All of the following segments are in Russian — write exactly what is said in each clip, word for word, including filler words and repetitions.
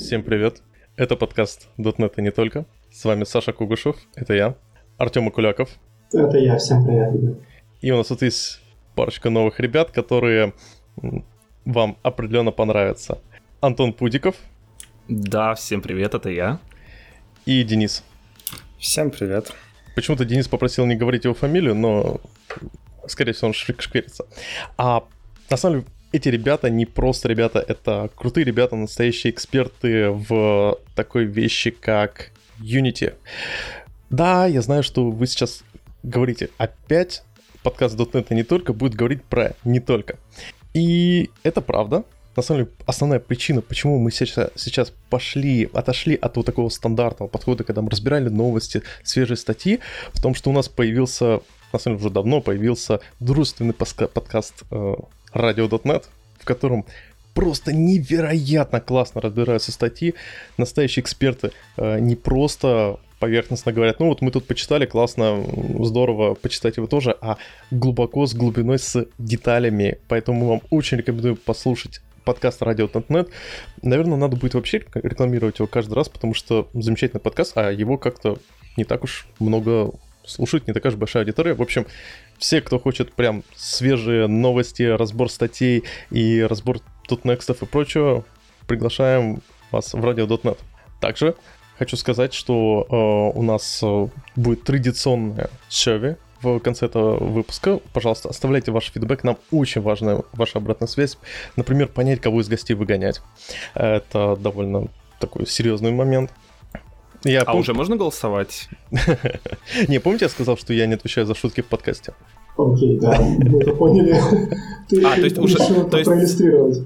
Всем привет! Это подкаст .дот нет и не только. С вами Саша Кугушев, это я, Артем Акуляков. Это я, всем привет, ребят. И у нас тут есть парочка новых ребят, которые вам определенно понравятся. Антон Пудиков. Да, всем привет, это я. И Денис. Всем привет. Почему-то Денис попросил не говорить его фамилию, но, скорее всего, он шкверится. А на самом деле, эти ребята не просто ребята, это крутые ребята, настоящие эксперты в такой вещи, как Unity. Да, я знаю, что вы сейчас говорите, опять подкаст .дот нет и не только будет говорить про не только. И это правда. На самом деле, основная причина, почему мы сейчас, сейчас пошли, отошли от вот такого стандартного подхода, когда мы разбирали новости, свежие статьи, в том, что у нас появился, на самом деле уже давно появился дружественный подкаст э, радио .дот нет, в котором просто невероятно классно разбираются статьи. Настоящие эксперты э, не просто поверхностно говорят, ну вот мы тут почитали, классно, здорово, почитайте вы тоже, а глубоко, с глубиной, с деталями. Поэтому вам очень рекомендую послушать подкаст радио .дот нет. Наверное, надо будет вообще рекламировать его каждый раз, потому что замечательный подкаст, а его как-то не так уж много слушать, не такая же большая аудитория. В общем, все, кто хочет прям свежие новости, разбор статей и разбор .тутнекстов и прочего, приглашаем вас в радио .дот нет. Также хочу сказать, что э, у нас э, будет традиционное survey в конце этого выпуска. Пожалуйста, оставляйте ваш фидбэк. Нам очень важна ваша обратная связь. Например, понять, кого из гостей выгонять. Это довольно такой серьезный момент. Я а пом... уже можно голосовать? Не, помните, я сказал, что я не отвечаю за шутки в подкасте? Окей, да, мы это поняли. Ты а, то есть уже то есть... проиллюстрировать.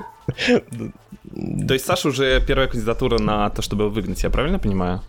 То есть Саша уже первая кандидатура на то, чтобы выгнать, я правильно понимаю?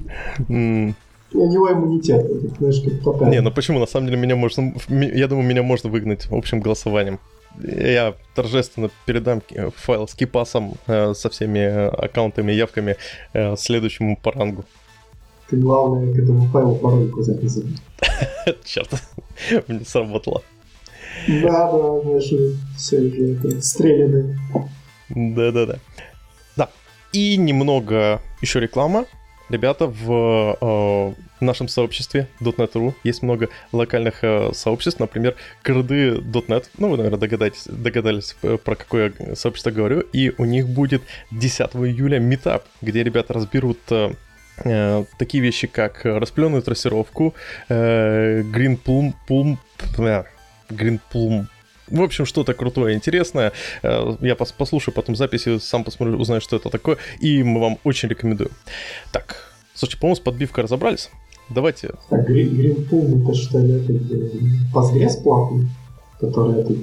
У него иммунитет, знаешь, как пока. Не, ну почему? На самом деле меня можно... Я думаю, меня можно выгнать общим голосованием. Я торжественно передам файл с кипасом э, со всеми аккаунтами и явками э, следующему по рангу. Ты, главное, к этому файлу пароль записывай. Черт, мне сработало. Да, да, знаешь, все уже это стреляны. Да-да-да. Да, и немного еще реклама. Ребята, в э, нашем сообществе .дот нет точка ру есть много локальных э, сообществ, например, крды .дот нет. Ну, вы, наверное, догадались, догадались, про какое сообщество говорю. И у них будет десятого июля митап, где ребята разберут э, э, такие вещи, как распыленную трассировку, э, Green Plum, Plum, э, Green Plum. В общем, что-то крутое, интересное. Я послушаю потом записи, сам посмотрю, узнаю, что это такое. И мы вам очень рекомендуем. Так, слушайте, по-моему, с подбивкой разобрались. Давайте... Так, Green Pool, это что ли? Это Postgres платный, который это...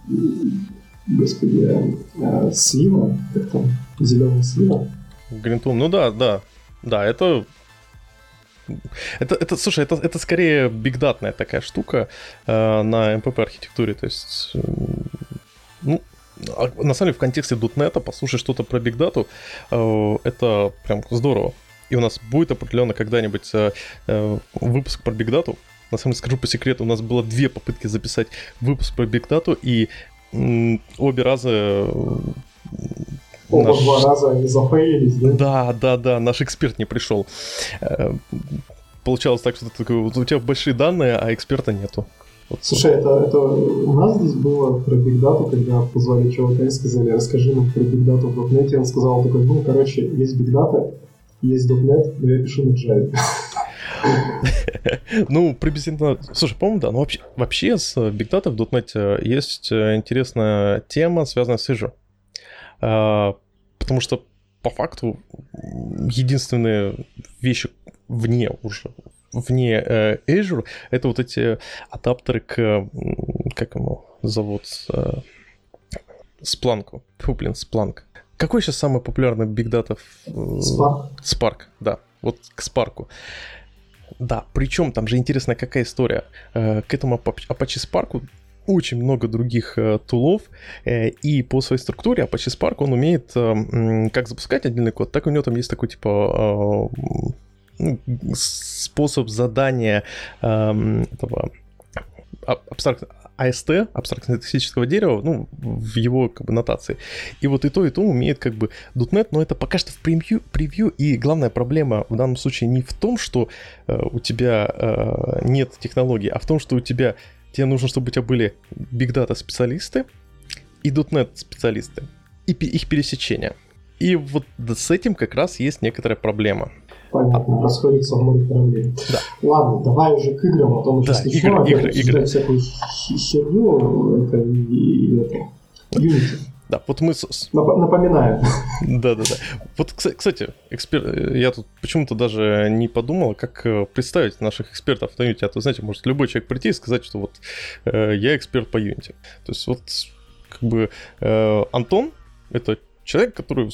Господи, а, слива? Как там? Зеленая слива? Green Pool, ну да, да. Да, это... Это, это, слушай, это, это скорее бигдатная такая штука э, на эм пи пи-архитектуре, то есть, э, ну, на самом деле в контексте .дот нет послушать что-то про бигдату, э, это прям здорово. И у нас будет определенно когда-нибудь э, э, выпуск про бигдату. На самом деле, скажу по секрету, у нас было две попытки записать выпуск про бигдату, и э, обе раза... Э, Оба наш... два раза они зафейлились, да? Да, да, да, наш эксперт не пришел. Получалось так, что ты такой, вот у тебя большие данные, а эксперта нету. Вот. Слушай, это, это у нас здесь было про бигдату, когда позвали чувака и сказали, расскажи нам про бигдату в .дот нет. И он сказал такой, ну, короче, есть бигдата, есть .дот нет, но я пишу на Java. Ну, приблизительно... Слушай, по-моему, да, но вообще, вообще с бигдатой в .дот нет есть интересная тема, связанная с Azure. Потому что по факту единственные вещи вне уже вне э, Azure это вот эти адаптеры к, как его зовут, э, Splunk. Фу, блин, Splunk. Какой сейчас самый популярный бигдата? Spark. Spark, да, вот к Spark. Да, причем там же интересная какая история. Э, к этому Apache Spark очень много других э, тулов, э, и по своей структуре Apache Spark, он умеет э, как запускать отдельный код, так у него там есть такой типа э, способ задания э, этого абстракт, эй эс ти, абстрактно-синтаксического дерева, ну, в его как бы нотации. И вот и то, и то умеет как бы .дот нет, но это пока что в превью, превью, и главная проблема в данном случае не в том, что э, у тебя э, нет технологий, а в том, что у тебя, тебе нужно, чтобы у тебя были Big Data специалисты и .дот нет специалисты, и их пересечение. И вот с этим как раз есть некоторая проблема. Понятно, расходится в море кораблей. Да. Ладно, давай уже к играм, а то мы да, сейчас игры, начнем игры, игры. всякую херню, это и это. Unity. Да, вот мы... С... Напоминаю. Да-да-да. Вот, кстати, экспер... я тут почему-то даже не подумал, как представить наших экспертов на Unity. А то, знаете, может любой человек прийти и сказать, что вот э, я эксперт по Unity. То есть вот как бы э, Антон — это человек, который...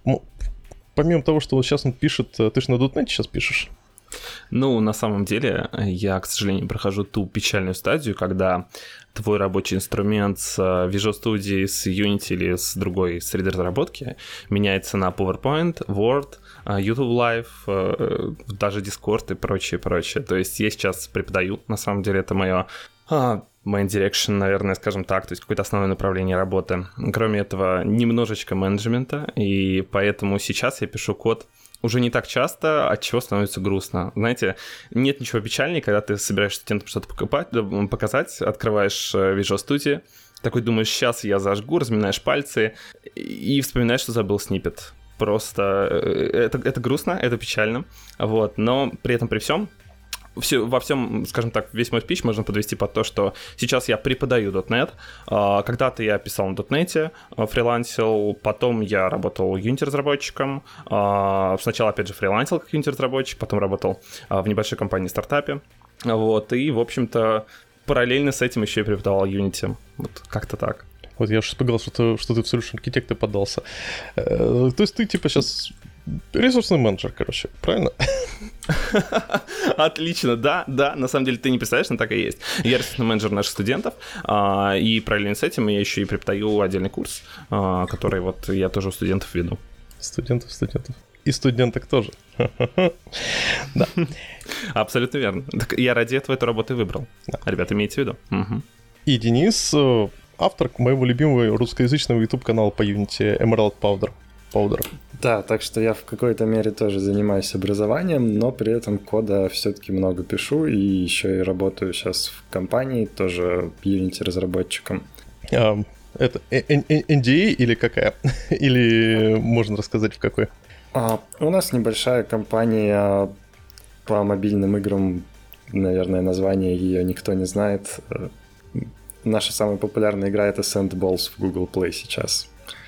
Помимо того, что вот сейчас он пишет, ты же на .дот нет сейчас пишешь? Ну, на самом деле, я, к сожалению, прохожу ту печальную стадию, когда твой рабочий инструмент с Visual Studio, с Unity или с другой среды разработки меняется на PowerPoint, Word, YouTube Live, даже Discord и прочее, прочее. То есть я сейчас преподаю, на самом деле, это мое... main direction, наверное, скажем так, то есть какое-то основное направление работы. Кроме этого, немножечко менеджмента, и поэтому сейчас я пишу код уже не так часто, от чего становится грустно. Знаете, нет ничего печальнее, когда ты собираешься студентам что-то показать, открываешь Visual Studio, такой думаешь, сейчас я зажгу, разминаешь пальцы и вспоминаешь, что забыл сниппет. Просто это, это грустно, это печально, вот, но при этом при всем Все, во всем, скажем так, весь мой спич можно подвести под то, что сейчас я преподаю .дот нет, когда-то я писал на .дот нет, фрилансил, потом я работал Unity-разработчиком, сначала, опять же, фрилансил как Unity-разработчик, потом работал в небольшой компании-стартапе, вот, и, в общем-то, параллельно с этим еще и преподавал Unity, вот как-то так. Вот я уже поговорил, что ты, что ты в Solution Architect поддался. То есть ты, типа, сейчас... Ресурсный менеджер, короче, правильно? Отлично, да, да, на самом деле ты не представляешь, но так и есть. Я ресурсный менеджер наших студентов, и параллельно с этим я еще и преподаю отдельный курс, который вот я тоже у студентов веду. Студентов, студентов. И студенток тоже. Да. Абсолютно верно. Так я ради этого эту работу и выбрал. Ребята, имейте в виду. И Денис, автор моего любимого русскоязычного YouTube-канала по Unity Emerald Powder. Powder. Да, так что я в какой-то мере тоже занимаюсь образованием, но при этом кода все-таки много пишу, и еще и работаю сейчас в компании, тоже Unity-разработчиком. А, это эн ди эй или какая? Или можно рассказать в какой? А, у нас небольшая компания по мобильным играм, наверное, название ее никто не знает. Наша самая популярная игра — это Sandballs в Google Play сейчас.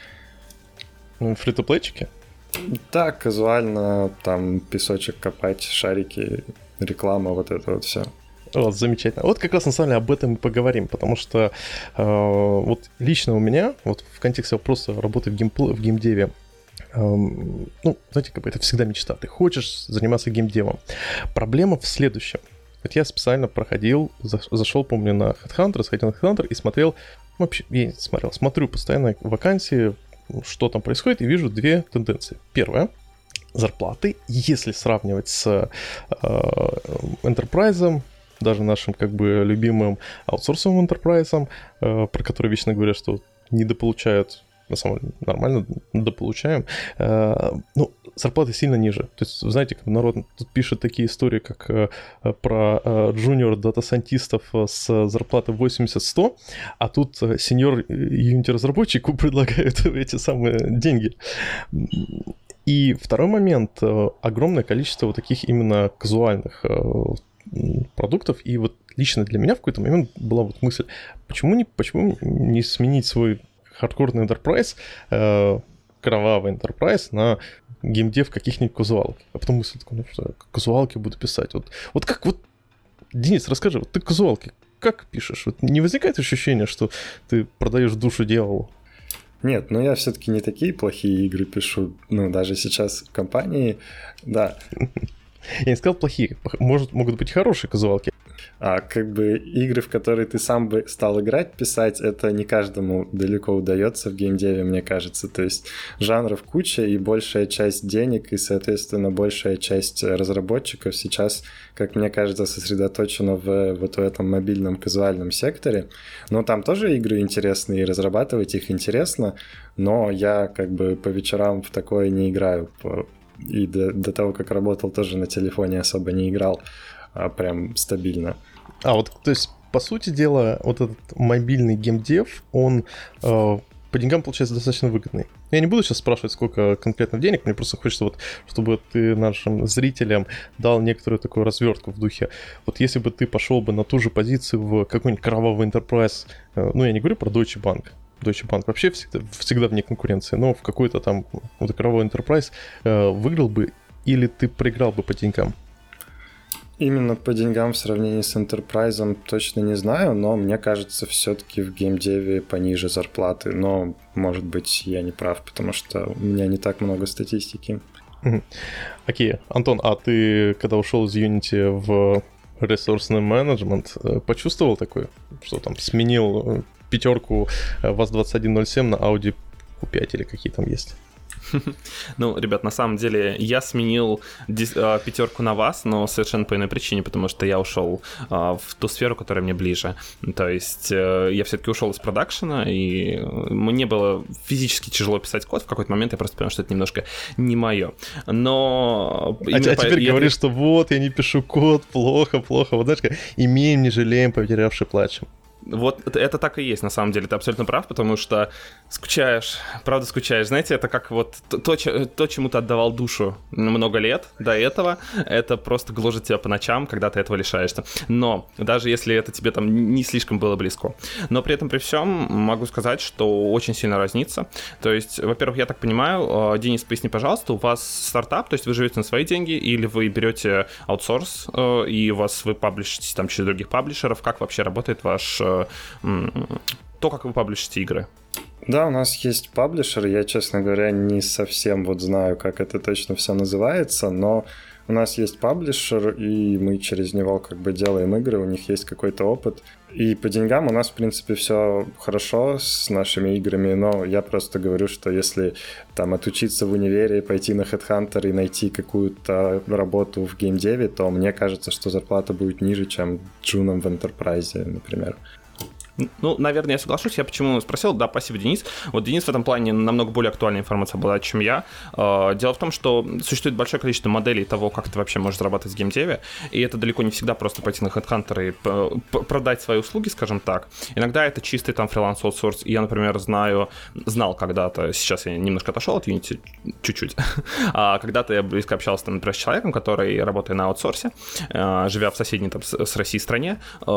Фри-то-плейчики? Да, казуально, там песочек копать, шарики, реклама, вот это вот все. Вот, замечательно. Вот как раз на самом деле об этом и поговорим, потому что э, вот лично у меня, вот в контексте просто работы в, геймпл... в геймдеве, э, ну, знаете, как бы это всегда мечта. Ты хочешь заниматься геймдевом. Проблема в следующем. Вот я специально проходил, за, зашел, помню, на HeadHunter, сходил на HeadHunter и смотрел, вообще, я не смотрел, смотрю постоянно вакансии, что там происходит, и вижу две тенденции. Первая — зарплаты, если сравнивать с э, Enterprise, даже нашим как бы любимым аутсорсовым Enterprise, э, про который вечно говорят, что недополучают, на самом деле нормально недополучаем, э, ну, зарплаты сильно ниже. То есть, знаете, как народ тут пишет такие истории, как э, про э, junior дата-сайентистов с зарплатой восемьдесят-сто, а тут сеньор Unity-разработчику предлагают эти самые деньги. И второй момент, э, огромное количество вот таких именно казуальных э, продуктов, и вот лично для меня в какой-то момент была вот мысль, почему не, почему не сменить свой хардкорный enterprise, э, кровавый enterprise на геймдев каких-нибудь казуалок. А потом мысль такой, ну что, казуалки буду писать. Вот, вот как вот, Денис, расскажи, вот ты казуалки как пишешь? Вот не возникает ощущения, что ты продаешь душу дьяволу? Нет, ну я все-таки не такие плохие игры пишу. Ну, даже сейчас в компании, да. Я не сказал плохие, может, могут быть хорошие казуалки. А как бы игры, в которые ты сам бы стал играть, писать, это не каждому далеко удается в геймдеве, мне кажется. То есть жанров куча, и большая часть денег, и, соответственно, большая часть разработчиков сейчас, как мне кажется, сосредоточена в вот в этом мобильном казуальном секторе. Но там тоже игры интересные, и разрабатывать их интересно, но я как бы по вечерам в такое не играю. И до, до того, как работал, тоже на телефоне особо не играл, а прям стабильно. А вот, то есть, по сути дела, вот этот мобильный геймдев, он э, по деньгам получается достаточно выгодный. Я не буду сейчас спрашивать, сколько конкретно денег, мне просто хочется, вот, чтобы ты нашим зрителям дал некоторую такую развертку в духе. Вот если бы ты пошел бы на ту же позицию в какой-нибудь кровавый Enterprise, э, ну, я не говорю про Deutsche Bank, Deutsche Bank вообще всегда, всегда вне конкуренции, но в какой-то там вот кровавый Enterprise э, выиграл бы или ты проиграл бы по деньгам? Именно по деньгам в сравнении с Enterprise точно не знаю, но мне кажется, все-таки в геймдеве пониже зарплаты. Но, может быть, я не прав, потому что у меня не так много статистики. Окей, okay. Антон, а ты, когда ушел из Unity в ресурсный менеджмент, почувствовал такое, что там сменил пятерку ВАЗ двадцать один ноль семь на Audi кью пять или какие там есть? Ну, ребят, на самом деле я сменил пятерку на вас, но совершенно по иной причине, потому что я ушел в ту сферу, которая мне ближе. То есть я все-таки ушел из продакшена, и мне было физически тяжело писать код. В какой-то момент я просто понял, что это немножко не мое. Но... А, а теперь я... говоришь, что вот, я не пишу код, плохо, плохо. Вот знаешь, как имеем, не жалеем, потерявший плачем. Вот это, это так и есть, на самом деле, ты абсолютно прав, потому что скучаешь, правда скучаешь. Знаете, это как вот то, то, чему ты отдавал душу много лет до этого, это просто гложет тебя по ночам, когда ты этого лишаешься. Но даже если это тебе там не слишком было близко. Но при этом, при всем, могу сказать, что очень сильно разнится. То есть, во-первых, я так понимаю, Денис, поясни, пожалуйста, у вас стартап, то есть вы живете на свои деньги, или вы берете аутсорс, и у вас вы паблишитесь там через других паблишеров, как вообще работает ваш... то, как вы паблишите игры? Да, у нас есть паблишер, я, честно говоря, не совсем вот знаю, как это точно все называется, но у нас есть паблишер, и мы через него как бы делаем игры, у них есть какой-то опыт. И по деньгам у нас, в принципе, все хорошо с нашими играми, но я просто говорю, что если там отучиться в универе, пойти на HeadHunter и найти какую-то работу в геймдеве, то мне кажется, что зарплата будет ниже, чем джуном в Enterprise, например. Ну, наверное, я соглашусь. Я почему спросил? Да, спасибо, Денис. Вот Денис в этом плане намного более актуальной информацией обладает, чем я. Дело в том, что существует большое количество моделей того, как ты вообще можешь зарабатывать в геймдеве, и это далеко не всегда просто пойти на HeadHunter и продать свои услуги, скажем так. Иногда это чистый там фриланс-аутсорс. Я, например, знаю, знал когда-то, сейчас я немножко отошел от Unity, чуть-чуть, а когда-то я близко общался, там, например, с человеком, который, работая на аутсорсе, живя в соседней там, с Россией стране,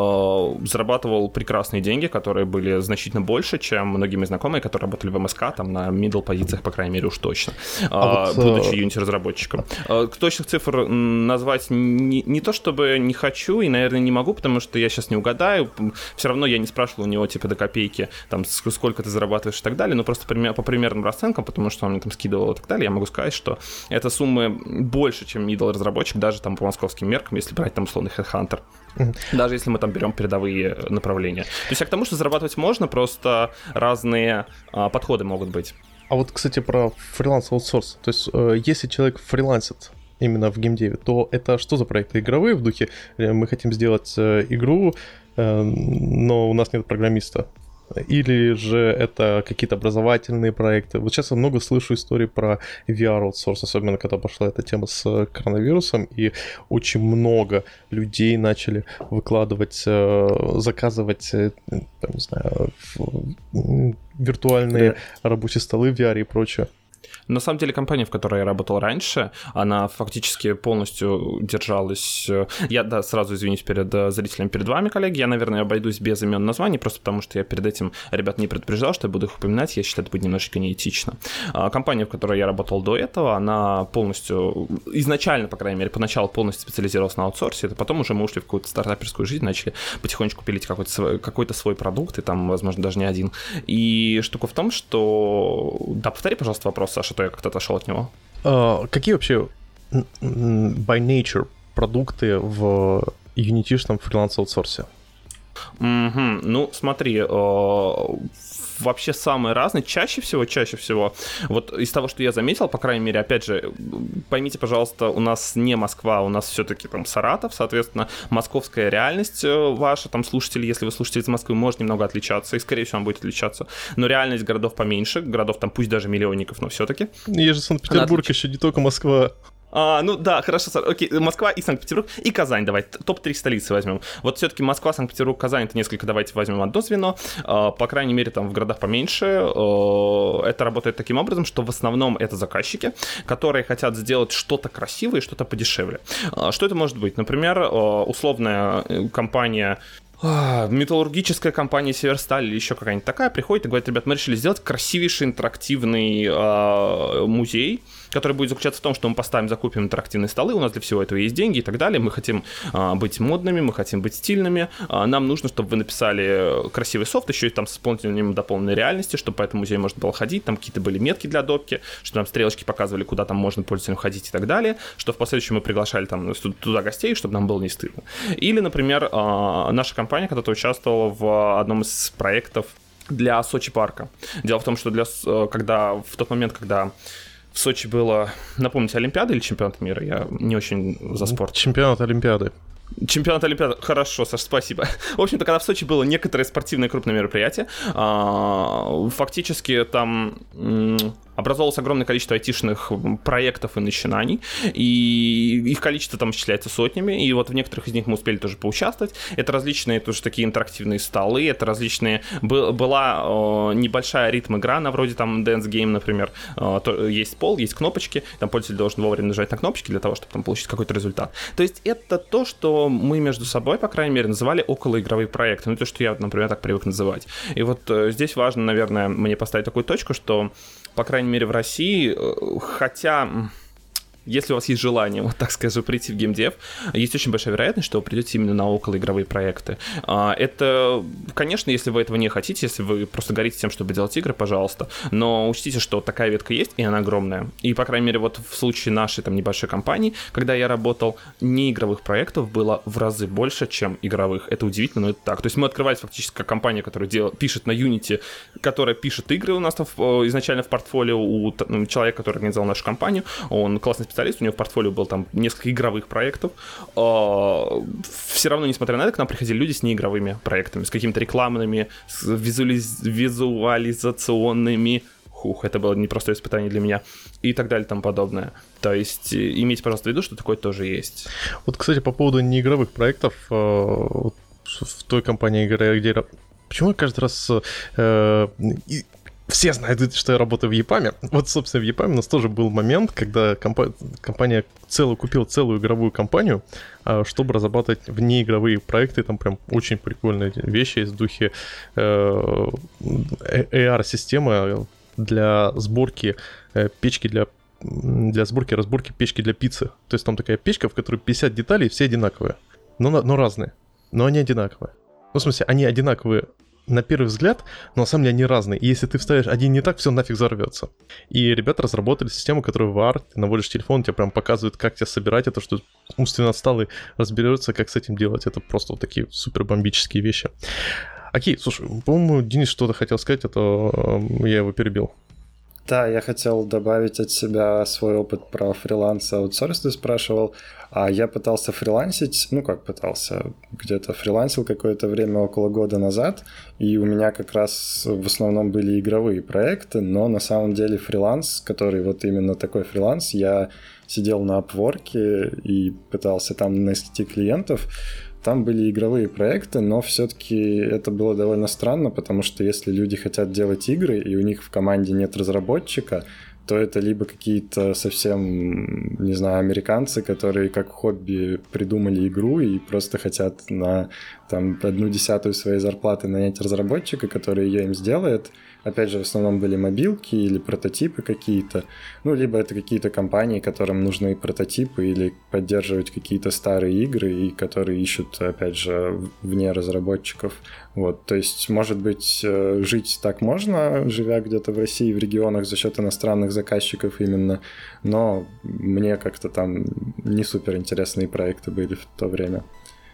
зарабатывал прекрасные деньги, которые были значительно больше, чем многие мои знакомые, которые работали в эм эс ка, там на middle позициях, по крайней мере, уж точно, а вот, будучи Unity-разработчиком. Точных цифр назвать не, не то, чтобы не хочу и, наверное, не могу, потому что я сейчас не угадаю. Все равно я не спрашивал у него, типа, до копейки, там, сколько ты зарабатываешь и так далее, но просто по примерным расценкам, потому что он мне там скидывал и так далее, я могу сказать, что эта сумма больше, чем middle-разработчик, даже там по московским меркам, если брать там условный HeadHunter. Даже если мы там берем передовые направления. То есть я к тому, что зарабатывать можно, просто разные а, подходы могут быть. А вот, кстати, про фриланс-аутсорс. То есть э, если человек фрилансит именно в геймдеве, то это что за проекты? Игровые в духе? Мы хотим сделать э, игру, э, но у нас нет программиста. Или же это какие-то образовательные проекты. Вот сейчас я много слышу историй про ви ар-аутсорс, особенно когда пошла эта тема с коронавирусом, и очень много людей начали выкладывать, заказывать, там, не знаю, виртуальные да. рабочие столы в ви ар и прочее. На самом деле компания, в которой я работал раньше, она фактически полностью держалась... Я, да, сразу извинюсь перед зрителями, перед вами, коллеги, я, наверное, обойдусь без имен названий, просто потому что я перед этим ребят не предупреждал, что я буду их упоминать, я считаю, это будет немножечко неэтично. Компания, в которой я работал до этого, она полностью, изначально, по крайней мере, поначалу полностью специализировалась на аутсорсе, это потом уже мы ушли в какую-то стартаперскую жизнь, начали потихонечку пилить какой-то свой, какой-то свой продукт, и там, возможно, даже не один. И штука в том, что... Да, повтори, пожалуйста, вопрос, Саша, то я как-то отошел от него. Uh, какие вообще by nature продукты в юнитишном фриланс-аутсорсе? Mm-hmm. Ну, смотри, вообще самые разные, чаще всего, чаще всего, вот из того, что я заметил, по крайней мере, опять же, поймите, пожалуйста, у нас не Москва, у нас все-таки там Саратов, соответственно, московская реальность ваша, там слушатели, если вы слушаете из Москвы, может немного отличаться, и, скорее всего, она будет отличаться, но реальность городов поменьше, городов там пусть даже миллионников, но все-таки. Есть же Санкт-Петербург, еще не только Москва. А, ну да, хорошо, окей, Москва и Санкт-Петербург, и Казань, давай, топ три столицы возьмем. Вот все-таки Москва, Санкт-Петербург, Казань, это несколько, давайте возьмем одно звено, а, по крайней мере, там в городах поменьше, а, это работает таким образом, что в основном это заказчики, которые хотят сделать что-то красивое и что-то подешевле. А, что это может быть? Например, а, условная компания... металлургическая компания Северсталь или еще какая-нибудь такая приходит и говорит: ребят, мы решили сделать красивейший интерактивный э, музей, который будет заключаться в том, что мы поставим, закупим интерактивные столы, у нас для всего этого есть деньги и так далее, мы хотим э, быть модными, мы хотим быть стильными, э, нам нужно, чтобы вы написали красивый софт, еще и там с исполнением дополненной реальности, чтобы по этому музею можно было ходить, там какие-то были метки для допки, что там стрелочки показывали, куда там можно пользователям ходить и так далее, что в последующем мы приглашали там туда гостей, чтобы нам было не стыдно. Или, например, э, наша компания Компания когда-то участвовала в одном из проектов для Сочи парка. Дело в том, что для, когда, в тот момент, когда в Сочи было, напомните, Олимпиада или чемпионат мира? Я не очень за спорт. Чемпионат Олимпиады. Чемпионат Олимпиады. Хорошо, Саш, спасибо. В общем-то, когда в Сочи было некоторое спортивное крупное мероприятие, фактически там образовалось огромное количество айтишных проектов и начинаний, и их количество там исчисляется сотнями, и вот в некоторых из них мы успели тоже поучаствовать. Это различные тоже такие интерактивные столы, это различные... Была небольшая ритм-игра, на вроде там Dance Game, например. Есть пол, есть кнопочки, там пользователь должен вовремя нажать на кнопочки для того, чтобы там получить какой-то результат. То есть это то, что мы между собой, по крайней мере, называли околоигровые проекты, ну то, что я, например, так привык называть. И вот здесь важно, наверное, мне поставить такую точку, что, по крайней мере, в России, хотя... Если у вас есть желание, вот так скажу, прийти в геймдев, есть очень большая вероятность, что вы придете именно на околоигровые проекты. Это, конечно, если вы этого не хотите, если вы просто горите тем, чтобы делать игры, пожалуйста, но учтите, что такая ветка есть, и она огромная. И, по крайней мере, вот в случае нашей там небольшой компании, когда я работал, неигровых проектов было в разы больше, чем игровых. Это удивительно, но это так. То есть мы открывались фактически как компания, которая дел... пишет на Unity, которая пишет игры у нас там изначально в портфолио у человека, который организовал нашу компанию. Он классный специалист, у него в портфолио было там несколько игровых проектов. Все равно, несмотря на это, к нам приходили люди с неигровыми проектами, с какими-то рекламными, с визуализ... визуализационными. Хух, это было непростое испытание для меня. И так далее, и тому подобное. То есть имейте, пожалуйста, в виду, что такое тоже есть. Вот, кстати, по поводу неигровых проектов, в той компании, где... Почему я каждый раз... Все знают, что я работаю в Епаме. Вот, собственно, в Епаме у нас тоже был момент, когда компа- компания целую, купила целую игровую компанию, чтобы разрабатывать внеигровые проекты. Там прям очень прикольные вещи из духе э, эй ар-системы для сборки э, печки для, для сборки и разборки печки для пиццы. То есть там такая печка, в которой пятьдесят деталей, все одинаковые, но, но разные, но они одинаковые. Ну, в смысле, они одинаковые на первый взгляд, но на самом деле они разные. И если ты вставишь один не так, все нафиг взорвется. И ребята разработали систему, которую в ар, ты наводишь телефон, тебе прям показывает, как тебе собирать это, что умственно отсталый разберется, как с этим делать. Это просто вот такие супер бомбические вещи. Окей, слушай, по-моему, Денис что-то хотел сказать, а то я его перебил. Да, я хотел добавить от себя свой опыт про фриланс и аутсорс, ты спрашивал. А я пытался фрилансить, ну как пытался, где-то фрилансил какое-то время, около года назад, и у меня как раз в основном были игровые проекты, но на самом деле фриланс, который вот именно такой фриланс, я сидел на Upwork и пытался там найти клиентов. Там были игровые проекты, но все-таки это было довольно странно, потому что если люди хотят делать игры, и у них в команде нет разработчика, то это либо какие-то совсем, не знаю, американцы, которые как хобби придумали игру и просто хотят на там, одну десятую своей зарплаты нанять разработчика, который ее им сделает. Опять же, в основном были мобилки или прототипы какие-то. Ну, либо это какие-то компании, которым нужны прототипы или поддерживать какие-то старые игры, и которые ищут, опять же, вне разработчиков. Вот, то есть, может быть, жить так можно, живя где-то в России, в регионах за счет иностранных заказчиков именно, но мне как-то там не супер интересные проекты были в то время.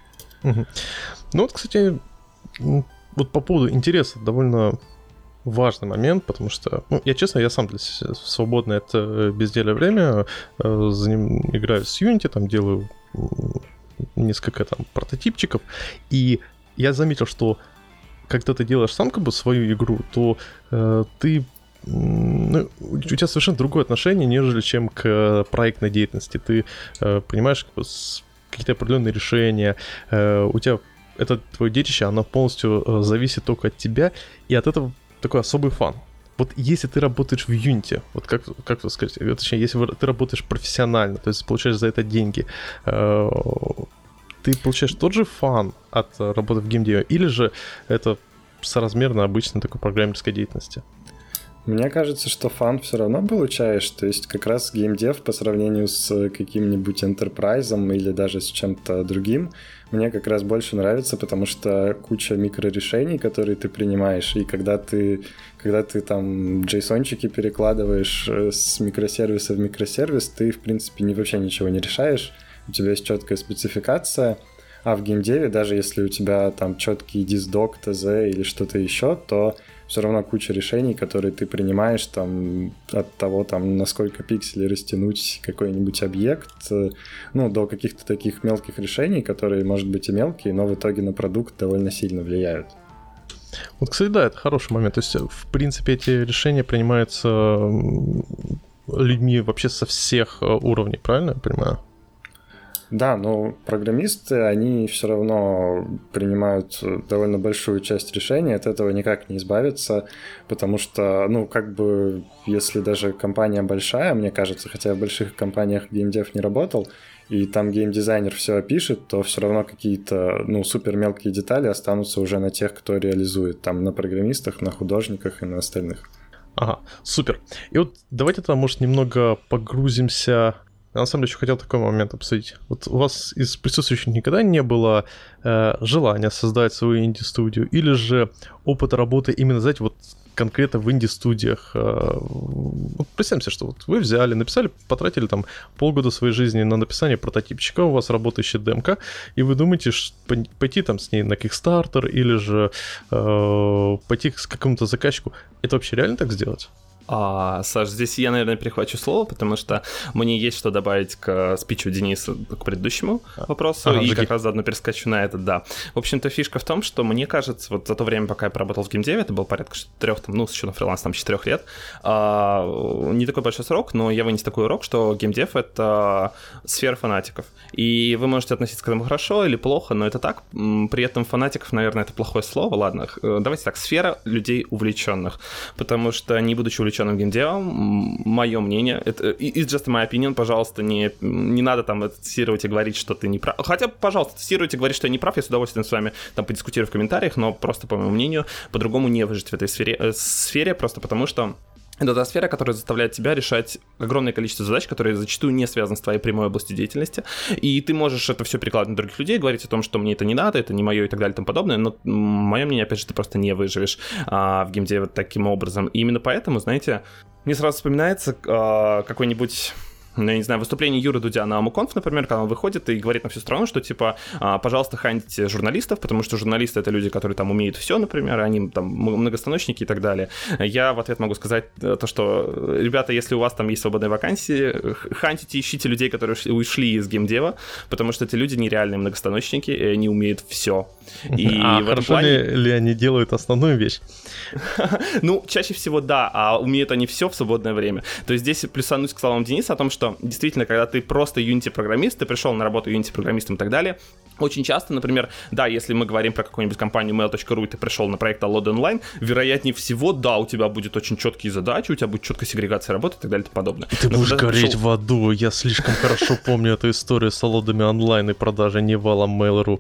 Угу. Ну вот, кстати, вот по поводу интереса довольно важный момент, потому что, ну, я честно, я сам для себя в свободное это безделье время э, за ним играю с Unity, там делаю несколько там прототипчиков, и я заметил, что когда ты делаешь сам как бы свою игру, то э, ты ну, у тебя совершенно другое отношение, нежели чем к проектной деятельности. Ты э, понимаешь как бы, какие-то определенные решения, э, у тебя это твое детище, оно полностью э, зависит только от тебя, и от этого такой особый фан. Вот если ты работаешь в Unity, вот как, как это сказать, точнее, если ты работаешь профессионально, то есть получаешь за это деньги, э, ты получаешь тот же фан от работы в геймдеве, или же это соразмерно обычной такой программерской деятельности? Мне кажется, что фан все равно получаешь, то есть как раз геймдев по сравнению с каким-нибудь энтерпрайзом или даже с чем-то другим, мне как раз больше нравится, потому что куча микрорешений, которые ты принимаешь, и когда ты, когда ты там джейсончики перекладываешь с микросервиса в микросервис, ты, в принципе, не, вообще ничего не решаешь, у тебя есть четкая спецификация, а в геймдеве, даже если у тебя там четкий диздок, ТЗ или что-то еще, то все равно куча решений, которые ты принимаешь там, от того, там, на сколько пикселей растянуть какой-нибудь объект, ну, до каких-то таких мелких решений, которые, может быть, и мелкие, но в итоге на продукт довольно сильно влияют. Вот, кстати, да, это хороший момент. То есть, в принципе, эти решения принимаются людьми вообще со всех уровней, правильно я понимаю? Да, но программисты, они все равно принимают довольно большую часть решений, от этого никак не избавиться, потому что, ну, как бы, если даже компания большая, мне кажется, хотя я в больших компаниях геймдев не работал, и там геймдизайнер все опишет, то все равно какие-то, ну, супер мелкие детали останутся уже на тех, кто реализует, там, на программистах, на художниках и на остальных. Ага, супер. И вот давайте тогда, может, немного погрузимся... Я на самом деле еще хотел такой момент обсудить. Вот у вас из присутствующих никогда не было э, желания создать свою инди-студию, или же опыт работы именно, знаете, вот конкретно в инди-студиях. Э, вот представьте, что вот вы взяли, написали, потратили там полгода своей жизни на написание прототипчика, у вас работающая демка, и вы думаете, что пойти там с ней на Kickstarter, или же э, пойти к какому-то заказчику. Это вообще реально так сделать? А, Саш, здесь я, наверное, перехвачу слово, потому что мне есть что добавить к спичу Дениса, к предыдущему вопросу, ага, и жги. Как раз заодно перескочу на этот, да. В общем-то, фишка в том, что мне кажется, вот за то время, пока я поработал в геймдеве, это было порядка трех, там, ну, с учетом фриланса, там, четырех лет, а, не такой большой срок, но я вынес такой урок, что геймдев — это сфера фанатиков, и вы можете относиться к этому хорошо или плохо, но это так. При этом фанатиков, наверное, это плохое слово, ладно, давайте так, сфера людей увлеченных, потому что, не будучи увлеченным геймдевом, мое мнение, это it's just my opinion, пожалуйста, не, не надо там тестировать и говорить, что ты не прав. Хотя, пожалуйста, тестируйте и говорите, что я не прав, я с удовольствием с вами там подискутирую в комментариях, но просто по моему мнению, по-другому не выжить в этой сфере, э, сфере просто потому что это та сфера, которая заставляет тебя решать огромное количество задач, которые зачастую не связаны с твоей прямой областью деятельности, и ты можешь это все перекладывать на других людей, говорить о том, что мне это не надо, это не мое и так далее и тому подобное, но мое мнение, опять же, ты просто не выживешь а, в геймдеве таким образом. И именно поэтому, знаете, мне сразу вспоминается а, какой-нибудь... Ну, я не знаю, выступление Юры Дудя на Амуконф, например, когда он выходит и говорит на всю страну, что, типа, пожалуйста, хантите журналистов, потому что журналисты — это люди, которые там умеют все, например, они там многостаночники и так далее. Я в ответ могу сказать то, что, ребята, если у вас там есть свободные вакансии, хантите, ищите людей, которые ушли из геймдева, потому что эти люди нереальные многостаночники, и они умеют все. И а хорошо плане... ли, ли они делают основную вещь? Ну, чаще всего да, а умеют они все в свободное время. То есть здесь плюсануть к словам Дениса о том, что действительно, когда ты просто Unity-программист, ты пришел на работу Unity-программистом и так далее, очень часто, например, да, если мы говорим про какую-нибудь компанию mail точка ru, и ты пришел на проект Alloy Online, вероятнее всего, да, у тебя будет очень четкие задачи, у тебя будет четкая сегрегация работы и так далее и тому подобное. И ты Но будешь гореть пришел... в аду. Я слишком хорошо помню эту историю с Alloy онлайн и продажей Невала Mail.ru.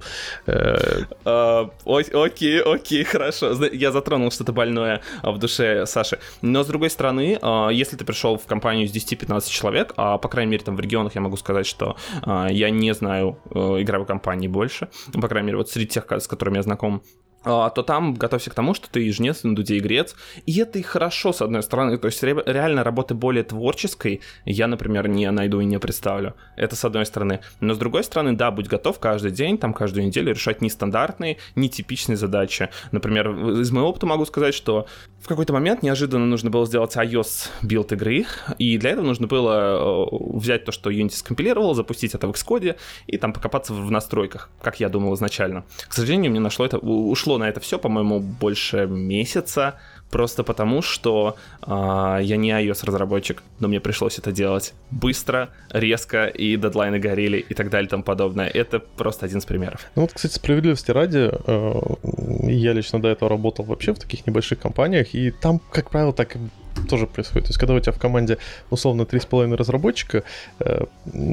Окей, окей, хорошо. Я затронул что-то больное в душе Саши. Но, с другой стороны, если ты пришел в компанию с десять-пятнадцать человек, а по крайней мере там в регионах я могу сказать, что я не знаю игровой компании больше, по крайней мере вот среди тех, с которыми я знаком, то там готовься к тому, что ты и жнец, и на дуде, и грец. И это и хорошо, с одной стороны. То есть ре- реально работы более творческой я, например, не найду и не представлю. Это с одной стороны. Но с другой стороны, да, будь готов каждый день, там, каждую неделю решать нестандартные, нетипичные задачи. Например, из моего опыта могу сказать, что в какой-то момент неожиданно нужно было сделать iOS-билд игры, и для этого нужно было взять то, что Unity скомпилировал, запустить это в Xcode и там покопаться в настройках, как я думал изначально. К сожалению, мне нашло это, ушло на это все, по-моему, больше месяца, просто потому, что э, я не iOS-разработчик, но мне пришлось это делать быстро, резко, и дедлайны горели, и так далее, и тому подобное. Это просто один из примеров. Ну вот, кстати, справедливости ради, э, я лично до этого работал вообще в таких небольших компаниях, и там, как правило, так тоже происходит. То есть, когда у тебя в команде условно три с половиной разработчика, э,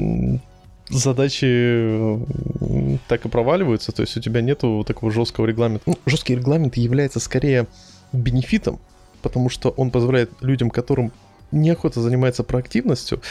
задачи так и проваливаются, то есть у тебя нету такого жесткого регламента. Ну, жесткий регламент является скорее бенефитом, потому что он позволяет людям, которым неохота заниматься проактивностью,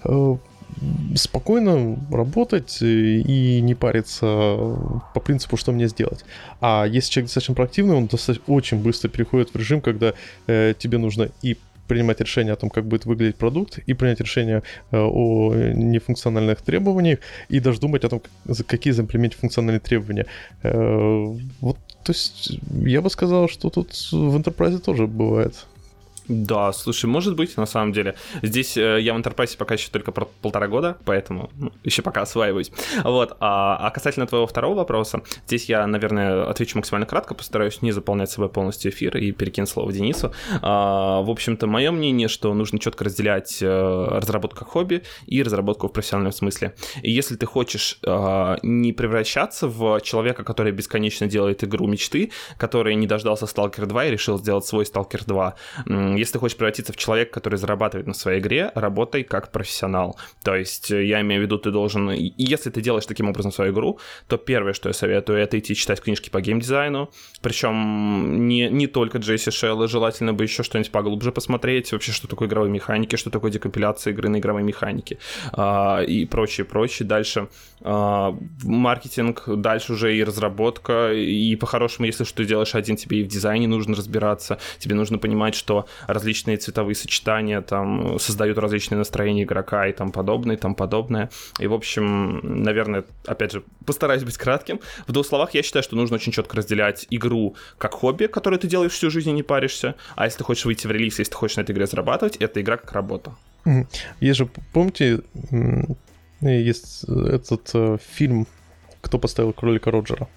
спокойно работать и не париться по принципу, что мне сделать. А если человек достаточно проактивный, он достаточно, очень быстро переходит в режим, когда э, тебе нужно и принимать решение о том, как будет выглядеть продукт, и принять решение э, о нефункциональных требованиях, и даже думать о том, какие заимплементить функциональные требования. Э, вот, то есть, я бы сказал, что тут в Enterprise тоже бывает. Да, слушай, может быть, на самом деле. Здесь э, я в Enterprise пока еще только про полтора года, поэтому ну, еще пока осваиваюсь. Вот. А, а касательно твоего второго вопроса, здесь я, наверное, отвечу максимально кратко, постараюсь не заполнять собой полностью эфир и перекину слово Денису. А, в общем-то, мое мнение, что нужно четко разделять э, разработку как хобби и разработку в профессиональном смысле. И если ты хочешь э, не превращаться в человека, который бесконечно делает игру мечты, который не дождался Stalker два и решил сделать свой Stalker два, если ты хочешь превратиться в человека, который зарабатывает на своей игре, работай как профессионал. То есть, я имею в виду, ты должен... И если ты делаешь таким образом свою игру, то первое, что я советую, это идти читать книжки по геймдизайну. Причем не, не только Джесси Шелла, желательно бы еще что-нибудь поглубже посмотреть. Вообще, что такое игровые механики, что такое декомпиляция игры на игровые механики. А, и прочее, прочее. Дальше а, маркетинг, дальше уже и разработка. И по-хорошему, если что ты делаешь один, тебе и в дизайне нужно разбираться. Тебе нужно понимать, что различные цветовые сочетания там создают различные настроения игрока и тому подобное, и тому подобное. И, в общем, наверное, опять же, постараюсь быть кратким. В двух словах, я считаю, что нужно очень четко разделять игру как хобби, которое ты делаешь всю жизнь и не паришься, а если ты хочешь выйти в релиз, если ты хочешь на этой игре зарабатывать, это игра как работа. Есть же, помните, есть этот э, фильм «Кто поставил кролика Роджера»?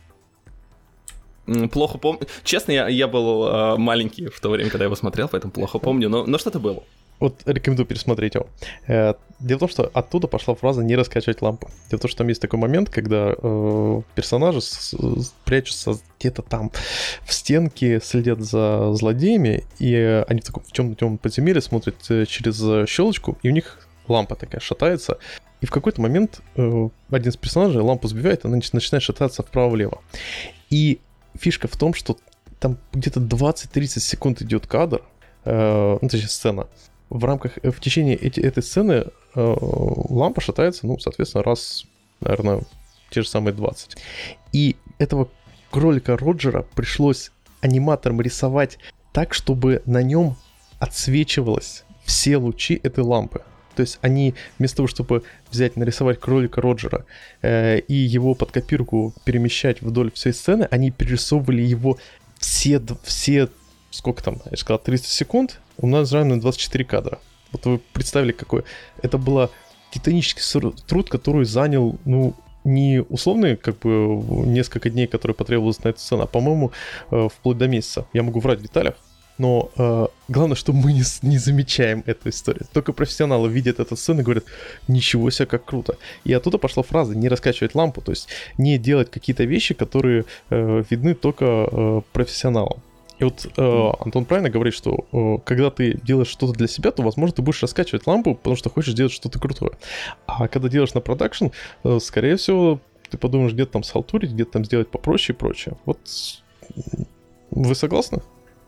Плохо помню. Честно, я, я был э, маленький в то время, когда я его смотрел, поэтому плохо помню, но, но что-то было. Вот рекомендую пересмотреть его. Э, дело в том, что оттуда пошла фраза «не раскачивать лампу». Дело в том, что там есть такой момент, когда э, персонажи с, с, прячутся где-то там в стенке, следят за злодеями, и э, они в таком темном подземелье смотрят э, через щелочку, и у них лампа такая шатается. И в какой-то момент э, один из персонажей лампу сбивает, она начинает шататься вправо-влево. И фишка в том, что там где-то двадцать-тридцать секунд идет кадр, э, ну, точнее, сцена. В рамках, в течение эти, этой сцены э, лампа шатается, ну, соответственно, раз, наверное, те же самые двадцать. И этого кролика Роджера пришлось аниматорам рисовать так, чтобы на нем отсвечивалось все лучи этой лампы. То есть они вместо того, чтобы взять, нарисовать кролика Роджера э, и его под копирку перемещать вдоль всей сцены, они перерисовывали его все, все сколько там, я сказал, триста секунд, умножаем на двадцать четыре кадра. Вот вы представили, какой... Это был титанический труд, который занял, ну, не условные, как бы, несколько дней, которые потребовалось на эту сцену, а, по-моему, э, вплоть до месяца. Я могу врать в деталях. Но э, главное, что мы не, не замечаем эту историю. Только профессионалы видят эту сцену и говорят, ничего себе, как круто. И оттуда пошла фраза «не раскачивать лампу», то есть не делать какие-то вещи, которые э, видны только э, профессионалам. И вот э, Антон правильно говорит, что э, когда ты делаешь что-то для себя, то, возможно, ты будешь раскачивать лампу, потому что хочешь делать что-то крутое. А когда делаешь на продакшн, э, скорее всего, ты подумаешь, где-то там схалтурить, где-то там сделать попроще и прочее. Вот вы согласны?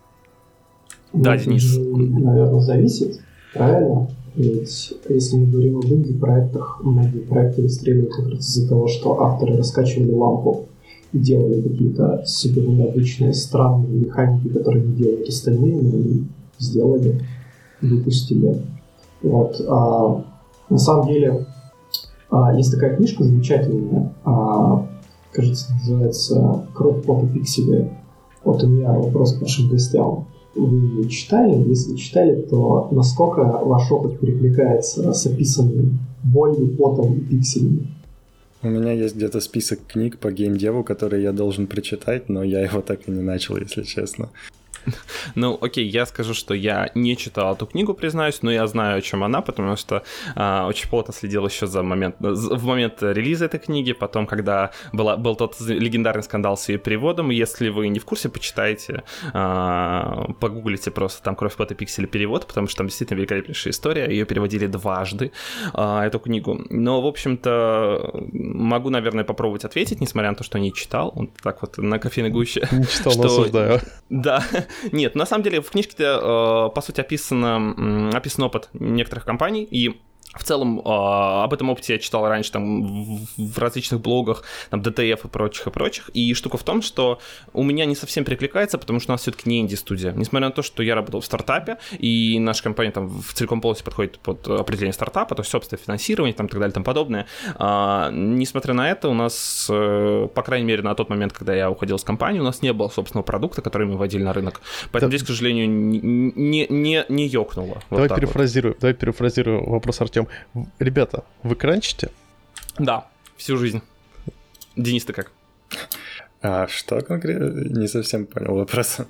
Да, ну, Денис. Наверное, зависит, правильно? Ведь если мы говорим о инди-проектах, многие проекты выстреливают как раз из-за того, что авторы раскачивали лампу. делали какие-то супер необычные, странные механики, которые не делают остальные, но они сделали, выпустили. Вот. А, на самом деле, а, есть такая книжка замечательная, а, кажется, называется «Кровь, пот и пиксели». Вот у меня вопрос к вашим гостям. Вы читали? Если читали, то насколько ваш опыт перекликается с описанным болью, потом и пикселями? У меня есть где-то список книг по геймдеву, которые я должен прочитать, но я его так и не начал, если честно. Ну, окей, я скажу, что я не читал эту книгу, признаюсь, но я знаю, о чем она, потому что а, очень плотно следил еще за момент, в момент релиза этой книги, потом, когда была, был тот легендарный скандал с ее переводом. Если вы не в курсе, почитайте, а, погуглите просто там «Кровь, пот и пиксели» перевод, потому что там действительно великолепнейшая история, ее переводили дважды, а, эту книгу. Но, в общем-то, могу, наверное, попробовать ответить, несмотря на то, что не читал, вот так вот на кофейной гуще. Не читал, но осуждаю. Да. Нет, на самом деле в книжке-то, э, по сути, описан, описан опыт некоторых компаний, и в целом э, об этом опыте я читал раньше там в, в различных блогах, там, ди ти эф и прочих, и прочих, и штука в том, что у меня не совсем перекликается, потому что у нас все-таки не инди-студия. Несмотря на то, что я работал в стартапе, и наша компания там в целиком полностью подходит под определение стартапа, то есть собственное финансирование там, и так далее и тому подобное, а, несмотря на это, у нас, э, по крайней мере, на тот момент, когда я уходил с компании, у нас не было собственного продукта, который мы вводили на рынок. Поэтому да. Здесь, к сожалению, не, не, не ёкнуло. Давай вот перефразирую, вот. давай перефразирую вопрос, Артём. Ребята, вы кранчите? Да, всю жизнь. Денис, ты как? А что конкретно? Не совсем понял вопроса.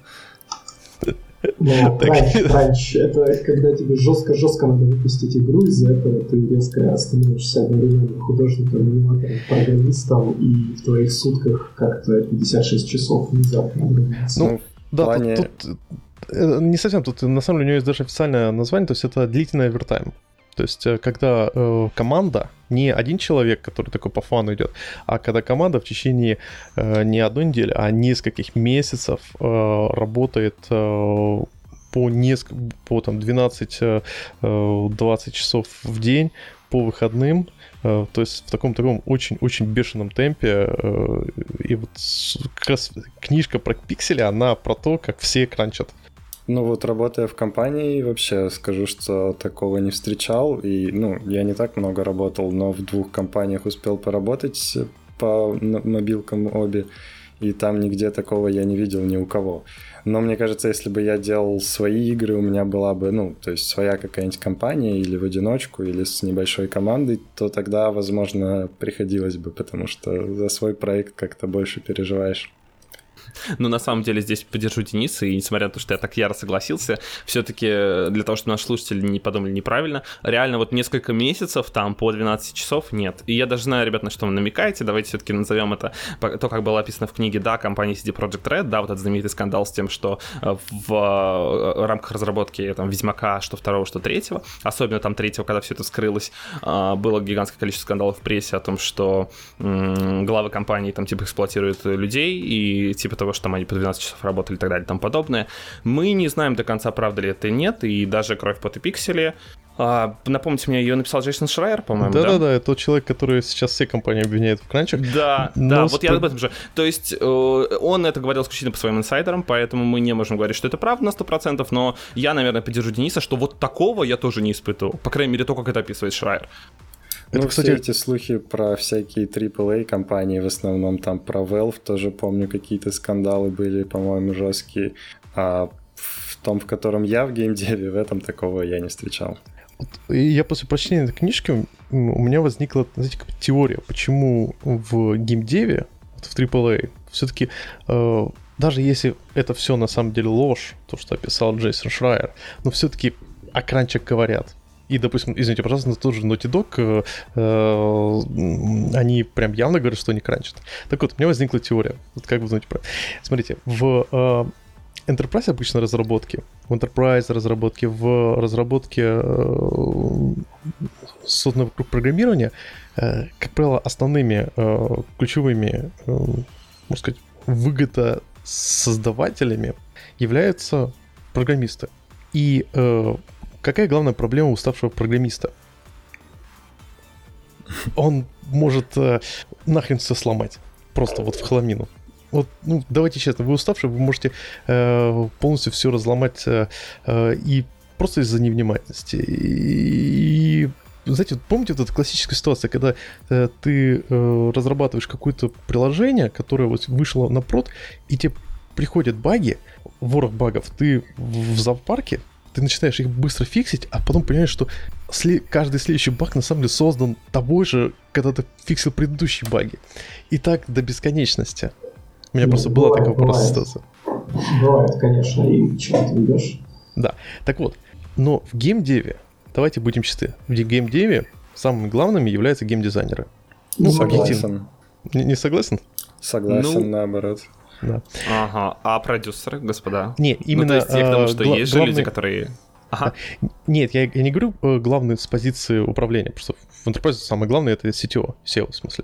Ну, кранч, кранч — это когда тебе жестко-жестко надо выпустить игру, из-за этого ты резко становишься одновременно художником, аниматором, программистом, и в твоих сутках как-то пятьдесят шесть часов внезапно обновляется. Ну, да, плане... тут, тут не совсем, тут на самом деле у него есть даже официальное название, то есть это длительный овертайм. То есть, когда э, команда, не один человек, который такой по фану идет, а когда команда в течение э, не одной недели, а нескольких месяцев э, работает э, по, неск... по там, двенадцать-двадцать часов в день, по выходным, э, то есть в таком таком очень-очень бешеном темпе. Э, и вот как раз книжка про пиксели, она про то, как все кранчат. Ну вот, работая в компании, вообще скажу, что такого не встречал. И, ну, я не так много работал, но в двух компаниях успел поработать по мобилкам обе. И там нигде такого я не видел ни у кого. Но мне кажется, если бы я делал свои игры, у меня была бы, ну, то есть своя какая-нибудь компания или в одиночку, или с небольшой командой, то тогда, возможно, приходилось бы, потому что за свой проект как-то больше переживаешь. Но на самом деле здесь поддержу Дениса, и несмотря на то, что я так яро согласился, все-таки для того, чтобы наши слушатели не подумали неправильно, реально вот несколько месяцев там по двенадцать часов нет. И я даже знаю, ребят, на что вы намекаете, давайте все-таки назовем это то, как было описано в книге, да, компании си ди Projekt Red, да, вот этот знаменитый скандал с тем, что в рамках разработки там Ведьмака, что второго, что третьего, особенно там третьего, когда все это вскрылось, было гигантское количество скандалов в прессе о том, что главы компании там типа эксплуатируют людей и типа того, что там они по двенадцать часов работали и так далее и тому подобное. Мы не знаем до конца, правда ли это или нет, и даже «Кровь, пот и пиксели». А, напомните мне, ее написал Джейсон Шрайер, по-моему, да? Да-да-да, это тот человек, который сейчас все компании обвиняет в кранчах. Да, да, вот я об этом же. То есть он это говорил исключительно по своим инсайдерам, поэтому мы не можем говорить, что это правда на сто процентов, но я, наверное, поддержу Дениса, что вот такого я тоже не испытывал. По крайней мере, то, как это описывает Шрайер. Ну, это, все кстати... эти слухи про всякие трипл эй компании, в основном там про Valve тоже помню, какие-то скандалы были, по-моему, жесткие. А в том, в котором я в геймдеве, в этом такого я не встречал. И я после прочтения этой книжки, у меня возникла, знаете, как теория, почему в геймдеве, вот в трипл эй, все-таки э, даже если это все на самом деле ложь, то, что описал Джейсон Шрайер, но все-таки о кранчах говорят. И, допустим, извините, пожалуйста, тот же Naughty Dog, э, э, они прям явно говорят, что они кранчат. Так вот, у меня возникла теория. Вот как вы думаете про... Смотрите, в э, Enterprise обычно разработки, в Enterprise разработки, в разработке э, созданного вокруг программирования, э, как правило, основными э, ключевыми, э, можно сказать, выгодосоздавателями являются программисты. И э, какая главная проблема уставшего программиста? Он может э, нахрен все сломать. Просто вот в хламину. вот, ну, давайте честно, вы уставшие, вы можете э, полностью все разломать э, э, и просто из-за невнимательности. И, и знаете, вот помните вот эту классическую ситуацию, когда э, ты э, разрабатываешь какое-то приложение, которое вот вышло на прод, и тебе приходят баги, ворох багов, ты в, в зоопарке, ты начинаешь их быстро фиксить, а потом понимаешь, что сли- каждый следующий баг на самом деле создан тобой же, когда ты фиксил предыдущие баги. И так до бесконечности. У меня ну, просто была бывает, такая просто ситуация. Бывает, конечно, и чего ты ведешь. Да, так вот, но в геймдеве, давайте будем чисты, в геймдеве самыми главными являются геймдизайнеры. Ну, согласен. Не, не согласен? Согласен, ну, наоборот. Да. Ага, а продюсеры, господа? Не, именно... Ну, то есть я к тому, что гла- есть главный... же люди, которые... Ага. Нет, я, я не говорю э, главный с позиции управления, просто в Enterprise самое главное это си ти о, сео в смысле,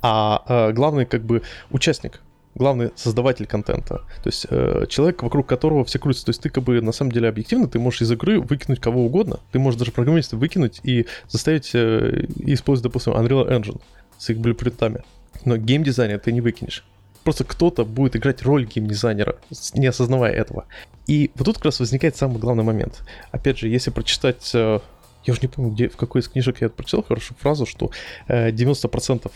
а э, главный как бы участник, главный создаватель контента, то есть э, человек, вокруг которого все крутится, то есть ты как бы на самом деле объективно, ты можешь из игры выкинуть кого угодно, ты можешь даже программиста выкинуть и заставить э, использовать, допустим, Unreal Engine с их блюпринтами, но геймдизайнер ты не выкинешь. Просто кто-то будет играть роль геймдизайнера, не осознавая этого. И вот тут как раз возникает самый главный момент. Опять же, если прочитать... Я уже не помню, где, в какой из книжек я это прочитал хорошую фразу, что девяносто процентов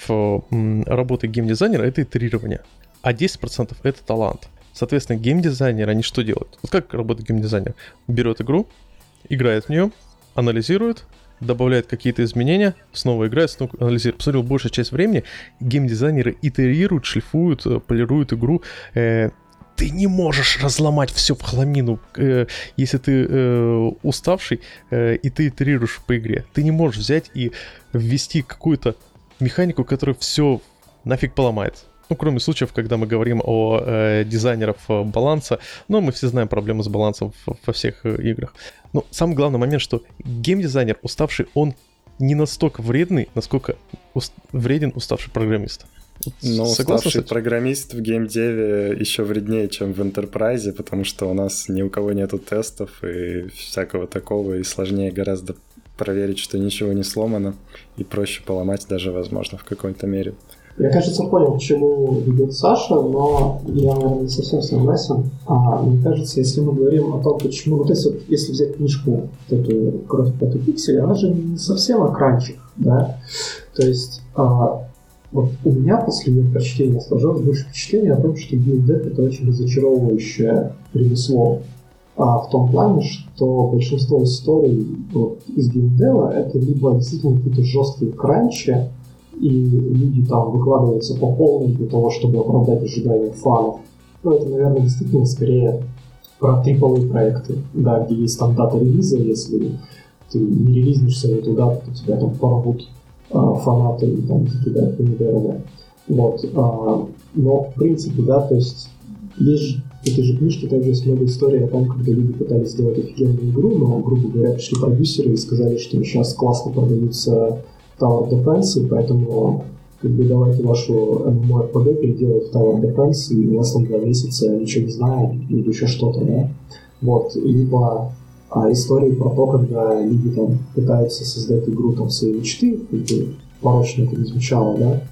работы геймдизайнера — это итерирование, а десять процентов — это талант. Соответственно, геймдизайнер, они что делают? Вот как работает геймдизайнер? Берет игру, играет в нее, анализирует, добавляет какие-то изменения, снова играет, снова анализирует. Посмотрел, большая часть времени геймдизайнеры итерируют, шлифуют, полируют игру. Э, ты не можешь разломать все в хламину, э, если ты э, уставший, э, и ты итерируешь по игре. Ты не можешь взять и ввести какую-то механику, которая все нафиг поломает. Ну, кроме случаев, когда мы говорим о э, дизайнерах баланса, но мы все знаем проблемы с балансом в, во всех э, играх. Но самый главный момент, что геймдизайнер уставший, он не настолько вредный, насколько уст- вреден уставший программист. Вот, но уставший программист в геймдеве еще вреднее, чем в Enterprise, потому что у нас ни у кого нету тестов и всякого такого, и сложнее гораздо проверить, что ничего не сломано, и проще поломать даже, возможно, в какой-то мере. Я, кажется, понял, к чему ведет Саша, но я, наверное, не совсем согласен. А, мне кажется, если мы говорим о том, почему... Ну, то есть, вот, если взять книжку эту «Кровь пятый пиксель», она же не совсем о кранчах, да? То есть, а, вот у меня после ее прочтения сложилось больше впечатление о том, что геймдев — это очень разочаровывающее ремесло. А, в том плане, что большинство историй вот, из геймдева — это либо действительно какие-то жесткие кранчи, и люди там выкладываются по полной для того, чтобы оправдать ожидания фанов. Ну, это, наверное, действительно скорее про трипловые проекты, да, где есть там дата релиза, если ты не релизнишься в эту дату, то тебя там порвут а, фанаты и там закидают помидорами. Вот. А, но, в принципе, да, то есть есть же в этой же книжке также есть много историй о том, когда люди пытались сделать офигенную игру, но, грубо говоря, пришли продюсеры и сказали, что сейчас классно продаются Tower Defense, поэтому как бы давайте вашу MMORPG переделать в Tower Defense, и у нас там два месяца ничего не знаем, или еще что-то, да. Вот, либо а, истории про то, когда люди там пытаются создать игру там своей мечты, как бы порочно это не звучало, да,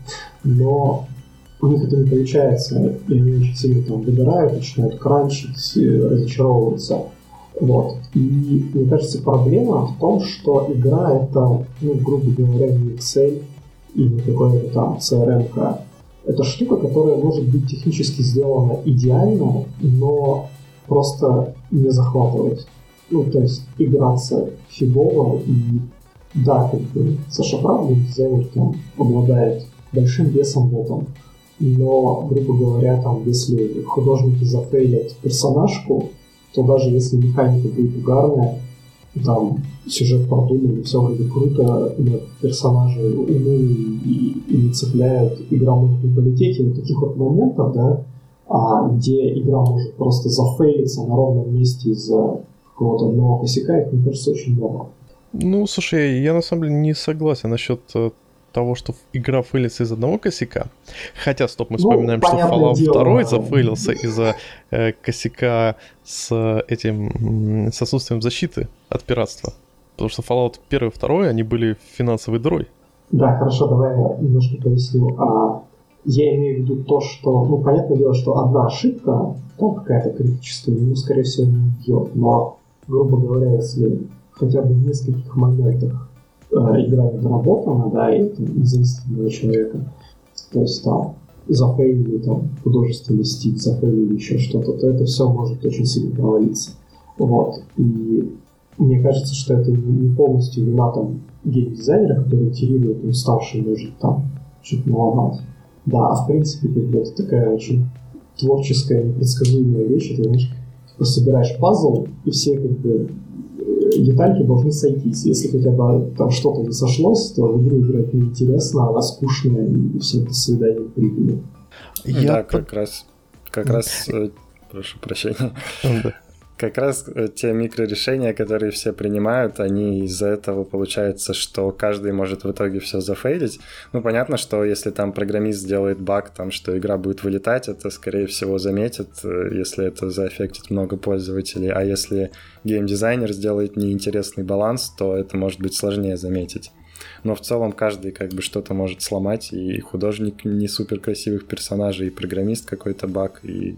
но у них это не получается, и они очень сильно там выбирают, начинают кранчить, разочаровываться. Вот. И мне кажется, проблема в том, что игра — это, ну, грубо говоря, не Excel и не какой-то там си эр эм-ка. Это штука, которая может быть технически сделана идеально, но просто не захватывать. Ну, то есть играться фигово, и да, как бы Саша прав, дизайнер там обладает большим весом в этом, но, грубо говоря, там, если художники зафейлят персонажку, то даже если механика будет угарная, там сюжет продуман, все вроде круто, но персонажи умные и, и не цепляют, игра может не полететь, и вот таких вот моментов, да, а, где игра может просто зафейлиться на ровном месте из-за какого-то одного косяка, их, мне кажется, очень много. Ну, слушай, я на самом деле не согласен насчет того, что игра фейлится из одного косяка. Хотя, стоп, мы ну, вспоминаем, что Fallout два зафейлился из-за э, косяка с этим, с отсутствием защиты от пиратства. Потому что Fallout один и два, они были финансовой дырой. Да, хорошо, давай я немножко поясню. А, я имею в виду то, что, ну, понятное дело, что одна ошибка, там какая-то критическая, ну, скорее всего, не убьет, но, грубо говоря, если хотя бы в нескольких моментах э, игра не доработана, да, и это не зависит от одного человека, то есть там зафейлили там художественный стиль, зафейлили еще что-то, то это все может очень сильно провалиться. Вот. И мне кажется, что это не полностью вина там геймдизайнера, который итерирует, уставший может там что-то наломать. Да, а в принципе, как бы, это такая очень творческая, непредсказуемая вещь. Ты, знаешь, типа, собираешь пазл, и все как бы детальки должны сойтись. Если хотя бы там что-то не сошлось, то в игру играть неинтересно, она скучная, и все, до свидания, прибыли. Я... Да, как раз, как раз, э, прошу прощения. Как раз те микрорешения, которые все принимают, они из-за этого получается, что каждый может в итоге все зафейлить. Ну, понятно, что если там программист сделает баг, там, что игра будет вылетать, это, скорее всего, заметит, если это заэффектит много пользователей. А если геймдизайнер сделает неинтересный баланс, то это может быть сложнее заметить. Но в целом каждый как бы что-то может сломать, и художник не супер красивых персонажей, и программист какой-то баг, и...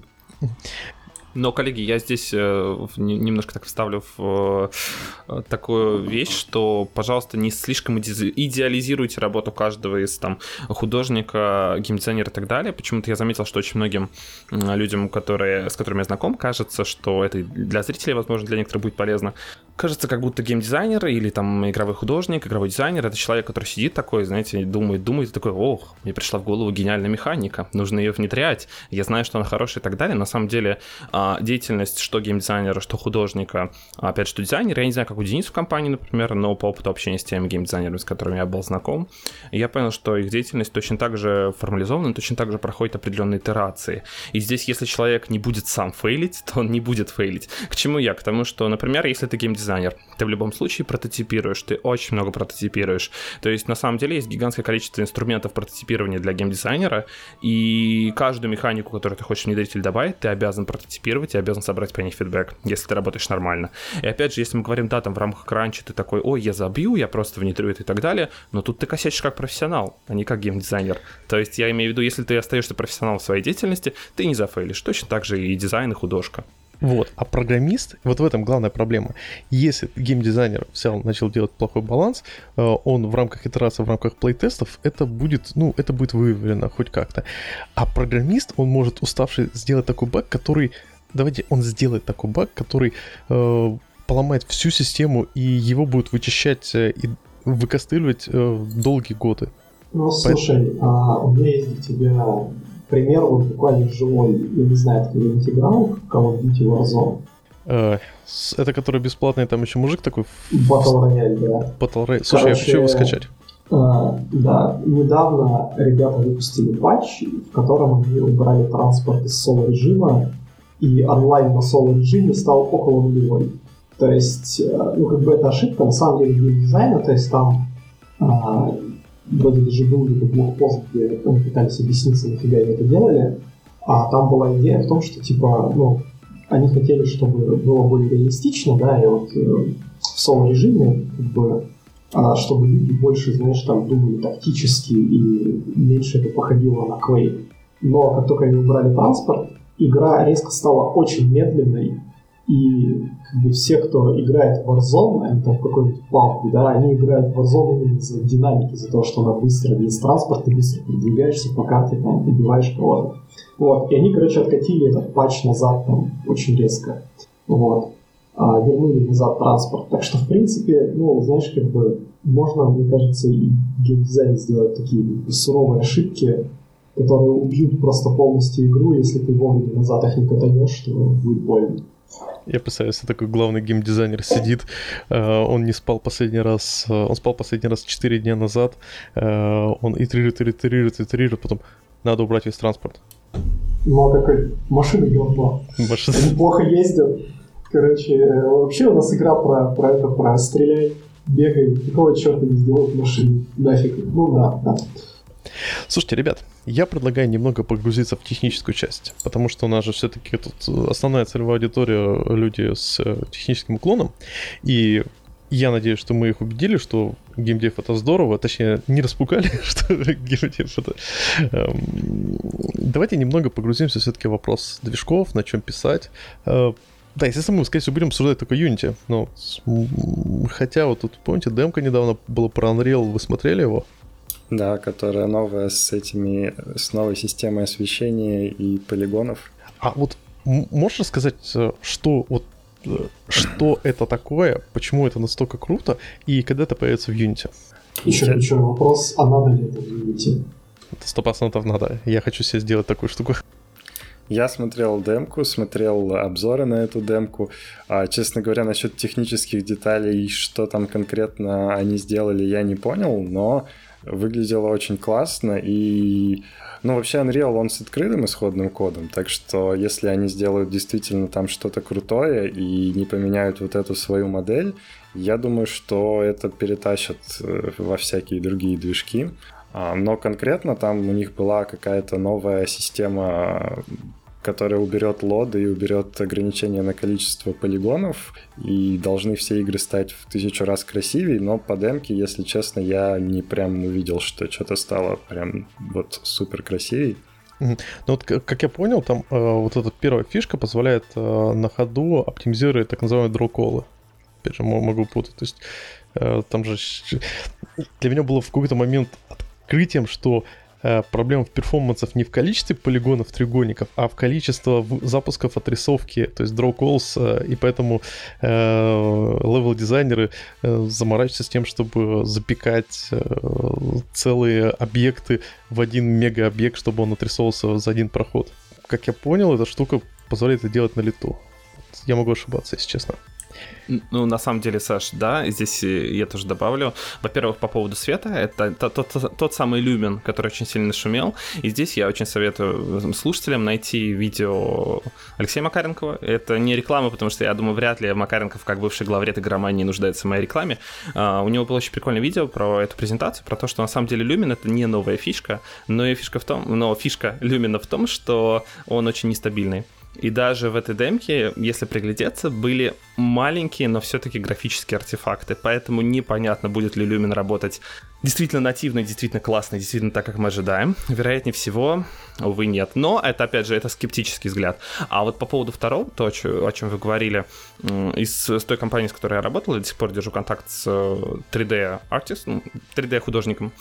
Но, коллеги, я здесь э, немножко так вставлю в э, такую вещь, что, пожалуйста, не слишком идеализируйте работу каждого из там художника, геймдизайнера и так далее. Почему-то я заметил, что очень многим людям, которые, с которыми я знаком, кажется, что это для зрителей, возможно, для некоторых будет полезно. Кажется, как будто геймдизайнер или там игровой художник, игровой дизайнер — это человек, который сидит такой, знаете, думает, думает, и такой: ох, мне пришла в голову гениальная механика, нужно ее внедрять, я знаю, что она хорошая и так далее. На самом деле деятельность что геймдизайнера, что художника, опять же, что дизайнера, я не знаю, как у Дениса в компании, например, но по опыту общения с теми геймдизайнерами, с которыми я был знаком, я понял, что их деятельность точно так же формализована, точно так же проходит определенные итерации. И здесь, если человек не будет сам фейлить, то он не будет фейлить. К чему я? К тому, что, например, если ты геймдизайнер, ты в любом случае прототипируешь, ты очень много прототипируешь. То есть, на самом деле, есть гигантское количество инструментов прототипирования для геймдизайнера, и каждую механику, которую ты хочешь внедрить или добавить, ты обязан прототипировать, и обязан собрать по ней фидбэк, если ты работаешь нормально. И опять же, если мы говорим, да, там в рамках кранча ты такой: ой, я забью, я просто внедрю это и так далее, но тут ты косячишь как профессионал, а не как геймдизайнер. То есть я имею в виду, если ты остаешься профессионалом в своей деятельности, ты не зафейлишь. Точно так же и дизайн, и художка. Вот, а программист, вот в этом главная проблема. Если геймдизайнер взял, начал делать плохой баланс, он в рамках итерации, в рамках плейтестов, это будет, ну, это будет выявлено хоть как-то. А программист, он может, уставший, сделать такой баг, который, давайте, он сделает такой баг, который э, поломает всю систему, и его будут вычищать э, и выкостыливать э, долгие годы. Ну, слушай, По... а, у меня есть для тебя пример, вот буквально живой. Я не знаю, ты где-нибудь играл в Call of Duty Warzone? Э, это который бесплатный, там еще мужик такой... Battle Royale, да. Battle Royale. Слушай, Короче, я хочу его скачать. Uh, да, недавно ребята выпустили патч, в котором они убрали транспорт из соло-режима, и онлайн на соло-режиме стал около нулевой. То есть, ну, как бы это ошибка, на самом деле, геймдизайна, то есть там uh, вроде даже был где-то блогпост, где они пытались объясниться, нафига они это делали, а там была идея в том, что, типа, ну, они хотели, чтобы было более реалистично, да, и вот э, в соло-режиме, как бы, чтобы люди больше, знаешь, там думали тактически и меньше это походило на Quake. Но как только они убрали транспорт, игра резко стала очень медленной, и как бы все, кто играет в Warzone, они там в какой-нибудь палке, да, они играют в Warzone именно из-за динамики, из-за того, что она быстро, без транспорта, ты быстро передвигаешься по карте, там, убиваешь кого-то. Вот, и они, короче, откатили этот патч назад там очень резко. Вот. А, вернули назад транспорт. Так что, в принципе, ну, знаешь, как бы можно, мне кажется, и геймдизайн сделать такие суровые ошибки, которые убьют просто полностью игру, если ты вовремя назад их не катанешь, что будет больно. Я представляю, если такой главный геймдизайнер сидит, э, он не спал последний раз, э, он спал последний раз четыре дня назад, э, он итерирует, итерирует, итерирует, потом надо убрать весь транспорт. Ну, а какой машина говно. Машина. Они плохо ездят. Короче, вообще у нас игра про, про это, про стреляй, бегай, какого черта не сделают машину, нафиг. Ну да, да. Слушайте, ребят, я предлагаю немного погрузиться в техническую часть, потому что у нас же все-таки тут основная целевая аудитория — люди с техническим уклоном, и я надеюсь, что мы их убедили, что геймдев это здорово, точнее, не распугали, что геймдев это... Давайте немного погрузимся все-таки в вопрос движков, на чем писать. Да, естественно, мы, скорее всего, будем обсуждать только Unity, но хотя вот тут, помните, демка недавно была про Unreal, вы смотрели его? Да, которая новая с этими, с новой системой освещения и полигонов. А вот можешь рассказать, что вот что это такое, почему это настолько круто, и когда это появится в Unity? Еще Я... ключевой вопрос, а надо ли это в Unity? Сто процентов надо. Я хочу себе сделать такую штуку. Я смотрел демку, смотрел обзоры на эту демку. А, честно говоря, насчет технических деталей, что там конкретно они сделали, я не понял, но выглядело очень классно. И, ну, вообще Unreal, он с открытым исходным кодом, так что если они сделают действительно там что-то крутое и не поменяют вот эту свою модель, я думаю, что это перетащат во всякие другие движки. Но конкретно там у них была какая-то новая система, которая уберет лоды и уберет ограничения на количество полигонов, и должны все игры стать в тысячу раз красивее, но по демке, если честно, я не прям увидел, что что-то стало прям вот супер красивей. Ну вот, как я понял, там э, вот эта первая фишка позволяет э, на ходу оптимизировать так называемые дроу-коллы. Опять же, могу путать. То есть э, там же для меня было в какой-то момент открытием, что э, проблема в перформансах не в количестве полигонов, треугольников, а в количестве запусков отрисовки, то есть draw calls, э, и поэтому э, левел-дизайнеры э, заморачиваются с тем, чтобы запекать э, целые объекты в один мега-объект, чтобы он отрисовывался за один проход. Как я понял, эта штука позволяет это делать на лету. Я могу ошибаться, если честно. Ну, на самом деле, Саш, да, здесь я тоже добавлю. Во-первых, по поводу света, это тот, тот, тот самый люмен, который очень сильно шумел. И здесь я очень советую слушателям найти видео Алексея Макаренкова. Это не реклама, потому что я думаю, вряд ли Макаренков, как бывший главред игромании, нуждается в моей рекламе. Uh, у него было очень прикольное видео про эту презентацию, про то, что на самом деле люмен — это не новая фишка, но и фишка в том, но фишка люмена в том, что он очень нестабильный. И даже в этой демке, если приглядеться, были маленькие, но все-таки графические артефакты. Поэтому непонятно, будет ли люмен работать действительно нативно, действительно классно, действительно так, как мы ожидаем. Вероятнее всего, увы, нет. Но это, опять же, это скептический взгляд. А вот по поводу второго, то, о чем вы говорили, из, с той компанией, с которой я работал, я до сих пор держу контакт с три дэ-артистом, три дэ-художником.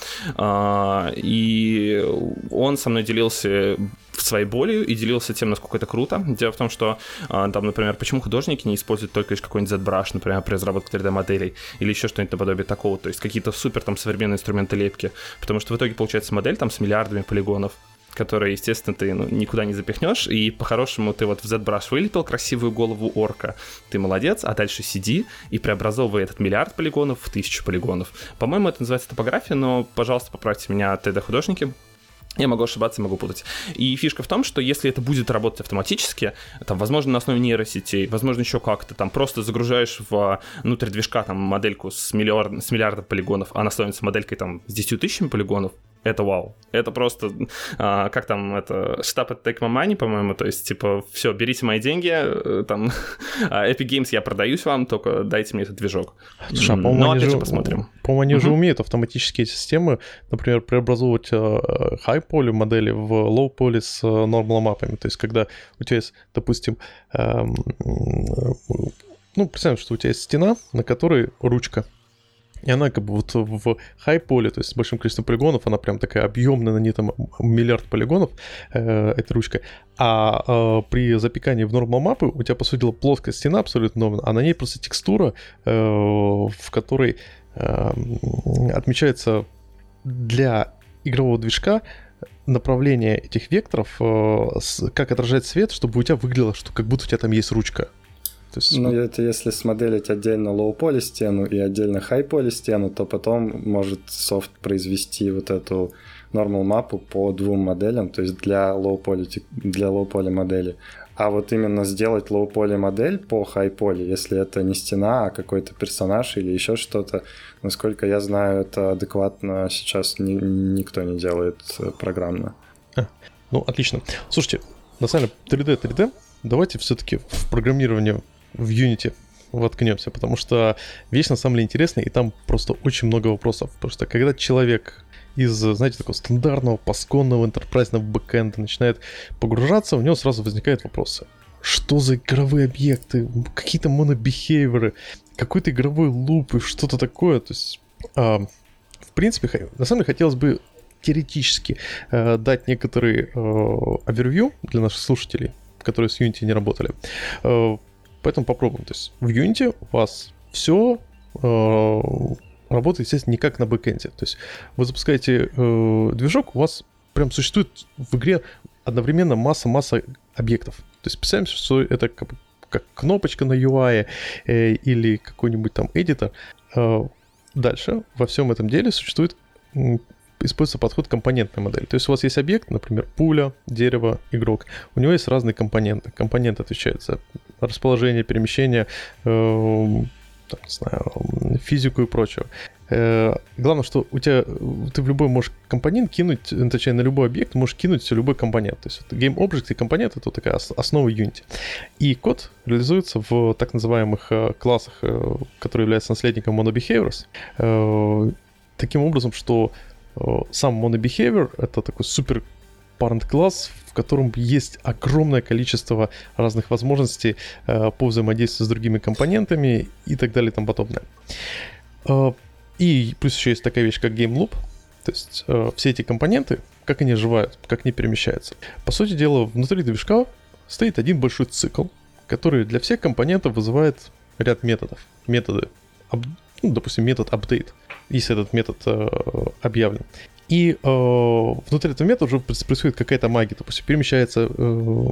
И он со мной делился своей болью и делился тем, насколько это круто. Дело в том, что там, например, почему художники не используют только лишь какой-нибудь ZBrush, например, при разработке три дэ-моделей или еще что-нибудь наподобие такого, то есть какие-то супер там современные инструменты лепки, потому что в итоге получается модель там с миллиардами полигонов, которые, естественно, ты ну, никуда не запихнешь, и по-хорошему ты вот в ZBrush вылепил красивую голову орка, ты молодец, а дальше сиди и преобразовывай этот миллиард полигонов в тысячу полигонов. По-моему, это называется топография, но, пожалуйста, поправьте меня, три дэ-художники. Я могу ошибаться, могу путать. И фишка в том, что если это будет работать автоматически, там, возможно, на основе нейросетей, возможно, еще как-то, там, просто загружаешь внутрь движка там модельку с, миллиард, с миллиардом полигонов, а она становится моделькой там с десятью тысячами полигонов, это вау. Это просто, а, как там, это, штаб это take my money, по-моему, то есть, типа, все, берите мои деньги, там, Epic Games я продаюсь вам, только дайте мне этот движок. Слушай, а, по-моему, Но, они опять же, же, посмотрим. По-моему, они uh-huh. же умеют автоматически эти системы, например, преобразовывать э, high-poly модели в low-poly с normal мапами, то есть, когда у тебя есть, допустим, э, ну, представим, что у тебя есть стена, на которой ручка. И она как бы вот в high-poly, то есть с большим количеством полигонов, она прям такая объемная, на ней там миллиард полигонов, э, эта ручка. А э, при запекании в normal мапы у тебя, по сути дела, плоская стена абсолютно новая, а на ней просто текстура, э, в которой э, отмечается для игрового движка направление этих векторов, э, с, как отражает свет, чтобы у тебя выглядело, что как будто у тебя там есть ручка. То есть... Ну, это если смоделить отдельно low-poly стену и отдельно high-poly стену, то потом может софт произвести вот эту normal мапу по двум моделям, то есть для low-poly, для low-poly модели. А вот именно сделать low-poly модель по high-poly, если это не стена, а какой-то персонаж или еще что-то, насколько я знаю, это адекватно сейчас ни, никто не делает программно. А, ну, отлично. Слушайте, на самом деле три дэ, три дэ, давайте все-таки в программировании в Unity воткнемся, потому что вещь на самом деле интересная, и там просто очень много вопросов. Потому что когда человек из, знаете, такого стандартного, пасконного, энтерпрайзного бэкэнда начинает погружаться, у него сразу возникают вопросы. Что за игровые объекты, какие-то монобихейверы, какой-то игровой луп и что-то такое. То есть, э, в принципе, на самом деле хотелось бы теоретически э, дать некоторый э, овервью для наших слушателей, которые с Unity не работали. Э, поэтому попробуем. То есть в Unity у вас все э, работает, естественно, не как на бэкэнде. То есть вы запускаете э, движок, у вас прям существует в игре одновременно масса-масса объектов. То есть представим, что это как, как кнопочка на ю ай э, или какой-нибудь там эдитор. Э, дальше во всем этом деле существует, э, используется подход компонентной модели. То есть у вас есть объект, например, пуля, дерево, игрок. У него есть разные компоненты. Компоненты отвечают за расположение, перемещение, э, там, не знаю, физику и прочее. Э, главное, что у тебя ты в любой можешь компонент кинуть, точнее, на любой объект можешь кинуть любой компонент. То есть вот Game Object и компонент — это такая основа Unity. И код реализуется в так называемых э, классах, э, которые являются наследником MonoBehaviors. Э, таким образом, что э, сам MonoBehavior — это такой супер parent класс, в котором есть огромное количество разных возможностей э, по взаимодействию с другими компонентами и так далее и тому подобное. Э, и плюс еще есть такая вещь, как Game Loop. То есть э, все эти компоненты, как они оживают, как они перемещаются. По сути дела, внутри движка стоит один большой цикл, который для всех компонентов вызывает ряд методов. Методы, об, ну, допустим, метод update, если этот метод э, объявлен. И э, внутри этого метода уже происходит какая-то магия. Допустим, перемещается э,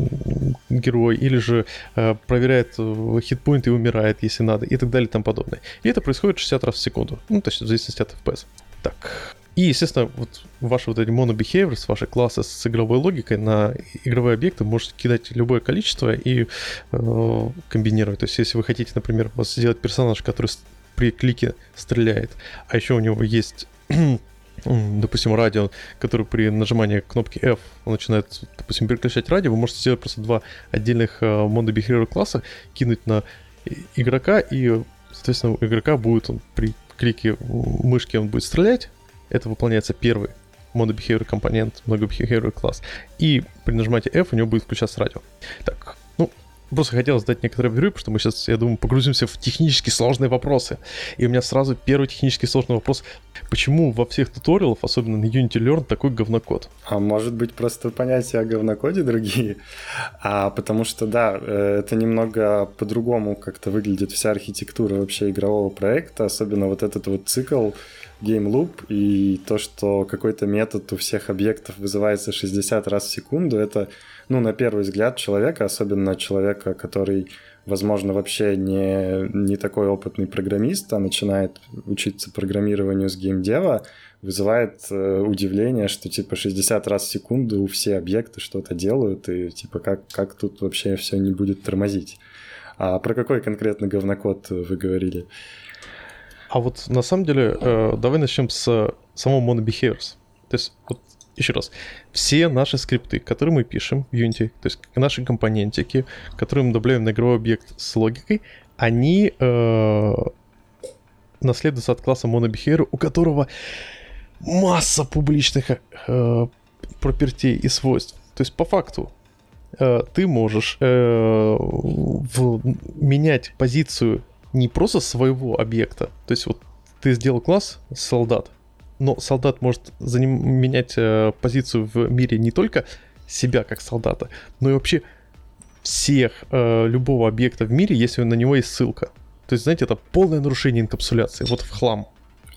герой, или же э, проверяет э, хитпоинт и умирает, если надо, и так далее и тому подобное. И это происходит шестьдесят раз в секунду. Ну, то есть в зависимости от эф пи эс. Так. И, естественно, вот ваши вот эти monobehaviors, ваши классы с игровой логикой на игровые объекты можете кидать любое количество и э, комбинировать. То есть, если вы хотите, например, у вас сделать персонаж, который при клике стреляет, а еще у него есть... допустим, радио, который при нажимании кнопки F начинает, допустим, переключать радио, вы можете сделать просто два отдельных uh, monobehavior класса, кинуть на игрока, и, соответственно, у игрока будет, он при клике мышки он будет стрелять, это выполняется первый monobehavior компонент, monobehavior класс, и при нажатии F у него будет включаться радио. Так, ну, просто хотел задать некоторые овервью, потому что мы сейчас, я думаю, погрузимся в технически сложные вопросы. И у меня сразу первый технически сложный вопрос. Почему во всех туториалах, особенно на Unity Learn, такой говнокод? А может быть, просто понятия о говнокоде другие? А потому что, да, это немного по-другому как-то выглядит вся архитектура вообще игрового проекта, особенно вот этот вот цикл Game Loop и то, что какой-то метод у всех объектов вызывается шестьдесят раз в секунду, это, ну, на первый взгляд человека, особенно человека, который, возможно, вообще не, не такой опытный программист, а начинает учиться программированию с геймдева, вызывает э, удивление, что, типа, шестьдесят раз в секунду все объекты что-то делают, и, типа, как, как тут вообще все не будет тормозить. А про какой конкретно говнокод вы говорили? А вот на самом деле, э, давай начнем с самого monobehaviors. То есть, вот еще раз, все наши скрипты, которые мы пишем в Unity, то есть наши компонентики, которые мы добавляем на игровой объект с логикой, они э, наследуются от класса monobehavior, у которого масса публичных э, пропертей и свойств. То есть по факту э, ты можешь э, в, менять позицию не просто своего объекта, то есть вот ты сделал класс солдат, но солдат может заним... менять э, позицию в мире не только себя как солдата, но и вообще всех, э, любого объекта в мире, если на него есть ссылка. То есть, знаете, это полное нарушение инкапсуляции, вот в хлам.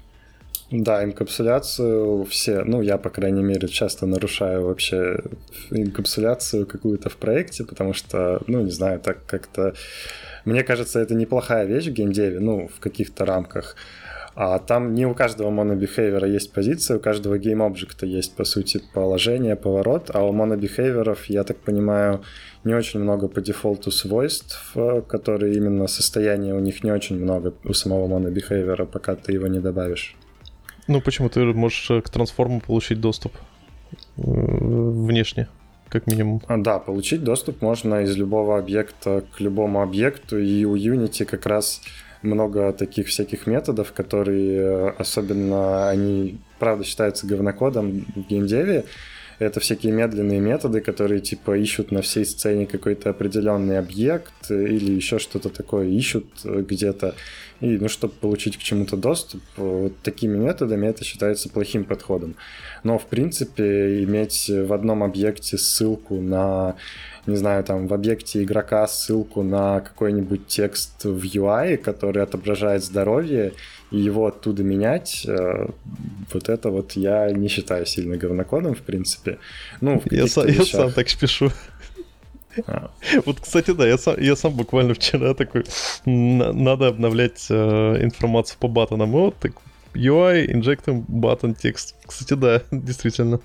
Да, инкапсуляцию все, ну, я, по крайней мере, часто нарушаю вообще инкапсуляцию какую-то в проекте, потому что, ну, не знаю, так как-то... Мне кажется, это неплохая вещь в геймдеве, ну, в каких-то рамках. А там не у каждого monobehavior есть позиция, у каждого game-объекта есть, по сути, положение, поворот, а у monobehavior'ов, я так понимаю, не очень много по дефолту свойств, которые именно состояние у них не очень много у самого monobehavior, пока ты его не добавишь. Ну, почему? Ты можешь к трансформу получить доступ внешне. как минимум. А, да, получить доступ можно из любого объекта к любому объекту, и у Unity как раз много таких всяких методов, которые, особенно они, правда, считаются говнокодом в геймдеве. Это всякие медленные методы, которые типа ищут на всей сцене какой-то определенный объект или еще что-то такое, ищут где-то. И, ну, чтобы получить к чему-то доступ, вот такими методами это считается плохим подходом. Но, в принципе, иметь в одном объекте ссылку на, не знаю, там, в объекте игрока ссылку на какой-нибудь текст в ю ай, который отображает здоровье, и его оттуда менять, вот это вот я не считаю сильно говнокодом, в принципе. Ну, в я, сам, вещах... я сам так пишу. А. Вот, кстати, да, я сам, я сам буквально вчера такой, надо обновлять э, информацию по баттонам. Вот так, ю ай, injecting button текст. Кстати, да, действительно.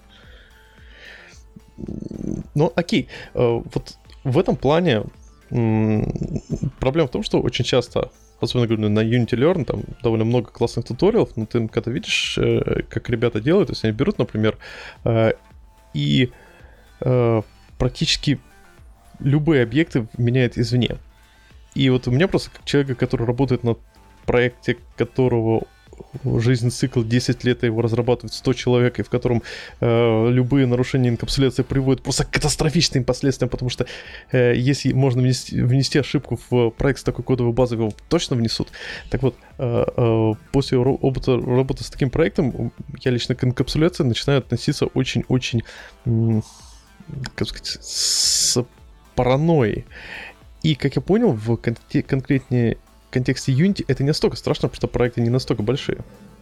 Ну, окей. Э, вот в этом плане м- проблема в том, что очень часто, особенно, говорю, на Unity Learn, там довольно много классных туториалов, но ты когда видишь, э, как ребята делают, то есть они берут, например, э, и э, практически любые объекты меняют извне. И вот у меня просто, как человека, который работает над проекте, которого жизненный цикл десять лет, его разрабатывают сто человек, и в котором э, любые нарушения инкапсуляции приводят просто к катастрофичным последствиям, потому что э, если можно внести, внести ошибку в проект с такой кодовой базой, его точно внесут. Так вот, э, э, после опыта работы с таким проектом я лично к инкапсуляции начинаю относиться очень-очень, м- как сказать, с паранойей. И, как я понял, в кон- конкретнее контексте Unity это не настолько страшно, потому что проекты не настолько большие.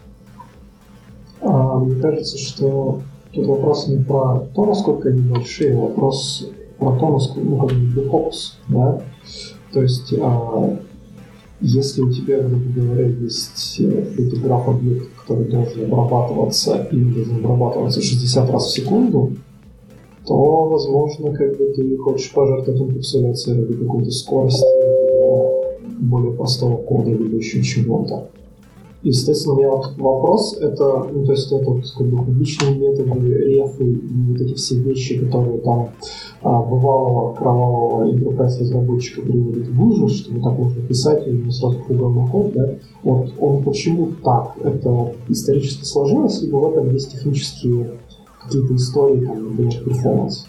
А, мне кажется, что тут вопрос не про то, насколько они большие, а вопрос про то, насколько, ну, как бы, DevOps, да? То есть, а, если у тебя, грубо говоря, есть какой-то граф объектов, который должен обрабатываться и должен обрабатываться шестьдесят раз в секунду, то, возможно, как бы ты хочешь пожертвовать инкапсуляцией ради какой-то скорости, более простого кода, либо еще чего-то. Естественно, у меня вот вопрос, это, ну, то есть это вот, как бы, публичные методы, рефы и вот эти все вещи, которые там а, бывалого кровавого интерпрайс-разработчика приводят в ужас, что вот так можно писать и не сразу кругом код, да? Вот он почему так? Это исторически сложилось, либо в этом есть технические какие-то истории, там, например, перформанс?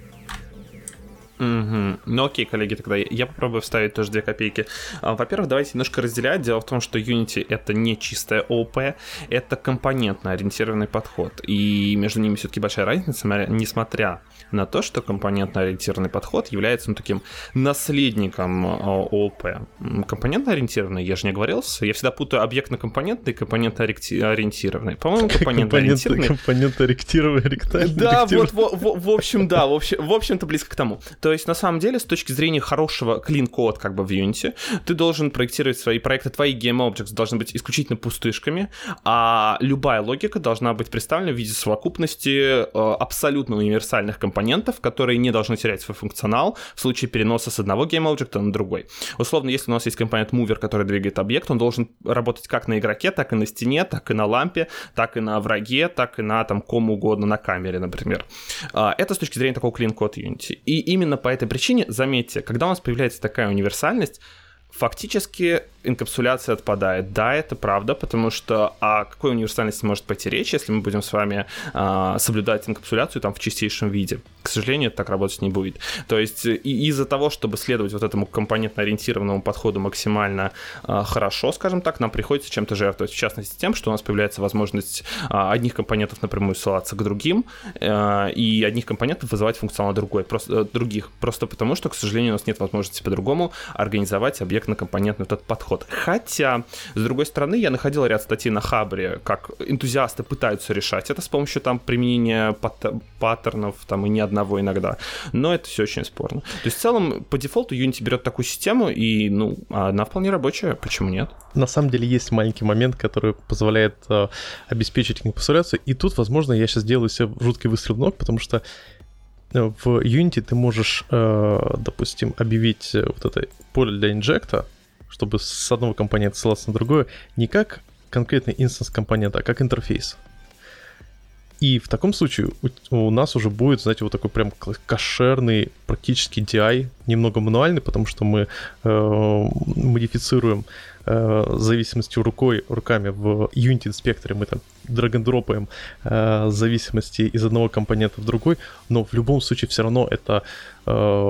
Угу. Ну окей, коллеги, тогда я попробую вставить тоже две копейки. Во-первых, давайте немножко разделять. Дело в том, что Unity — это не чистая ООП, это компонентно-ориентированный подход. И между ними все-таки большая разница, несмотря на то, что компонентно-ориентированный подход является, ну, таким наследником ООП. Компонентно-ориентированный, я же не оговорился. Я всегда путаю объектно-компонентный и компонентно-ориентированный. По-моему, компонентно-ориентированный. Компонентно-ориентированный. Да, вот, в общем, да, в общем-то близко к тому. То есть, на самом деле, с точки зрения хорошего clean-код как бы в Unity, ты должен проектировать свои проекты, твои game-objects должны быть исключительно пустышками, а любая логика должна быть представлена в виде совокупности э, абсолютно универсальных компонентов, которые не должны терять свой функционал в случае переноса с одного game-object на другой. Условно, если у нас есть компонент mover, который двигает объект, он должен работать как на игроке, так и на стене, так и на лампе, так и на враге, так и на там ком угодно, на камере, например. Э, это с точки зрения такого clean-код Unity. И именно по этой причине, заметьте, когда у нас появляется такая универсальность, фактически инкапсуляция отпадает. Да, это правда, потому что о какой универсальности может пойти речь, если мы будем с вами э, соблюдать инкапсуляцию там в чистейшем виде. К сожалению, так работать не будет. То есть и из-за того, чтобы следовать вот этому компонентно-ориентированному подходу максимально э, хорошо, скажем так, нам приходится чем-то жертвовать. В частности, тем, что у нас появляется возможность э, одних компонентов напрямую ссылаться к другим э, и одних компонентов вызывать функционал другой, просто, э, других. Просто потому, что, к сожалению, у нас нет возможности по-другому организовать объектно-компонентный этот подход. Хотя, с другой стороны, я находил ряд статей на Хабре, как энтузиасты пытаются решать это с помощью там применения пат- паттернов, там и не одного иногда. Но это все очень спорно. То есть, в целом, по дефолту Unity берет такую систему, и, ну, она вполне рабочая, почему нет? На самом деле есть маленький момент, который позволяет э, обеспечить инкапсуляцию, и тут, возможно, я сейчас делаю себе жуткий выстрел в ног, потому что в Unity ты можешь, э, допустим, объявить вот это поле для инжекта, чтобы с одного компонента ссылаться на другое, не как конкретный инстанс компонента, а как интерфейс. И в таком случае у, у нас уже будет, знаете, вот такой прям кошерный практически ди ай, немного мануальный, потому что мы э, модифицируем э, зависимостью рукой, руками в Unity инспекторе, мы там драг-н-дропаем э, зависимости из одного компонента в другой, но в любом случае все равно это э,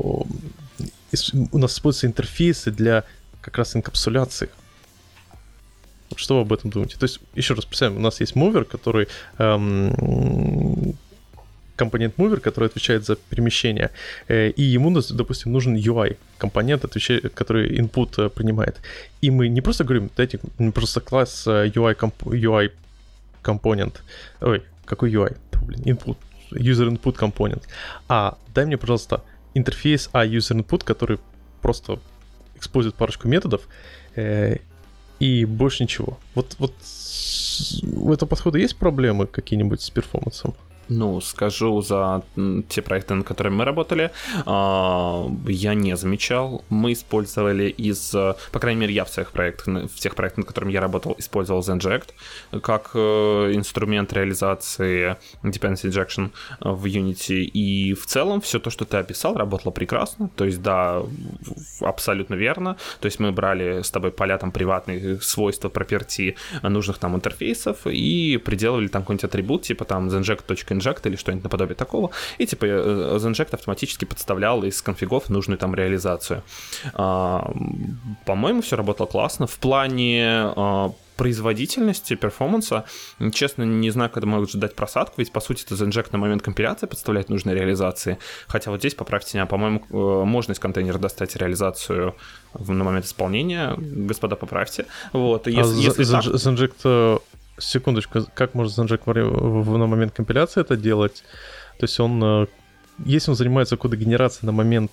у нас используются интерфейсы для как раз инкапсуляции. Что вы об этом думаете? То есть, еще раз представим, у нас есть мувер, который эм, компонент мувер, который отвечает за перемещение, э, и ему, допустим, нужен ю ай компонент, отвечает, который input э, принимает. И мы не просто говорим, дайте просто класс э, ю ай, комп, ю ай компонент, ой, какой ю ай? Блин, input, user input компонент. А дай мне, пожалуйста, интерфейс а user input, который просто использует парочку методов, э, и больше ничего. Вот, вот у этого подхода есть проблемы какие-нибудь с перформансом? Ну, скажу за те проекты, над которыми мы работали, я не замечал. Мы использовали из, по крайней мере, я в своих проектах, в тех проектах, над которыми я работал, использовал Zenject как инструмент реализации dependency injection в Unity. И в целом все то, что ты описал, работало прекрасно. То есть, да, абсолютно верно. То есть мы брали с тобой поля там приватные свойства, property нужных нам интерфейсов и приделывали там какой-нибудь атрибут, типа там zenject.inject или что-нибудь наподобие такого, и типа Zenject автоматически подставлял из конфигов нужную там реализацию. А, по-моему, все работало классно. В плане а, производительности, перформанса, честно, не знаю, когда могут ждать просадку, ведь, по сути, это Zenject на момент компиляции подставляет нужные реализации, хотя вот здесь, поправьте меня, по-моему, можно из контейнера достать реализацию на момент исполнения, господа, поправьте. Вот, если, а если Z- так... Zenject... Секундочку, как может Zenject на момент компиляции это делать? То есть он, если он занимается кодогенерацией на момент...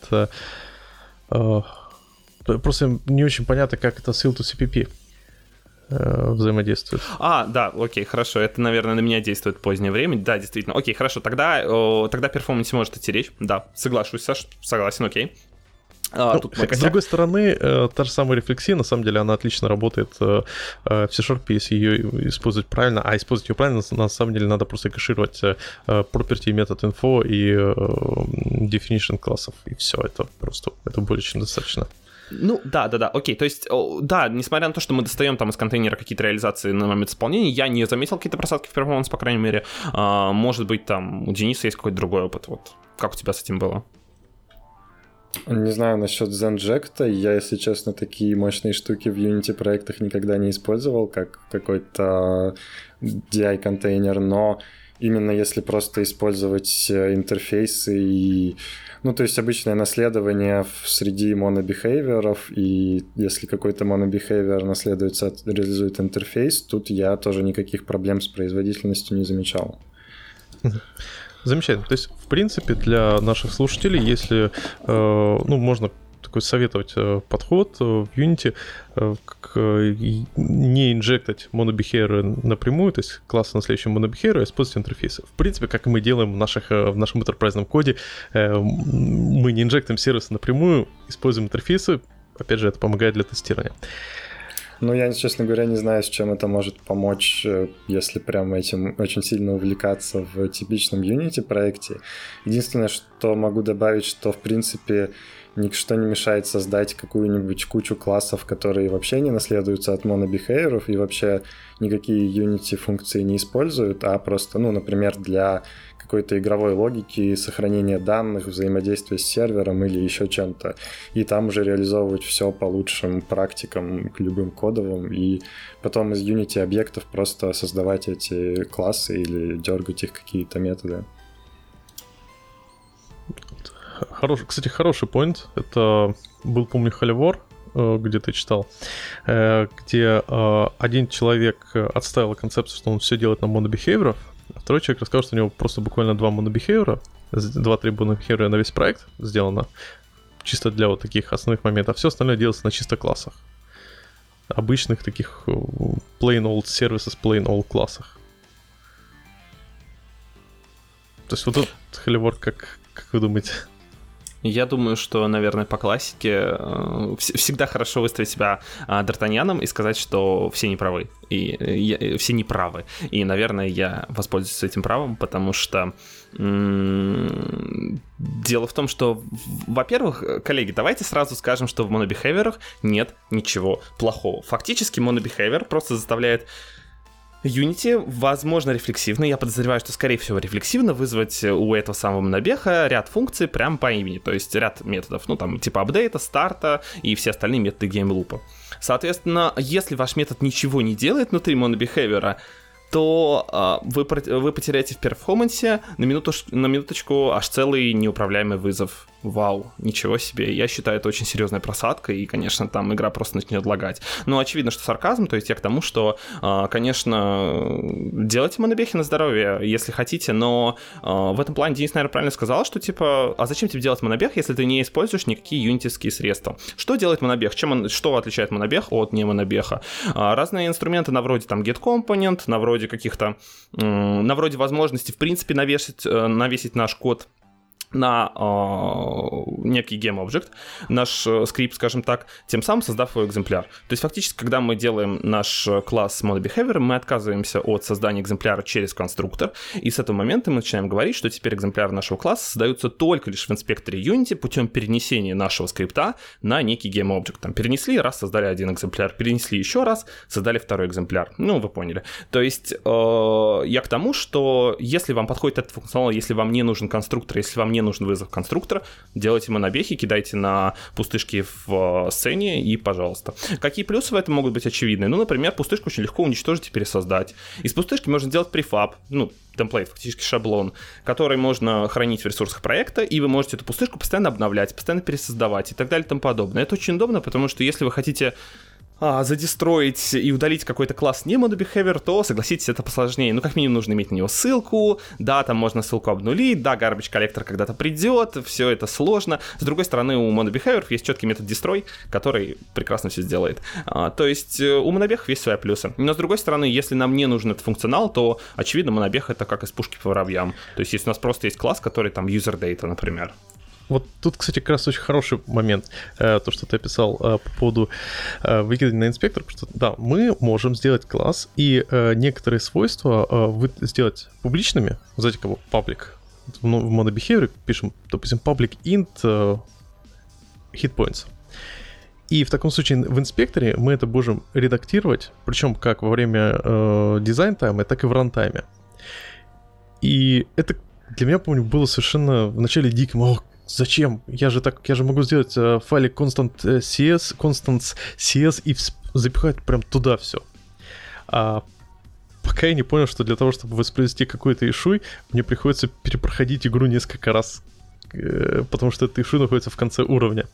Просто не очень понятно, как это с эл ту си пи пи взаимодействует. А, да, окей, хорошо, это, наверное, на меня действует позднее время. Да, действительно. Окей, хорошо, тогда, тогда перформансе может идти речь. Да, соглашусь, Саш, согласен, окей. А, ну, тут с другой стороны, э, та же самая рефлексия, на самом деле, она отлично работает э, в C-Sharp, если ее использовать правильно. А использовать ее правильно, на самом деле, надо просто кэшировать э, property, метод info и э, definition классов, и все, это просто, это более чем достаточно. Ну, да, да, да, окей, то есть, да, несмотря на то, что мы достаем там из контейнера какие-то реализации на момент исполнения, я не заметил какие-то просадки в перформанс, по крайней мере. А, может быть, там у Дениса есть какой-то другой опыт, вот, как у тебя с этим было? Не знаю насчет Zenject. Я, если честно, такие мощные штуки в Unity проектах никогда не использовал, как какой-то ди ай-контейнер, но именно если просто использовать интерфейсы и... Ну, то есть обычное наследование в среди монобихейверов, и если какой-то монобихейвер наследуется, реализует интерфейс, тут я тоже никаких проблем с производительностью не замечал. Замечательно. То есть, в принципе, для наших слушателей, если, э, ну, можно такой советовать э, подход э, в Unity, э, как, э, не инжектать монобихейеры напрямую, то есть классы наследующие монобихейеры, а использовать интерфейсы. В принципе, как и мы делаем в, наших, э, в нашем enterprise коде, э, мы не инжектим сервисы напрямую, используем интерфейсы. Опять же, это помогает для тестирования. Ну, я, честно говоря, не знаю, с чем это может помочь, если прям этим очень сильно увлекаться в типичном Unity проекте. Единственное, что могу добавить, что, в принципе, ничто не мешает создать какую-нибудь кучу классов, которые вообще не наследуются от монобихейеров и вообще никакие Unity функции не используют, а просто, ну, например, для какой-то игровой логики, сохранения данных, взаимодействия с сервером или еще чем-то. И там уже реализовывать все по лучшим практикам к любым кодовым, и потом из Unity объектов просто создавать эти классы или дергать их какие-то методы. Хороший, кстати, хороший поинт. Это был, помню, Холивор, где ты читал, где один человек отставил концепцию, что он все делает на монобихейверов, а второй человек рассказал, что у него просто буквально два монобихейвера, два-три монобихейвера на весь проект сделано, чисто для вот таких основных моментов, а все остальное делается на чисто классах. Обычных таких plain old services, plain old классах. То есть вот этот Холивор, как, как вы думаете? Я думаю, что, наверное, по классике э, всегда хорошо выставить себя э, Д'Артаньяном и сказать, что все неправы. И, и, и все неправы. И, наверное, я воспользуюсь этим правом, потому что м- дело в том, что, во-первых, коллеги, давайте сразу скажем, что в монобихевиорах нет ничего плохого. Фактически монобихевиор просто заставляет Unity, возможно, рефлексивно, я подозреваю, что, скорее всего, рефлексивно вызвать у этого самого монобеха ряд функций прям по имени, то есть ряд методов, ну, там, типа апдейта, старта и все остальные методы геймлупа. Соответственно, если ваш метод ничего не делает внутри монобихевиора, то э, вы, вы потеряете в перформансе на, минуту, на минуточку аж целый неуправляемый вызов. Вау, ничего себе. Я считаю, это очень серьезная просадка, и, конечно, там игра просто начнет лагать. Но очевидно, что сарказм, то есть я к тому, что, э, конечно, делайте монобехи на здоровье, если хотите, но э, в этом плане Денис, наверное, правильно сказал, что, типа, а зачем тебе делать монобех, если ты не используешь никакие юнитовские средства? Что делает монобех? Чем он, что отличает монобех от не монобеха? Э, разные инструменты на вроде там getComponent, на вроде каких-то, э, на вроде возможности, в принципе, навесить, э, навесить наш код на э, некий GameObject, наш э, скрипт, скажем так, тем самым создав его экземпляр. То есть фактически, когда мы делаем наш класс MonoBehavior, мы отказываемся от создания экземпляра через конструктор, и с этого момента мы начинаем говорить, что теперь экземпляр нашего класса создаются только лишь в инспекторе Unity путем перенесения нашего скрипта на некий GameObject. Там перенесли, раз создали один экземпляр, перенесли еще раз, создали второй экземпляр. Ну, вы поняли. То есть э, я к тому, что если вам подходит этот функционал, если вам не нужен конструктор, если вам не нужен вызов конструктора, делайте монобехи, кидайте на пустышки в сцене и, пожалуйста. Какие плюсы в этом могут быть очевидны? Ну, например, пустышку очень легко уничтожить и пересоздать. Из пустышки можно сделать префаб, ну, темплейт, фактически шаблон, который можно хранить в ресурсах проекта, и вы можете эту пустышку постоянно обновлять, постоянно пересоздавать и так далее и тому подобное. Это очень удобно, потому что если вы хотите А, задестроить и удалить какой-то класс не MonoBehavior, то, согласитесь, это посложнее. Ну, как минимум, нужно иметь на него ссылку, да, там можно ссылку обнулить, да, garbage коллектор когда-то придет, все это сложно. С другой стороны, у MonoBehavior есть четкий метод destroy, который прекрасно все сделает. А, то есть у монобех есть свои плюсы. Но, с другой стороны, если нам не нужен этот функционал, то, очевидно, монобех — это как из пушки по воробьям. То есть если у нас просто есть класс, который там user data, например. Вот тут, кстати, как раз очень хороший момент, э, то, что ты описал э, по поводу э, выкидывания на инспектор, потому что, да, мы можем сделать класс и э, некоторые свойства э, вы, сделать публичными, знаете, кого? Public. В, в MonoBehavior пишем, допустим, public int э, hitpoints. И в таком случае в инспекторе мы это можем редактировать, причем как во время э, дизайн-тайма, так и в рантайме. И это для меня, помню, было совершенно вначале диким. О, зачем? Я же так, я же могу сделать э, файлик constant си эс, constant си эс и всп- запихать прям туда все. А пока я не понял, что для того, чтобы воспроизвести какой-то ишуй, мне приходится перепроходить игру несколько раз, э, потому что этот ишуй находится в конце уровня.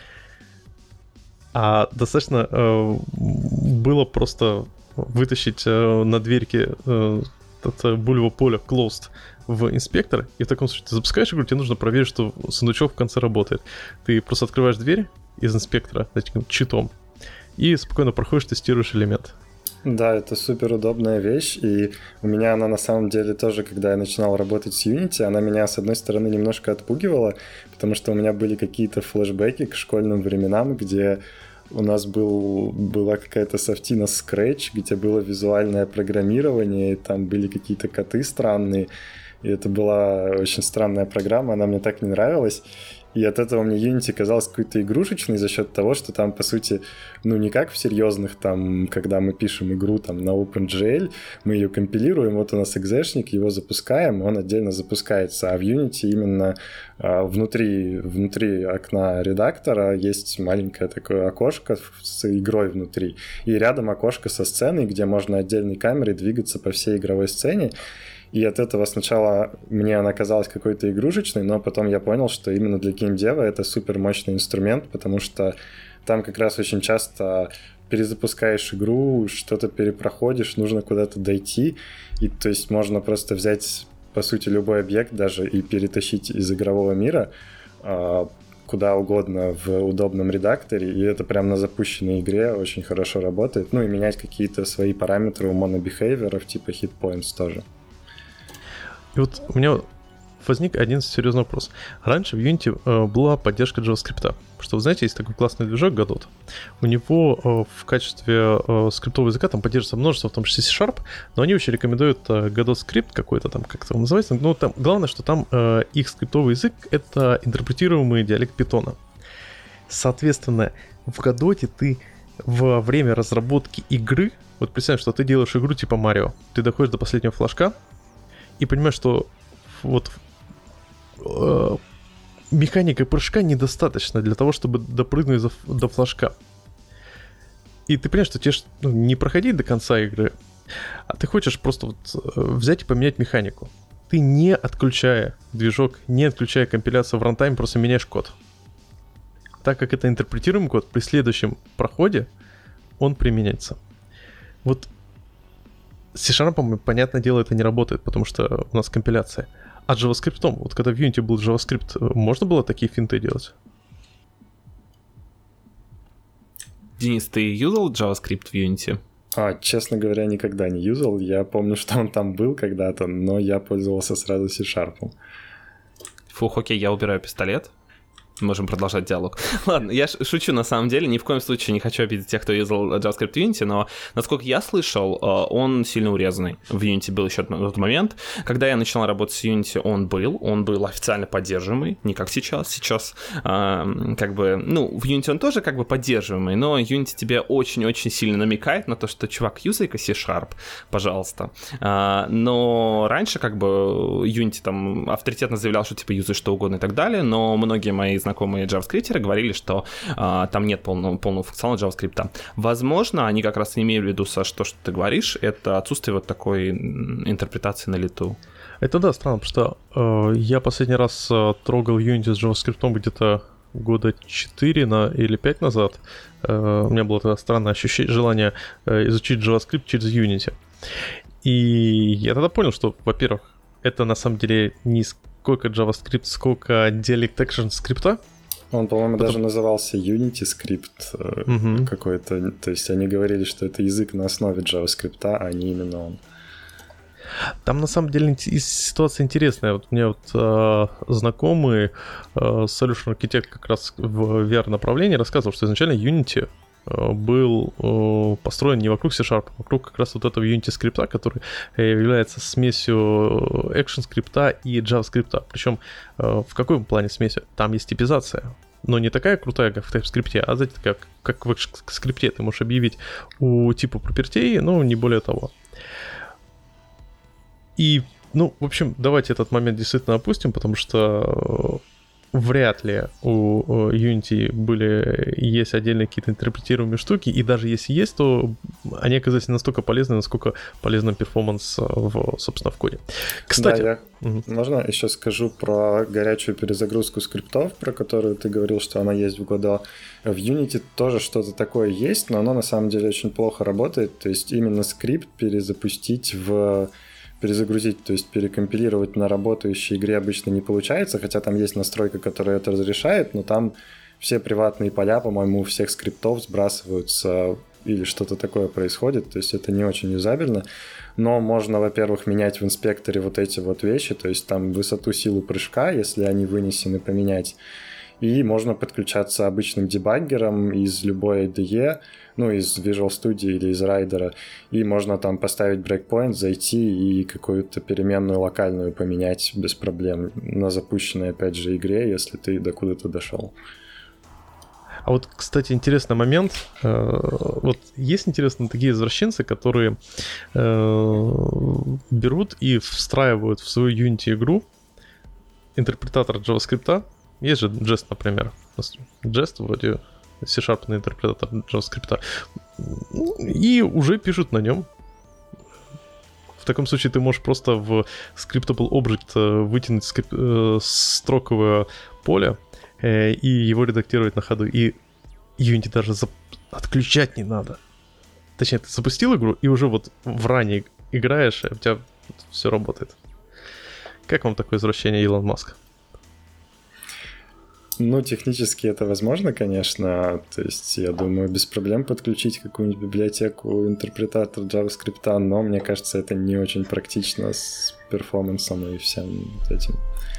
А достаточно э, было просто вытащить э, на дверьке э, это булево поле closed в инспектор, и в таком случае ты запускаешь игру, тебе нужно проверить, что сундучок в конце работает. Ты просто открываешь дверь из инспектора этим читом и спокойно проходишь, тестируешь элемент. Да, это супер удобная вещь, и у меня она на самом деле тоже, когда я начинал работать с Unity, она меня, с одной стороны, немножко отпугивала, потому что у меня были какие-то флешбеки к школьным временам, где у нас был, была какая-то софтина Scratch, где было визуальное программирование, и там были какие-то коты странные, и это была очень странная программа, она мне так не нравилась. И от этого мне Unity казалось какой-то игрушечной за счет того, что там, по сути, ну, не как в серьезных, там, когда мы пишем игру там на OpenGL, мы ее компилируем, вот у нас экзешник, его запускаем, он отдельно запускается. А в Unity именно а, внутри, внутри окна редактора есть маленькое такое окошко с игрой внутри. И рядом окошко со сценой, где можно отдельной камерой двигаться по всей игровой сцене. И от этого сначала мне она казалась какой-то игрушечной, но потом я понял, что именно для геймдева это супер мощный инструмент, потому что там как раз очень часто перезапускаешь игру, что-то перепроходишь, нужно куда-то дойти, и то есть можно просто взять, по сути, любой объект даже и перетащить из игрового мира куда угодно в удобном редакторе, и это прям на запущенной игре очень хорошо работает. Ну и менять какие-то свои параметры у монобихейверов, типа hitpoints тоже. И вот у меня возник один серьезный вопрос. Раньше в Unity э, была поддержка JavaScript. Что, вы знаете, есть такой классный движок Godot. У него э, в качестве э, скриптового языка там поддерживается множество, в том числе C-Sharp, но они очень рекомендуют э, Godot скрипт какой-то там, как это называется. Ну, там, главное, что там э, их скриптовый язык — это интерпретируемый диалект Python. Соответственно, в Godot ты во время разработки игры, вот представь, что ты делаешь игру типа Марио, ты доходишь до последнего флажка и понимаешь, что вот э, механика прыжка недостаточно для того, чтобы допрыгнуть до, до флажка. И ты понимаешь, что тебе ну, не проходить до конца игры, а ты хочешь просто вот взять и поменять механику. Ты не отключая движок, не отключая компиляцию в рантайме, просто меняешь код. Так как это интерпретируемый код, при следующем проходе он применяется. Вот с C-Sharp, понятное дело, это не работает, потому что у нас компиляция. А JavaScript, вот когда в Unity был JavaScript, можно было такие финты делать? Денис, ты юзал JavaScript в Unity? А, честно говоря, никогда не юзал. Я помню, что он там был когда-то, но я пользовался сразу C-Sharp. Фух, окей, я убираю пистолет. Можем продолжать диалог. Ладно, я шучу на самом деле, ни в коем случае не хочу обидеть тех, кто юзал JavaScript в Unity, но, насколько я слышал, он сильно урезанный. В Unity был еще тот момент. Когда я начал работать с Unity, он был, он был официально поддерживаемый, не как сейчас. Сейчас, э, как бы, ну, в Unity он тоже как бы поддерживаемый, но Unity тебе очень-очень сильно намекает на то, что, чувак, юзай-ка C-Sharp, пожалуйста. Э, но раньше, как бы, Unity там авторитетно заявлял, что, типа, юзай что угодно и так далее, но многие мои знакомые JavaScript говорили, что а, там нет полного, полного функционала JavaScript. Возможно, они как раз имеют в виду, Саш, то, что ты говоришь, это отсутствие вот такой интерпретации на лету. Это да, странно, потому что э, я последний раз э, трогал Unity с JavaScript где-то года четыре на, или пять назад. Э, у меня было тогда странное ощущение, желание э, изучить JavaScript через Unity. И я тогда понял, что, во-первых, это на самом деле не сколько JavaScript, сколько диалект action скрипта. Он, по-моему, Потом... даже назывался Unity скрипт угу. какой-то. То есть они говорили, что это язык на основе JavaScript, а не именно он. Там на самом деле ситуация интересная. Вот у меня вот э, знакомый э, Solution Architect как раз в ви ар-направлении рассказывал, что изначально Unity был э, построен не вокруг C-Sharp, а вокруг как раз вот этого Unity скрипта, который является смесью Action скрипта и JavaScript. Причем э, в каком плане смесью? Там есть типизация, но не такая крутая, как в TypeScript, а знаете, как, как в скрипте ты можешь объявить у типа пропертей, но не более того. И, ну, в общем, давайте этот момент действительно опустим, потому что вряд ли у Unity были, есть отдельные какие-то интерпретируемые штуки, и даже если есть, то они оказались не настолько полезны, насколько полезен перформанс, в, собственно, в коде. Кстати... Да, я... угу. Можно еще скажу про горячую перезагрузку скриптов, про которую ты говорил, что она есть в Godot. В Unity тоже что-то такое есть, но оно на самом деле очень плохо работает, то есть именно скрипт перезапустить в... перезагрузить, то есть перекомпилировать на работающей игре обычно не получается, хотя там есть настройка, которая это разрешает, но там все приватные поля, по-моему, у всех скриптов сбрасываются или что-то такое происходит, то есть это не очень юзабельно, но можно, во-первых, менять в инспекторе вот эти вот вещи, то есть там высоту, силу прыжка, если они вынесены, поменять, и можно подключаться обычным дебаггером из любой ай ди и, ну, из Visual Studio или из Rider, и можно там поставить breakpoint, зайти и какую-то переменную локальную поменять без проблем на запущенной, опять же, игре, если ты до куда-то дошел. А вот, кстати, интересный момент. Вот есть интересные такие извращенцы, которые берут и встраивают в свою Unity-игру интерпретатор JavaScript. Есть же Jest, например. Jest вроде C-Sharp интерпретатор JavaScript. И уже пишут на нем. В таком случае ты можешь просто в Scriptable Object вытянуть скрип- строковое поле и его редактировать на ходу. И Unity даже зап- отключать не надо. Точнее, ты запустил игру и уже вот в ране играешь, и у тебя все работает. Как вам такое извращение, Илон Маск? Ну, технически это возможно, конечно. То есть, я думаю, без проблем подключить какую-нибудь библиотеку, интерпретатор JavaScript, но мне кажется, это не очень практично с перформансом и всем этим.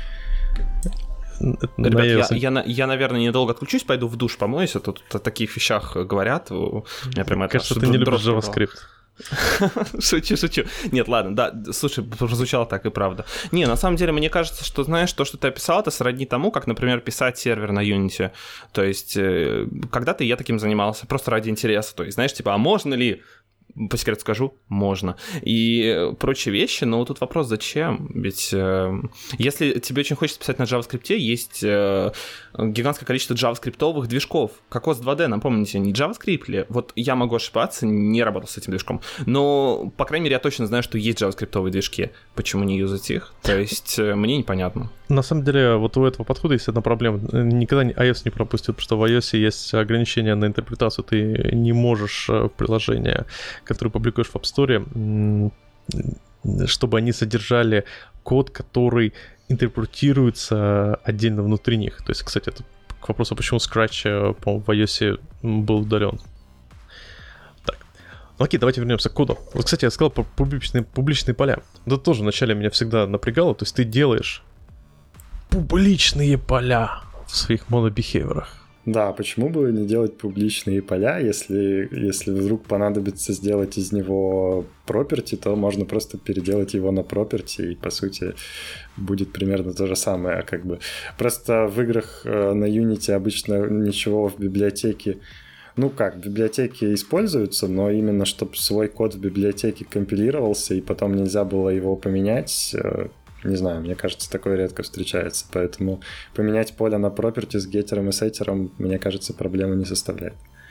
Ребят, я, я, я, наверное, недолго отключусь, пойду в душ помоюсь, а тут о таких вещах говорят. Я прям Кажется, это, ты не любишь JavaScript. Шучу, шучу. Нет, ладно, да, слушай, прозвучало так и правда. Не, на самом деле, мне кажется, что, знаешь, то, что ты описал, это сродни тому, как, например, писать сервер на Unity. То есть, когда-то я таким занимался, просто ради интереса. То есть, знаешь, типа, а можно ли... По секрету скажу, можно. И прочие вещи, но тут вопрос, зачем? Ведь э, если тебе очень хочется писать на JavaScript, есть э, гигантское количество JavaScript-овых движков. Кокос два дэ, напомните, не JavaScript ли? Вот я могу ошибаться, не работал с этим движком. Но, по крайней мере, я точно знаю, что есть JavaScript-овые движки. Почему не юзать их? То есть, э, мне непонятно. На самом деле, вот у этого подхода есть одна проблема. Никогда iOS не пропустит, потому что в iOS есть ограничения на интерпретацию. Ты не можешь в приложение, которые публикуешь в App Store, чтобы они содержали код, который интерпретируется отдельно внутри них. То есть, кстати, это к вопросу, почему Scratch, по-моему, в iOS был удален. Так. Ну окей, давайте вернемся к коду. Вот, кстати, я сказал про публичные, публичные поля. Это тоже вначале меня всегда напрягало. То есть ты делаешь публичные поля в своих монобихевиорах. Да, почему бы не делать публичные поля, если, если вдруг понадобится сделать из него property, то можно просто переделать его на property, и, по сути, будет примерно то же самое. Как бы. Просто в играх на Unity обычно ничего в библиотеке... Ну как, библиотеки используются, но именно чтобы свой код в библиотеке компилировался, и потом нельзя было его поменять... Не знаю, мне кажется, такое редко встречается, поэтому поменять поле на property с геттером и сеттером, мне кажется, проблемы не составляет.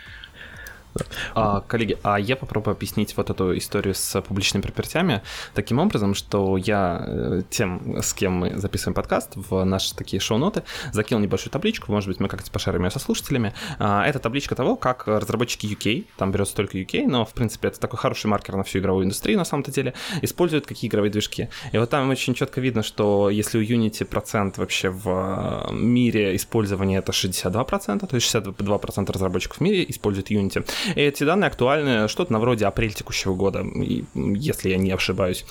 А, коллеги, а я попробую объяснить вот эту историю с публичными пропертями таким образом, что я тем, с кем мы записываем подкаст, в наши такие шоу-ноты закинул небольшую табличку, может быть, мы как-то пошарим ее со слушателями. Это табличка того, как разработчики ю кей, там берется только ю кей, но, в принципе, это такой хороший маркер на всю игровую индустрию, на самом-то деле, используют какие игровые движки. И вот там очень четко видно, что если у Unity процент вообще в мире использования это шестьдесят два процента, то есть шестьдесят два процента разработчиков в мире используют Unity. И эти данные актуальны что-то на вроде апрель текущего года, если я не ошибаюсь.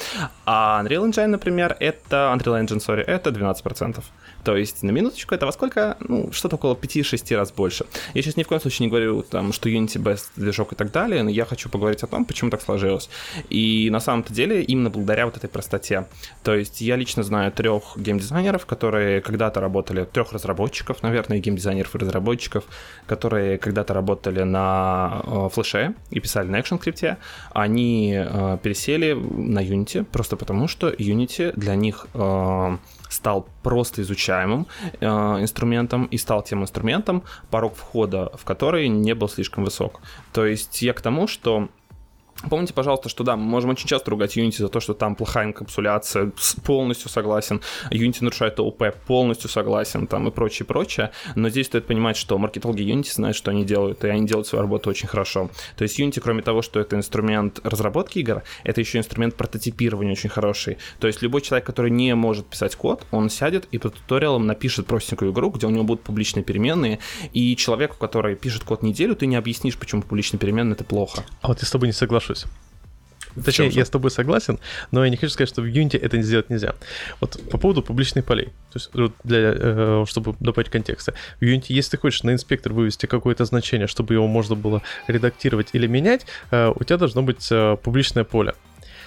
А Unreal Engine, например, это Unreal Engine, sorry, это двенадцать процентов. То есть на минуточку это во сколько? Ну, что-то около пять-шесть раз больше. Я сейчас ни в коем случае не говорю, там, что Unity best движок и так далее, но я хочу поговорить о том, почему так сложилось. И на самом-то деле именно благодаря вот этой простоте. То есть я лично знаю трех геймдизайнеров, которые когда-то работали, трех разработчиков, наверное, геймдизайнеров и разработчиков, которые когда-то работали на флеше и писали на экшн-скрипте, они э, пересели на Unity просто потому, что Unity для них э, стал просто изучаемым э, инструментом и стал тем инструментом, порог входа в который не был слишком высок. То есть я к тому, что помните, пожалуйста, что да, мы можем очень часто ругать Unity за то, что там плохая инкапсуляция, полностью согласен, Unity нарушает ООП, полностью согласен, там и прочее, прочее, но здесь стоит понимать, что маркетологи Unity знают, что они делают, и они делают свою работу очень хорошо. То есть Unity, кроме того, что это инструмент разработки игр, это еще инструмент прототипирования очень хороший. То есть любой человек, который не может писать код, он сядет и по туториалам напишет простенькую игру, где у него будут публичные переменные, и человеку, который пишет код неделю, ты не объяснишь, почему публичные переменные — это плохо. А вот я с тобой не соглашусь. Точнее, я с тобой согласен, но я не хочу сказать, что в Unity это сделать нельзя. Вот по поводу публичных полей, то есть для, чтобы добавить контекста. В Unity, если ты хочешь на инспектор вывести какое-то значение, чтобы его можно было редактировать или менять, у тебя должно быть публичное поле.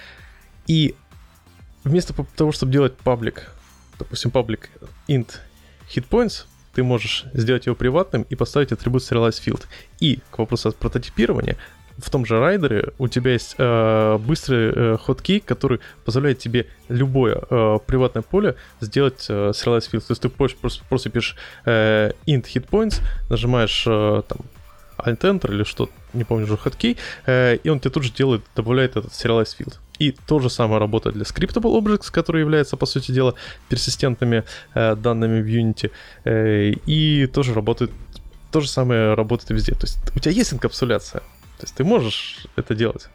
И вместо того, чтобы делать паблик, допустим, паблик int hitpoints, ты можешь сделать его приватным и поставить атрибут serializedField. И к вопросу прототипирования, в том же райдере у тебя есть э, быстрый э, хоткей, который позволяет тебе любое э, приватное поле сделать э, serializedField. То есть ты просто, просто пишешь э, int hitpoints, нажимаешь э, там Alt-Enter или что, не помню уже, хоткей, э, и он тебе тут же делает, добавляет этот serializedField. И то же самое работает для Scriptable Objects, которые являются, по сути дела, персистентными э, данными в Unity, э, и тоже работает, то же самое работает везде. То есть у тебя есть инкапсуляция. То есть ты можешь это делать.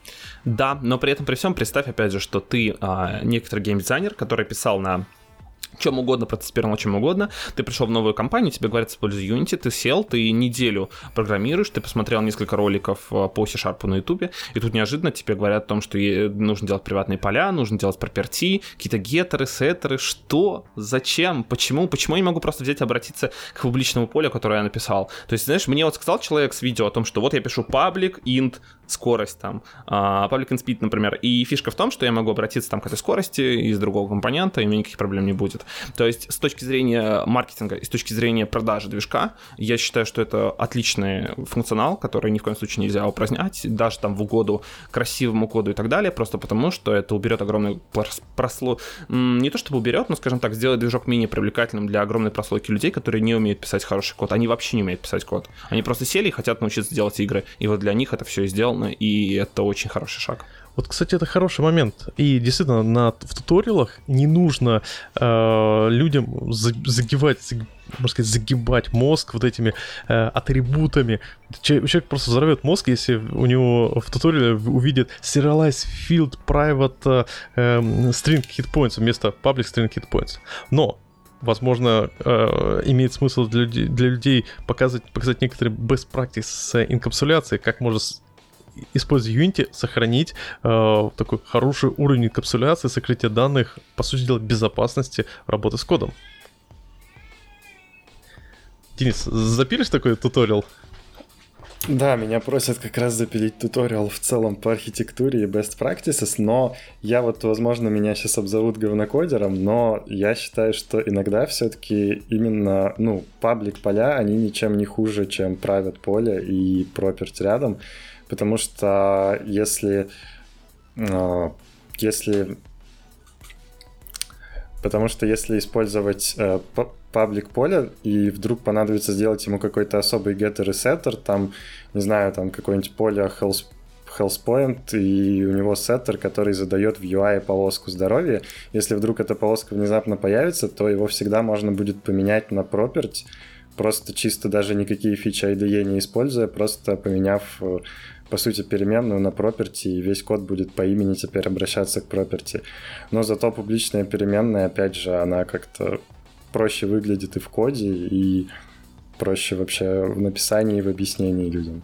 Да, но при этом при всем представь, опять же, что ты а, некоторый геймдизайнер, который писал на чем угодно, протестировал чем угодно, ты пришел в новую компанию, тебе говорят, используй Unity, ты сел, ты неделю программируешь, ты посмотрел несколько роликов по C-Sharp на YouTube, и тут неожиданно тебе говорят о том, что нужно делать приватные поля, нужно делать property, какие-то геттеры, сеттеры, что, зачем, почему, почему я не могу просто взять и обратиться к публичному полю, которое я написал. То есть, знаешь, мне вот сказал человек с видео о том, что вот я пишу public int скорость там, uh, public int speed, например, и фишка в том, что я могу обратиться там к этой скорости из другого компонента, и у меня никаких проблем не будет. То есть с точки зрения маркетинга и с точки зрения продажи движка, я считаю, что это отличный функционал, который ни в коем случае нельзя упразднять, даже там в угоду красивому коду и так далее, просто потому, что это уберет огромную прослойку, не то чтобы уберет, но, скажем так, сделает движок менее привлекательным для огромной прослойки людей, которые не умеют писать хороший код. Они вообще не умеют писать код. Они просто сели и хотят научиться делать игры, и вот для них это все и сделано, и это очень хороший шаг. Вот, кстати, это хороший момент. И действительно, на, в туториалах не нужно э, людям загибать, можно сказать, загибать мозг вот этими э, атрибутами. Человек просто взорвет мозг, если у него в туториале увидит serialize field private э, string hit points вместо public string hit points. Но возможно, э, имеет смысл для людей, для людей показать, показать некоторые best practice инкапсуляции, как можно, используя Unity, сохранить э, такой хороший уровень инкапсуляции, сокрытия данных, по сути дела, безопасности работы с кодом. Денис, запилишь такой туториал? Да, меня просят как раз запилить туториал в целом по архитектуре и best practices, но я вот, возможно, меня сейчас обзовут говнокодером, но я считаю, что иногда все-таки именно, ну, паблик поля, они ничем не хуже, чем private поле и property рядом, потому что если, если, потому что если использовать паблик поле, и вдруг понадобится сделать ему какой-то особый getter и setter, там, не знаю, там какое-нибудь поле health, health point, и у него setter, который задает в ю ай полоску здоровья. Если вдруг эта полоска внезапно появится, то его всегда можно будет поменять на property, просто чисто даже никакие фичи ай ди и не используя, просто поменяв, по сути, переменную на property, и весь код будет по имени теперь обращаться к property. Но зато публичная переменная, опять же, она как-то проще выглядит и в коде, и проще вообще в написании и в объяснении людям.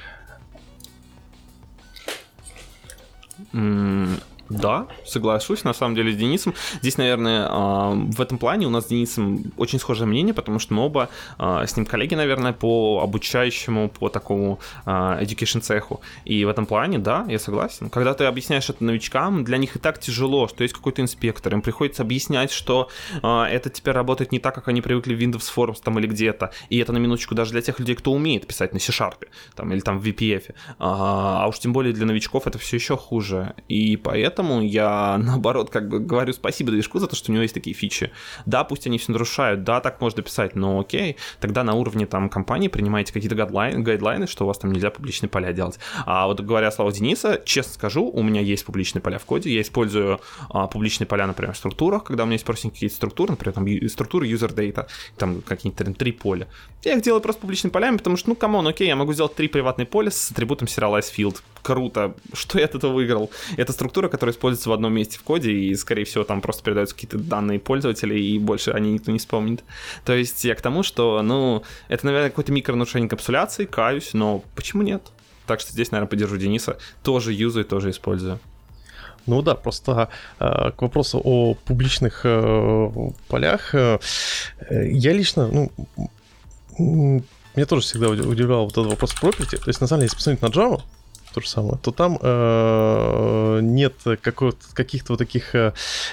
Mm. Да, соглашусь, на самом деле, с Денисом. Здесь, наверное, в этом плане у нас с Денисом очень схожее мнение, потому что мы оба с ним коллеги, наверное, по обучающему, по такому education цеху. И в этом плане, да, я согласен. Когда ты объясняешь это новичкам, для них и так тяжело, что есть какой-то инспектор, им приходится объяснять, что это теперь работает не так, как они привыкли в Windows Forms там или где-то. И это на минуточку даже для тех людей, кто умеет писать на C-Sharp там, или там в ви пи эф. А уж тем более для новичков это все еще хуже. И поэтому Поэтому я, наоборот, как бы говорю спасибо движку за то, что у него есть такие фичи. Да, пусть они все нарушают, да, так можно писать, но окей, тогда на уровне там компании принимайте какие-то гайдлайны, гайдлайны, что у вас там нельзя публичные поля делать. А вот говоря слова Дениса, честно скажу, у меня есть публичные поля в коде, я использую а, публичные поля, например, в структурах, когда у меня есть простенькие какие-то структуры, например, там структуры user data, там какие-то там, три поля. Я их делаю просто публичными полями, потому что, ну, камон, окей, я могу сделать три приватные поля с атрибутом serialize field. Круто. Что я от этого выиграл? Это структура, которая используется в одном месте в коде, и, скорее всего, там просто передаются какие-то данные пользователей, и больше они никто не вспомнит. То есть я к тому, что, ну, это, наверное, какое-то микронарушение капсуляции, каюсь, но почему нет? Так что здесь, наверное, поддержу Дениса. Тоже юзаю, тоже использую. Ну да, просто э, к вопросу о публичных э, полях. Э, я лично, ну, меня тоже всегда удивлял вот этот вопрос property. То есть, на самом деле, если посмотреть на Java, то же самое, то там э, нет каких-то вот таких э,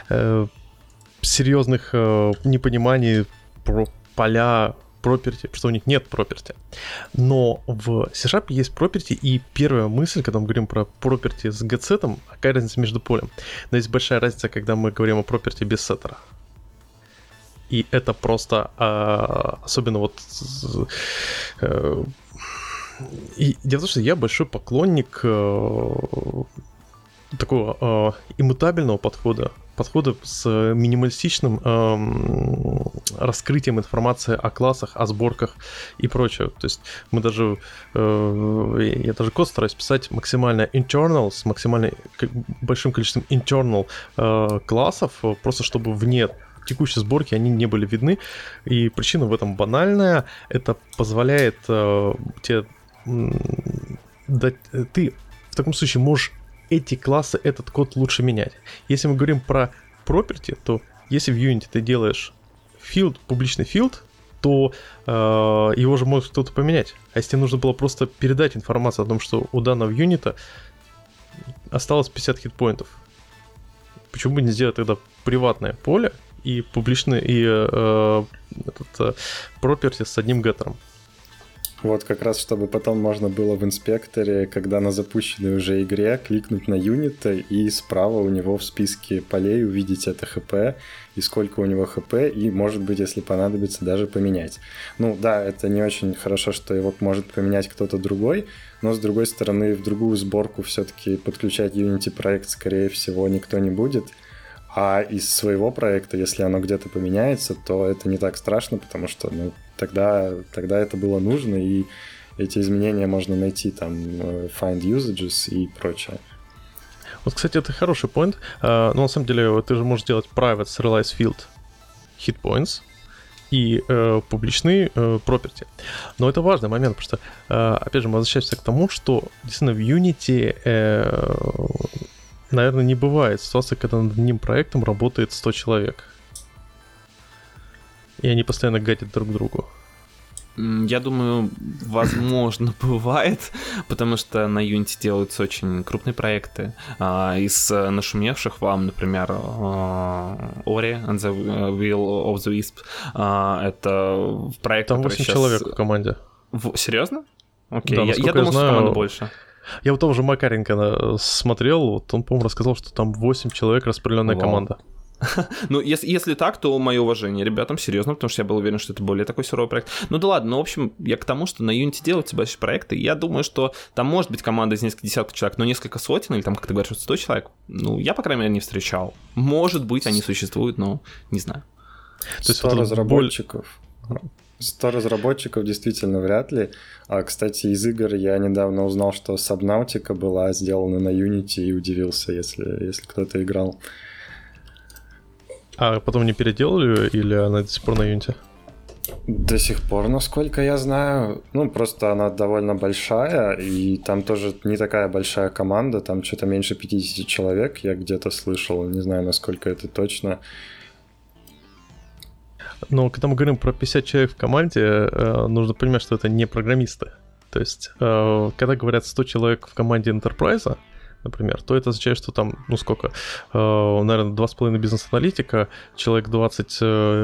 серьезных э, непониманий про поля property, что у них нет property. Но в C-Sharp есть property, и первая мысль, когда мы говорим про property с getSet, какая разница между полем? Но есть большая разница, когда мы говорим о property без сеттера. И это просто э, особенно вот э, и дело в том, что я большой поклонник э, такого э, иммутабельного подхода, подхода с минималистичным э, раскрытием информации о классах, о сборках и прочее. То есть мы даже, э, я даже код стараюсь писать максимально internal, с максимально большим количеством internal э, классов, просто чтобы вне текущей сборке они не были видны, и причина в этом банальная, это позволяет э, тебе э, дать, ты в таком случае можешь эти классы, этот код лучше менять. Если мы говорим про property, то если в Unity ты делаешь field, публичный field, то э, его же может кто-то поменять. А если тебе нужно было просто передать информацию о том, что у данного юнита осталось пятьдесят хитпоинтов, почему бы не сделать тогда приватное поле и публичный и э, этот э, property с одним геттером? Вот как раз, чтобы потом можно было в инспекторе, когда на запущенной уже игре, кликнуть на юнита и справа у него в списке полей увидеть это хп и сколько у него хп, и, может быть, если понадобится, даже поменять. Ну да, это не очень хорошо, что его может поменять кто-то другой, но, с другой стороны, в другую сборку все-таки подключать Unity проект, скорее всего, никто не будет. А из своего проекта, если оно где-то поменяется, то это не так страшно, потому что ну, тогда, тогда это было нужно, и эти изменения можно найти, там, find usages и прочее. Вот, кстати, это хороший point. Uh, но на самом деле ты же можешь делать private serialized field hit points и uh, публичный uh, property. Но это важный момент, потому что, uh, опять же, мы возвращаемся к тому, что действительно в Unity... Uh, наверное, не бывает ситуации, когда над одним проектом работает сто человек. И они постоянно гадят друг другу. Я думаю, возможно, бывает, потому что на Unity делаются очень крупные проекты. Из нашумевших вам, например, Ori and the Will of the Wisp. Это проект, там который восемь сейчас... человек в команде. В... Серьезно? Окей, да, я, я я думал, знаю... что команда больше. Я вот того же Макаренко смотрел, вот он, по-моему, рассказал, что там восемь человек распределенная Вау. команда. Ну, если, если так, то мое уважение ребятам, серьезно, потому что я был уверен, что это более такой суровый проект. Ну да ладно, ну, в общем, я к тому, что на Unity делаются большие проекты, и я думаю, что там может быть команда из нескольких десятков человек, но несколько сотен, или там, как ты говоришь, сто человек, ну, я, по крайней мере, не встречал. Может быть, они существуют, но не знаю. То есть сто разработчиков... сто разработчиков действительно вряд ли. А, кстати, из игр я недавно узнал, что Subnautica была сделана на Unity, и удивился, если, если кто-то играл. А потом не переделали, или она до сих пор на Unity? До сих пор, насколько я знаю. Ну, просто она довольно большая, и там тоже не такая большая команда, там что-то меньше пятьдесят человек, я где-то слышал, не знаю, насколько это точно. Но когда мы говорим про пятьдесят человек в команде, нужно понимать, что это не программисты. То есть, когда говорят сто человек в команде Enterprise, например, то это означает, что там, ну сколько, наверное, два с половиной бизнес-аналитика, человек двадцать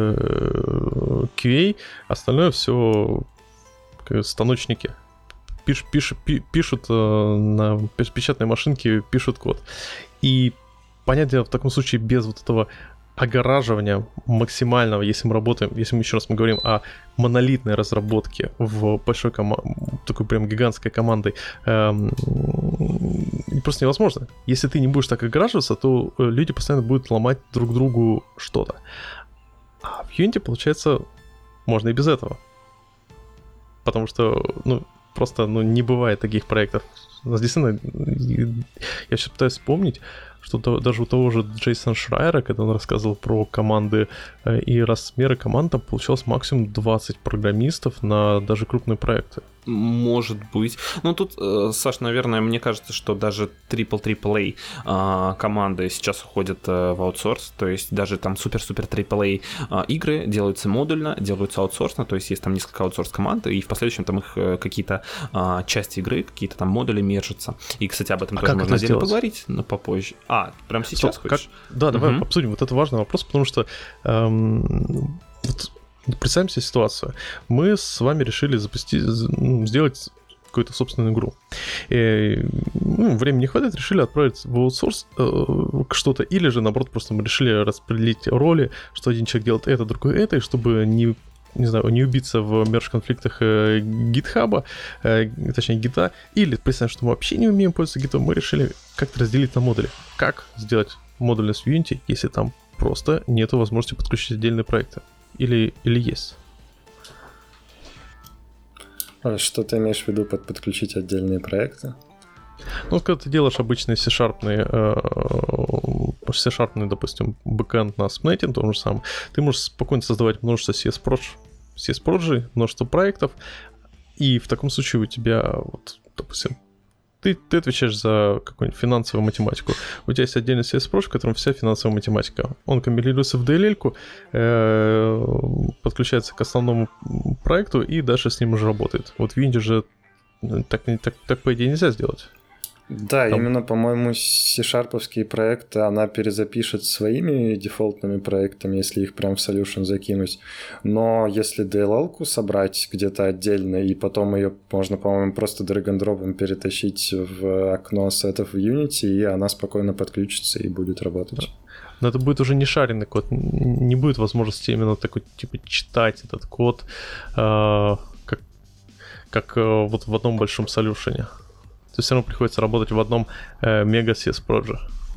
кью эй, остальное все станочники. Пиш, пиш, пиш, пишут на печатной машинке, пишут код. И, понятное дело, в таком случае без вот этого огораживания максимального, если мы работаем, если мы еще раз мы говорим о монолитной разработке в большой команде, такой прям гигантской командой, эм, просто невозможно. Если ты не будешь так огораживаться, то люди постоянно будут ломать друг другу что-то. А в Unity, получается, можно и без этого. Потому что, ну, просто, ну, не бывает таких проектов. Действительно, я сейчас пытаюсь вспомнить, что даже у того же Джейсона Шрайера, когда он рассказывал про команды и размеры команд, там получалось максимум двадцать программистов на даже крупные проекты. Может быть. Ну, тут, Саш, наверное, мне кажется, что даже трипл-трипл-эй команды сейчас уходят в аутсорс, то есть даже там супер-супер трипл-эй игры делаются модульно, делаются аутсорсно, то есть есть там несколько аутсорс-команд, и в последующем там их какие-то части игры, какие-то там модули мержатся. И, кстати, об этом а тоже можно отдельно сделать? Поговорить, но попозже. А, прямо сейчас Стоп, хочешь? Как? Да, давай угу. обсудим. Вот это важный вопрос, потому что эм, вот представим себе ситуацию. Мы с вами решили запустить, сделать какую-то собственную игру. И, ну, времени не хватает, решили отправить в аутсорс э, что-то, или же, наоборот, просто мы решили распределить роли, что один человек делает это, другой это, и чтобы не не знаю, не убиться в мерж-конфликтах э, гитхаба, э, точнее гита, или представим, что мы вообще не умеем пользоваться гитом, мы решили как-то разделить на модули. Как сделать модульность в Unity, если там просто нету возможности подключить отдельные проекты? Или, или есть? А что ты имеешь в виду под подключить отдельные проекты? Ну, когда ты делаешь обычный C-Sharpный, э, C-Sharpный, допустим, бэкэнд на Spnetting, то же самое, ты можешь спокойно создавать множество си эс-проджи, множество проектов, и в таком случае у тебя, вот, допустим, Ты, ты отвечаешь за какую-нибудь финансовую математику. У тебя есть отдельный си эс-прош, в котором вся финансовая математика. Он компилируется в ди эл эл-ку, э, подключается к основному проекту и дальше с ним уже работает. Вот в Unity же так, так, так по идее, нельзя сделать. Да, Там... именно, по-моему, C-шарповские проекты она перезапишет своими дефолтными проектами, если их прям в solution закинуть. Но если ди эл эл-ку собрать где-то отдельно, и потом ее можно, по-моему, просто drag-and-drop'ом перетащить в окно сетов в Unity, и она спокойно подключится и будет работать. Но это будет уже не шаренный код, не будет возможности именно такой, типа, читать этот код, э, как, как э, вот в одном большом солюшене. То есть все равно приходится работать в одном э, мега си эс-проджи.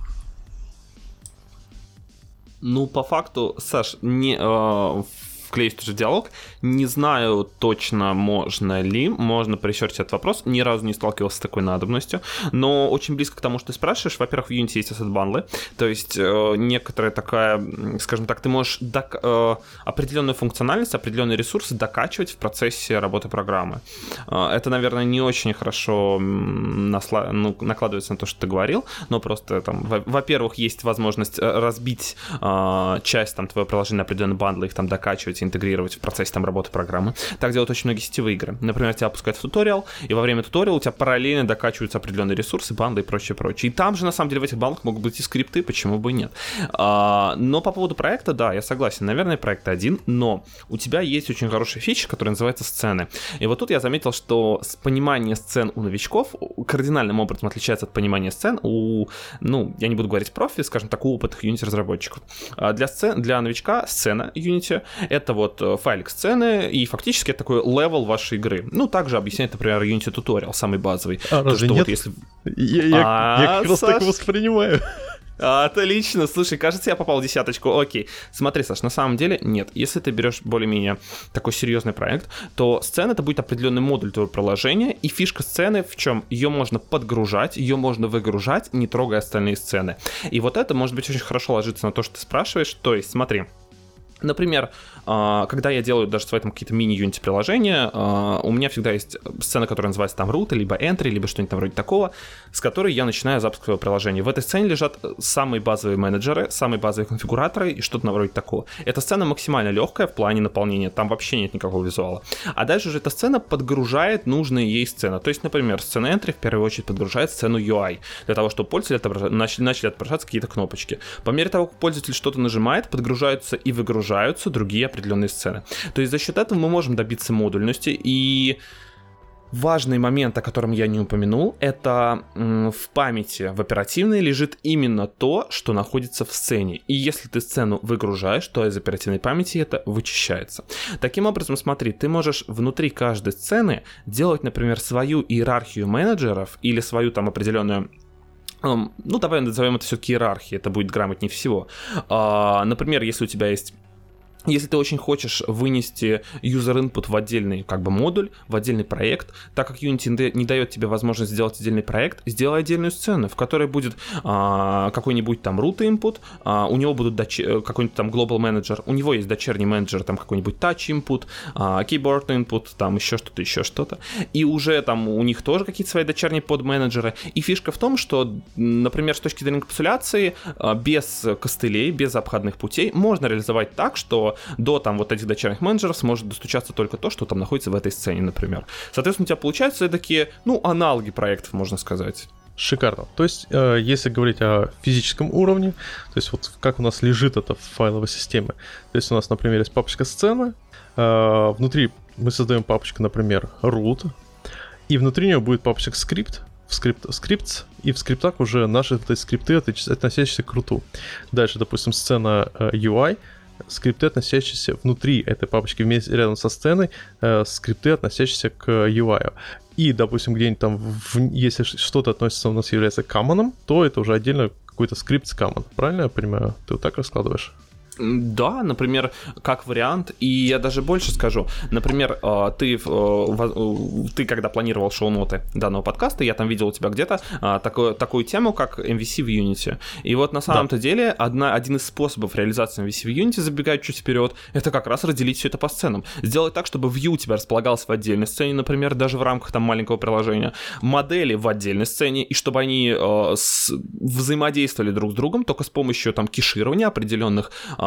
Ну, по факту, Саш, не... Э, вклеюсь тоже в диалог. Не знаю точно, можно ли, можно прищерить этот вопрос. Ни разу не сталкивался с такой надобностью, но очень близко к тому, что ты спрашиваешь. Во-первых, в Unity есть asset-бандлы, то есть э, некоторая такая, скажем так, ты можешь док- э, определенную функциональность, определенные ресурсы докачивать в процессе работы программы. Э, это, наверное, не очень хорошо насла- ну, накладывается на то, что ты говорил, но просто там, во- во-первых, есть возможность разбить э, часть там, твоего приложения на определенные бандлы, их там докачивать, интегрировать в процессе там, работы программы. Так делают очень многие сетевые игры. Например, тебя опускают в туториал, и во время туториала у тебя параллельно докачиваются определенные ресурсы, банды и прочее, прочее. И там же, на самом деле, в этих бандах могут быть и скрипты, почему бы и нет. А, но по поводу проекта, да, я согласен. Наверное, проект один, но у тебя есть очень хорошая фича, которая называется сцены. И вот тут я заметил, что понимание сцен у новичков кардинальным образом отличается от понимания сцен у, ну, я не буду говорить профи, скажем так, у опытных Unity-разработчиков. А для, сцен, для новичка сцена Unity — это вот файлик сцены, и фактически это такой левел вашей игры. Ну, также объясняет, например, Unity туториал, самый базовый. А, то, разве что нет? Вот если... Я, я, а, я как раз Саш... так воспринимаю. Отлично, слушай, кажется, я попал в десяточку. Окей, смотри, Саш, на самом деле нет. Если ты берешь более-менее такой серьезный проект, то сцена — это будет определенный модуль твоего приложения, и фишка сцены в чем? Ее можно подгружать, ее можно выгружать, не трогая остальные сцены. И вот это, может быть, очень хорошо ложится на то, что ты спрашиваешь. То есть, смотри, например, когда я делаю даже свои там какие-то мини-Unity приложения, у меня всегда есть сцена, которая называется там root, либо entry, либо что-нибудь там вроде такого, с которой я начинаю запуск своего приложения. В этой сцене лежат самые базовые менеджеры, самые базовые конфигураторы и что-то вроде такого. Эта сцена максимально легкая в плане наполнения, там вообще нет никакого визуала. А дальше уже эта сцена подгружает нужные ей сцены. То есть, например, сцена entry в первую очередь подгружает сцену ю ай, для того, чтобы пользователи отображ... начали, начали отображаться какие-то кнопочки. По мере того, как пользователь что-то нажимает, подгружаются и выгружаются другие определенные сцены. То есть за счет этого мы можем добиться модульности. И важный момент, о котором я не упомянул, это м, в памяти, в оперативной лежит именно то, что находится в сцене. И если ты сцену выгружаешь, то из оперативной памяти это вычищается. Таким образом, смотри, ты можешь внутри каждой сцены делать, например, свою иерархию менеджеров или свою там определенную... Ну, давай назовем это все-таки иерархией, это будет грамотнее всего. А, например, если у тебя есть... Если ты очень хочешь вынести user input в отдельный как бы модуль, в отдельный проект, так как Unity не дает тебе возможность сделать отдельный проект, сделай отдельную сцену, в которой будет а, какой-нибудь там root input, а, у него будут доч- какой-нибудь там global manager, у него есть дочерний менеджер, там какой-нибудь touch input, а, keyboard input, там еще что-то, еще что-то, и уже там у них тоже какие-то свои дочерние подменеджеры. И фишка в том, что, например, с точки зрения капсуляции, а, без костылей, без обходных путей можно реализовать так, что до там вот этих дочерних менеджеров сможет достучаться только то, что там находится в этой сцене, например. Соответственно, у тебя получаются такие, ну, аналоги проектов, можно сказать. Шикарно. То есть, э, если говорить о физическом уровне, то есть вот как у нас лежит это в файловой системе. То есть у нас, например, есть папочка сцена, э, внутри мы создаем папочку, например, root, и внутри нее будет папочка скрипт, в скрипт, scripts, и в скриптах уже наши вот эти скрипты, относящиеся к руту. Дальше, допустим, сцена э, ю ай, скрипты, относящиеся внутри этой папочки вместе рядом со сценой, э, скрипты, относящиеся к ю ай. И, допустим, где-нибудь там, в, если что-то относится у нас является common, то это уже отдельно какой-то скрипт с common. Правильно я понимаю? Ты вот так раскладываешь? Да, например, как вариант, и я даже больше скажу. Например, ты, ты когда планировал шоу-ноты данного подкаста, я там видел у тебя где-то такую, такую тему, как эм ви си в Unity. И вот на самом-то да. деле одна, один из способов реализации эм ви си в Unity, забегая чуть вперед, это как раз разделить все это по сценам. Сделать так, чтобы view у тебя располагался в отдельной сцене, например, даже в рамках там маленького приложения, модели в отдельной сцене, и чтобы они э, с, взаимодействовали друг с другом только с помощью там кеширования определенных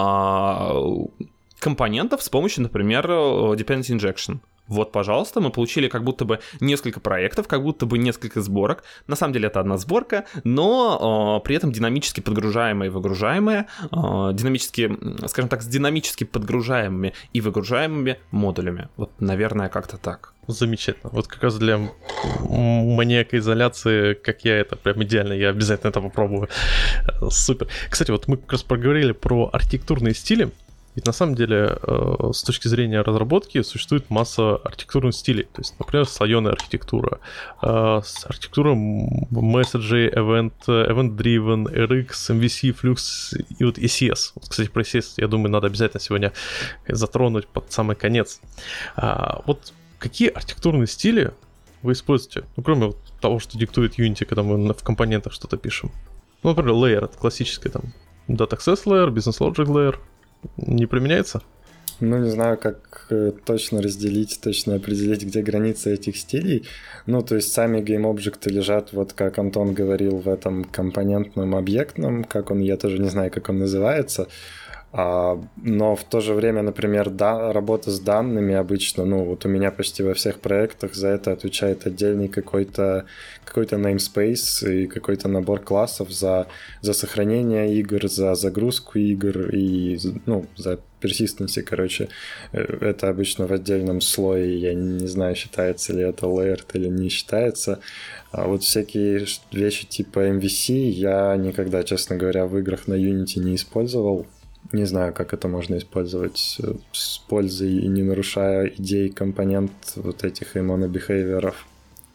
компонентов с помощью, например, dependency injection. Вот, пожалуйста, мы получили как будто бы несколько проектов, как будто бы несколько сборок. На самом деле это одна сборка, но э, при этом динамически подгружаемые и выгружаемые, э, динамически, скажем так, с динамически подгружаемыми и выгружаемыми модулями. Вот, наверное, как-то так. Замечательно. Вот как раз для маниака-изоляции, как я, это прям идеально, я обязательно это попробую. Супер. Кстати, вот мы как раз проговорили про архитектурные стили. Ведь на самом деле, э, с точки зрения разработки, существует масса архитектурных стилей. То есть, например, слоеная архитектура, э, архитектура месседжей, event, event-driven, эр икс, эм ви си, Flux и вот и си эс. Вот, кстати, про и си эс, я думаю, надо обязательно сегодня затронуть под самый конец. А, вот какие архитектурные стили вы используете? Ну, кроме вот того, что диктует Unity, когда мы в компонентах что-то пишем. Ну, например, layer, это классический там Data Access Layer, Business Logic Layer. Не применяется? Ну, не знаю, как э, точно разделить, точно определить, где границы этих стилей. Ну, то есть сами гейм-объекты лежат, вот как Антон говорил, в этом компонентном объектном, как он, я тоже не знаю, как он называется. А, но в то же время, например, да, работа с данными обычно, ну, вот у меня почти во всех проектах за это отвечает отдельный какой-то, какой-то namespace и какой-то набор классов за, за сохранение игр, за загрузку игр и, ну, за persistency, короче. Это обычно в отдельном слое, я не знаю, считается ли это layered или не считается. А вот всякие вещи типа эм ви си я никогда, честно говоря, в играх на Unity не использовал. Не знаю, как это можно использовать с пользой и не нарушая идей компонент вот этих mono-бихейвиоров.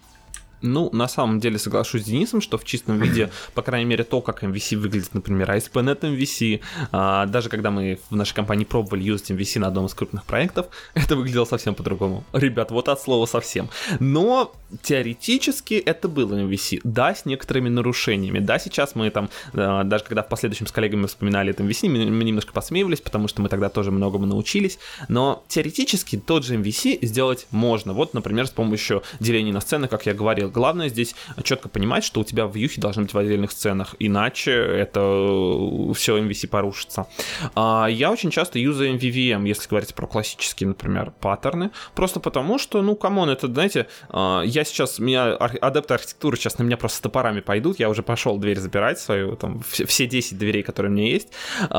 Ну, на самом деле соглашусь с Денисом, что в чистом виде, по крайней мере, то, как эм ви си выглядит, например, эй эс пи нет эм ви си, а, даже когда мы в нашей компании пробовали юзать эм ви си на одном из крупных проектов, это выглядело совсем по-другому. Ребят, вот от слова совсем. Но теоретически это было эм ви си, да, с некоторыми нарушениями. Да, сейчас мы там, даже когда в последующем с коллегами вспоминали это эм ви си, мы немножко посмеивались, потому что мы тогда тоже многому научились, но теоретически тот же эм ви си сделать можно. Вот, например, с помощью деления на сцены, как я говорил. Главное здесь четко понимать, что у тебя вьюхи должны быть в отдельных сценах, иначе это все эм ви си порушится. Я очень часто юзаю эм ви ви эм, если говорить про классические, например, паттерны, просто потому что, ну, камон, это, знаете, я сейчас, меня адепты архитектуры сейчас на меня просто с топорами пойдут, я уже пошел дверь забирать свою, там, все десять дверей, которые у меня есть,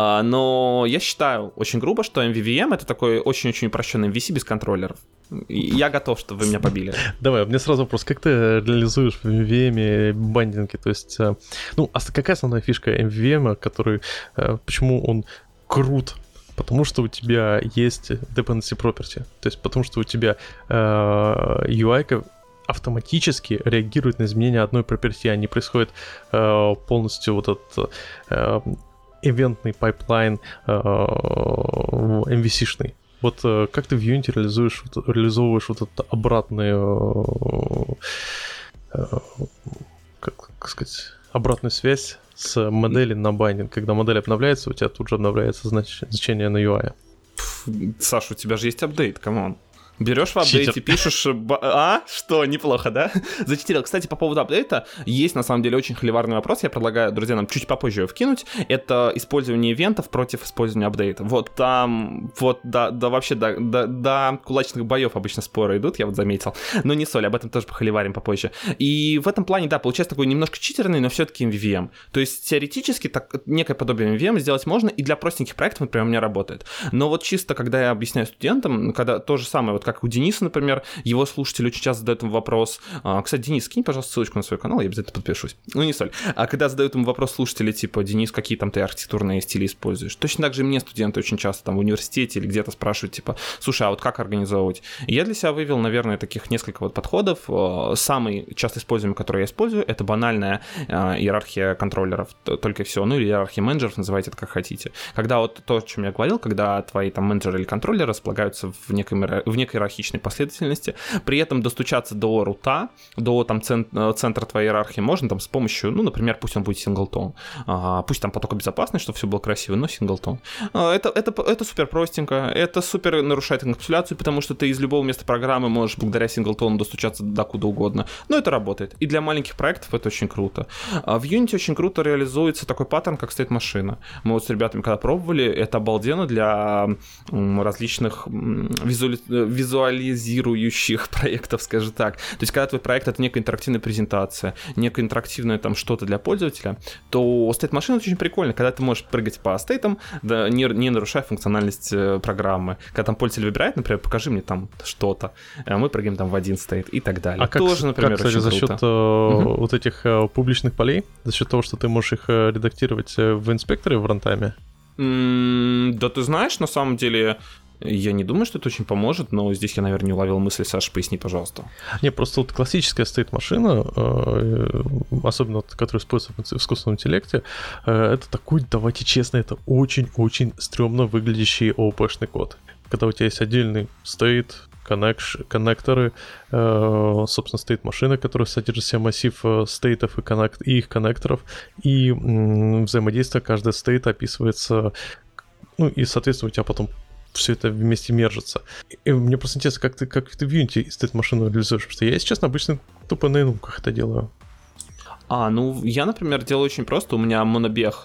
но я считаю очень грубо, что эм ви ви эм это такой очень-очень упрощенный эм ви си без контроллеров. Я готов, чтобы вы меня побили. Давай, у меня сразу вопрос. Как ты реализуешь в эм ви эм бандинги? То есть, ну, а какая основная фишка эм ви эм, который, почему он крут? Потому что у тебя есть dependency property. То есть, потому что у тебя ю ай-ка автоматически реагирует на изменения одной property, а не происходит полностью вот этот ивентный пайплайн эм ви си-шный. Вот как ты в Unity реализуешь, реализовываешь вот эту обратную, как, как сказать, обратную связь с модели на байдинг? Когда модель обновляется, у тебя тут же обновляется знач- значение на ю ай. Саша, у тебя же есть апдейт, камон. Берешь в апдейте, Читер. Пишешь... А? Что, неплохо, да? Зачитерил. Кстати, по поводу апдейта, есть на самом деле очень холиварный вопрос. Я предлагаю, друзья, нам чуть попозже его вкинуть. Это использование ивентов против использования апдейта. Вот там, вот, да, да вообще, да, да, до кулачных боев обычно споры идут, я вот заметил. Но не соль, об этом тоже похоливарим попозже. И в этом плане, да, получается такой немножко читерный, но все-таки эм ви ви эм. То есть теоретически так, некое подобие эм ви эм сделать можно, и для простеньких проектов, например, у меня работает. Но вот чисто, когда я объясняю студентам, когда то же самое, вот как у Дениса, например, его слушатели очень часто задают ему вопрос. Кстати, Денис, скинь, пожалуйста, ссылочку на свой канал, я обязательно подпишусь. Ну, не соль. А когда задают ему вопрос слушатели, типа, Денис, какие там ты архитектурные стили используешь? Точно так же мне студенты очень часто там в университете или где-то спрашивают, типа, слушай, а вот как организовывать? И я для себя вывел, наверное, таких несколько вот подходов. Самый часто используемый, который я использую, это банальная иерархия контроллеров, только и все. Ну, или иерархия менеджеров, называйте это как хотите. Когда вот то, о чем я говорил, когда твои там менеджеры или контроллеры располагаются в некой, в некой иерархичной последовательности, при этом достучаться до рута, до там центра твоей иерархии можно там с помощью, ну, например, пусть он будет синглтон, пусть там поток безопасности, чтобы все было красиво, но синглтон. Это, это, это супер простенько, это супер нарушает инкапсуляцию, потому что ты из любого места программы можешь благодаря синглтону достучаться до куда угодно, но это работает. И для маленьких проектов это очень круто. В Unity очень круто реализуется такой паттерн, как state-машина. Мы вот с ребятами когда пробовали, это обалденно для различных визуали... визуализирующих проектов, скажем так. То есть, когда твой проект — это некая интерактивная презентация, некое интерактивное там что-то для пользователя, то state-машина очень прикольно, когда ты можешь прыгать по стейтам, да, не, не нарушая функциональность программы. Когда там пользователь выбирает, например, покажи мне там что-то, мы прыгаем там в один стейт и так далее. А как, Тоже, например, как, кстати, очень за круто. счет uh-huh. вот этих uh, публичных полей, за счет того, что ты можешь их uh, редактировать в инспекторе в рантайме? Mm, да ты знаешь, на самом деле... Я не думаю, что это очень поможет, но здесь я, наверное, не уловил мысль. Саша, поясни, пожалуйста. Не, просто вот классическая стейт-машина, особенно вот, которая используется в искусственном интеллекте, это такой, давайте честно, это очень-очень стрёмно выглядящий ООП-шный код. Когда у тебя есть отдельный стейт, коннекторы, собственно, стейт-машина, которая содержит в себе массив стейтов и, коннект, и их коннекторов, и взаимодействие каждого стейта описывается, ну и, соответственно, у тебя потом все это вместе мержится. И мне просто интересно, как ты, как ты в Unity state-машину реализуешь, потому что я, если честно, обычно тупо на инумках это делаю. А, ну, я, например, делаю очень просто. У меня монобег,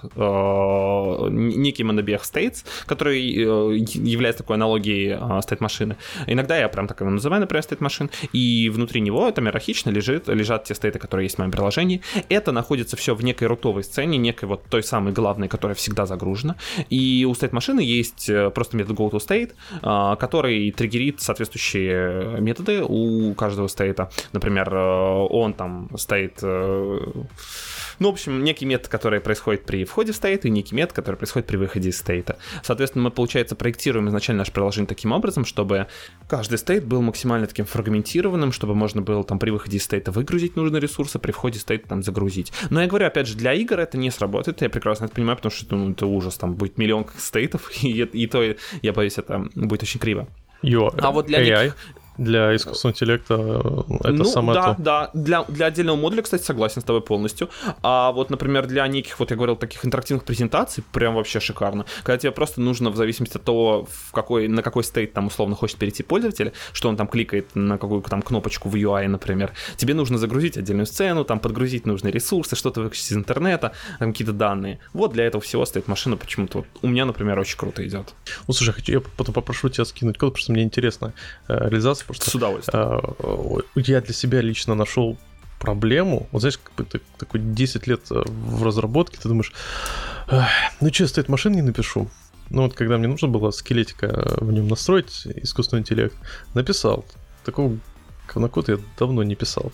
э, некий монобег states, который э, является такой аналогией э, state-машины. Иногда я прям так его называю, например, state-машин, и внутри него там иерархично лежит, лежат те стейты, которые есть в моем приложении. Это находится все в некой рутовой сцене, некой вот той самой главной, которая всегда загружена. И у state-машины есть просто метод goToState, э, который триггерит соответствующие методы у каждого стейта. Например, э, он там стоит... Э, Ну, в общем, некий метод, который происходит при входе в стейт, и некий метод, который происходит при выходе из стейта. Соответственно, мы, получается, проектируем изначально наше приложение таким образом, чтобы каждый стейт был максимально таким фрагментированным, чтобы можно было там при выходе из стейта выгрузить нужные ресурсы, при входе в стейт там загрузить. Но я говорю, опять же, для игр это не сработает, я прекрасно это понимаю, потому что ну, это ужас, там будет миллион стейтов, и, и то, я боюсь, это будет очень криво. Yo, а вот для эй ай. неких... Для искусственного интеллекта это ну, самое да, то. да, для, для отдельного модуля, кстати, согласен с тобой полностью. А вот, например, для неких, вот я говорил, таких интерактивных презентаций, прям вообще шикарно. Когда тебе просто нужно, в зависимости от того, в какой, на какой стейт там условно хочет перейти пользователь, что он там кликает на какую там кнопочку в ю ай, например, тебе нужно загрузить отдельную сцену, там подгрузить нужные ресурсы, что-то выключить из интернета, там какие-то данные. Вот для этого всего стоит машина почему-то. Вот у меня, например, очень круто идет. Ну, слушай, хочу, я потом попрошу тебя скинуть код, потому что мне интересно э, реализация. Просто, с удовольствием. Я для себя лично нашел проблему. Вот знаешь, как бы ты такой десять лет в разработке, ты думаешь, ну что, стоит машин не напишу. Ну вот когда мне нужно было скелетика в нем настроить, искусственный интеллект, написал. Такого на код я давно не писал.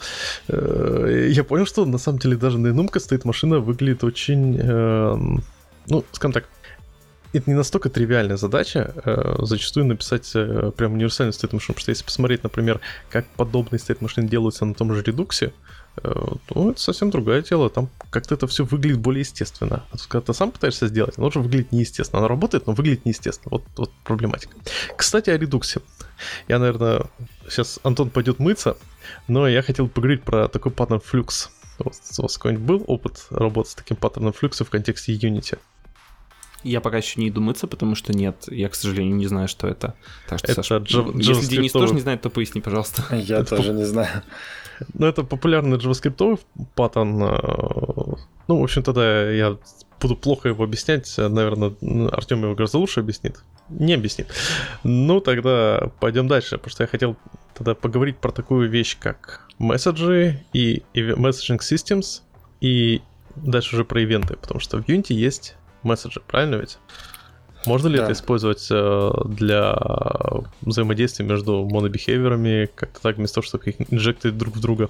Я понял, что на самом деле даже на инумка стоит машина, выглядит очень, ну, скажем так, это не настолько тривиальная задача, э, зачастую написать э, прям универсальный state machine, потому что если посмотреть, например, как подобные state machine делаются на том же редуксе, э, то это совсем другое дело, там как-то это все выглядит более естественно. А тут, когда ты сам пытаешься сделать, оно уже выглядит неестественно. Оно работает, но выглядит неестественно. Вот, вот проблематика. Кстати, о редуксе. Я, наверное, сейчас Антон пойдет мыться, но я хотел поговорить про такой паттерн Flux. Вот, у вас какой-нибудь был опыт работы с таким паттерном Flux в контексте Unity? Я пока еще не иду мыться, потому что нет, я, к сожалению, не знаю, что это. Так что, это Саша, Java, если Денис тоже не знает, то поясни, пожалуйста. Я это тоже поп... не знаю. Ну, это популярный JavaScript паттерн. Ну, в общем, тогда я буду плохо его объяснять. Наверное, Артём его гораздо лучше объяснит. Не объяснит. Ну, тогда пойдем дальше, потому что я хотел тогда поговорить про такую вещь, как месседжи и messaging systems, и дальше уже про ивенты, потому что в Unity есть месседжи, правильно ведь? Можно ли да. это использовать для взаимодействия между монобихевиорами, как-то так, вместо того, чтобы их инжектить друг в друга?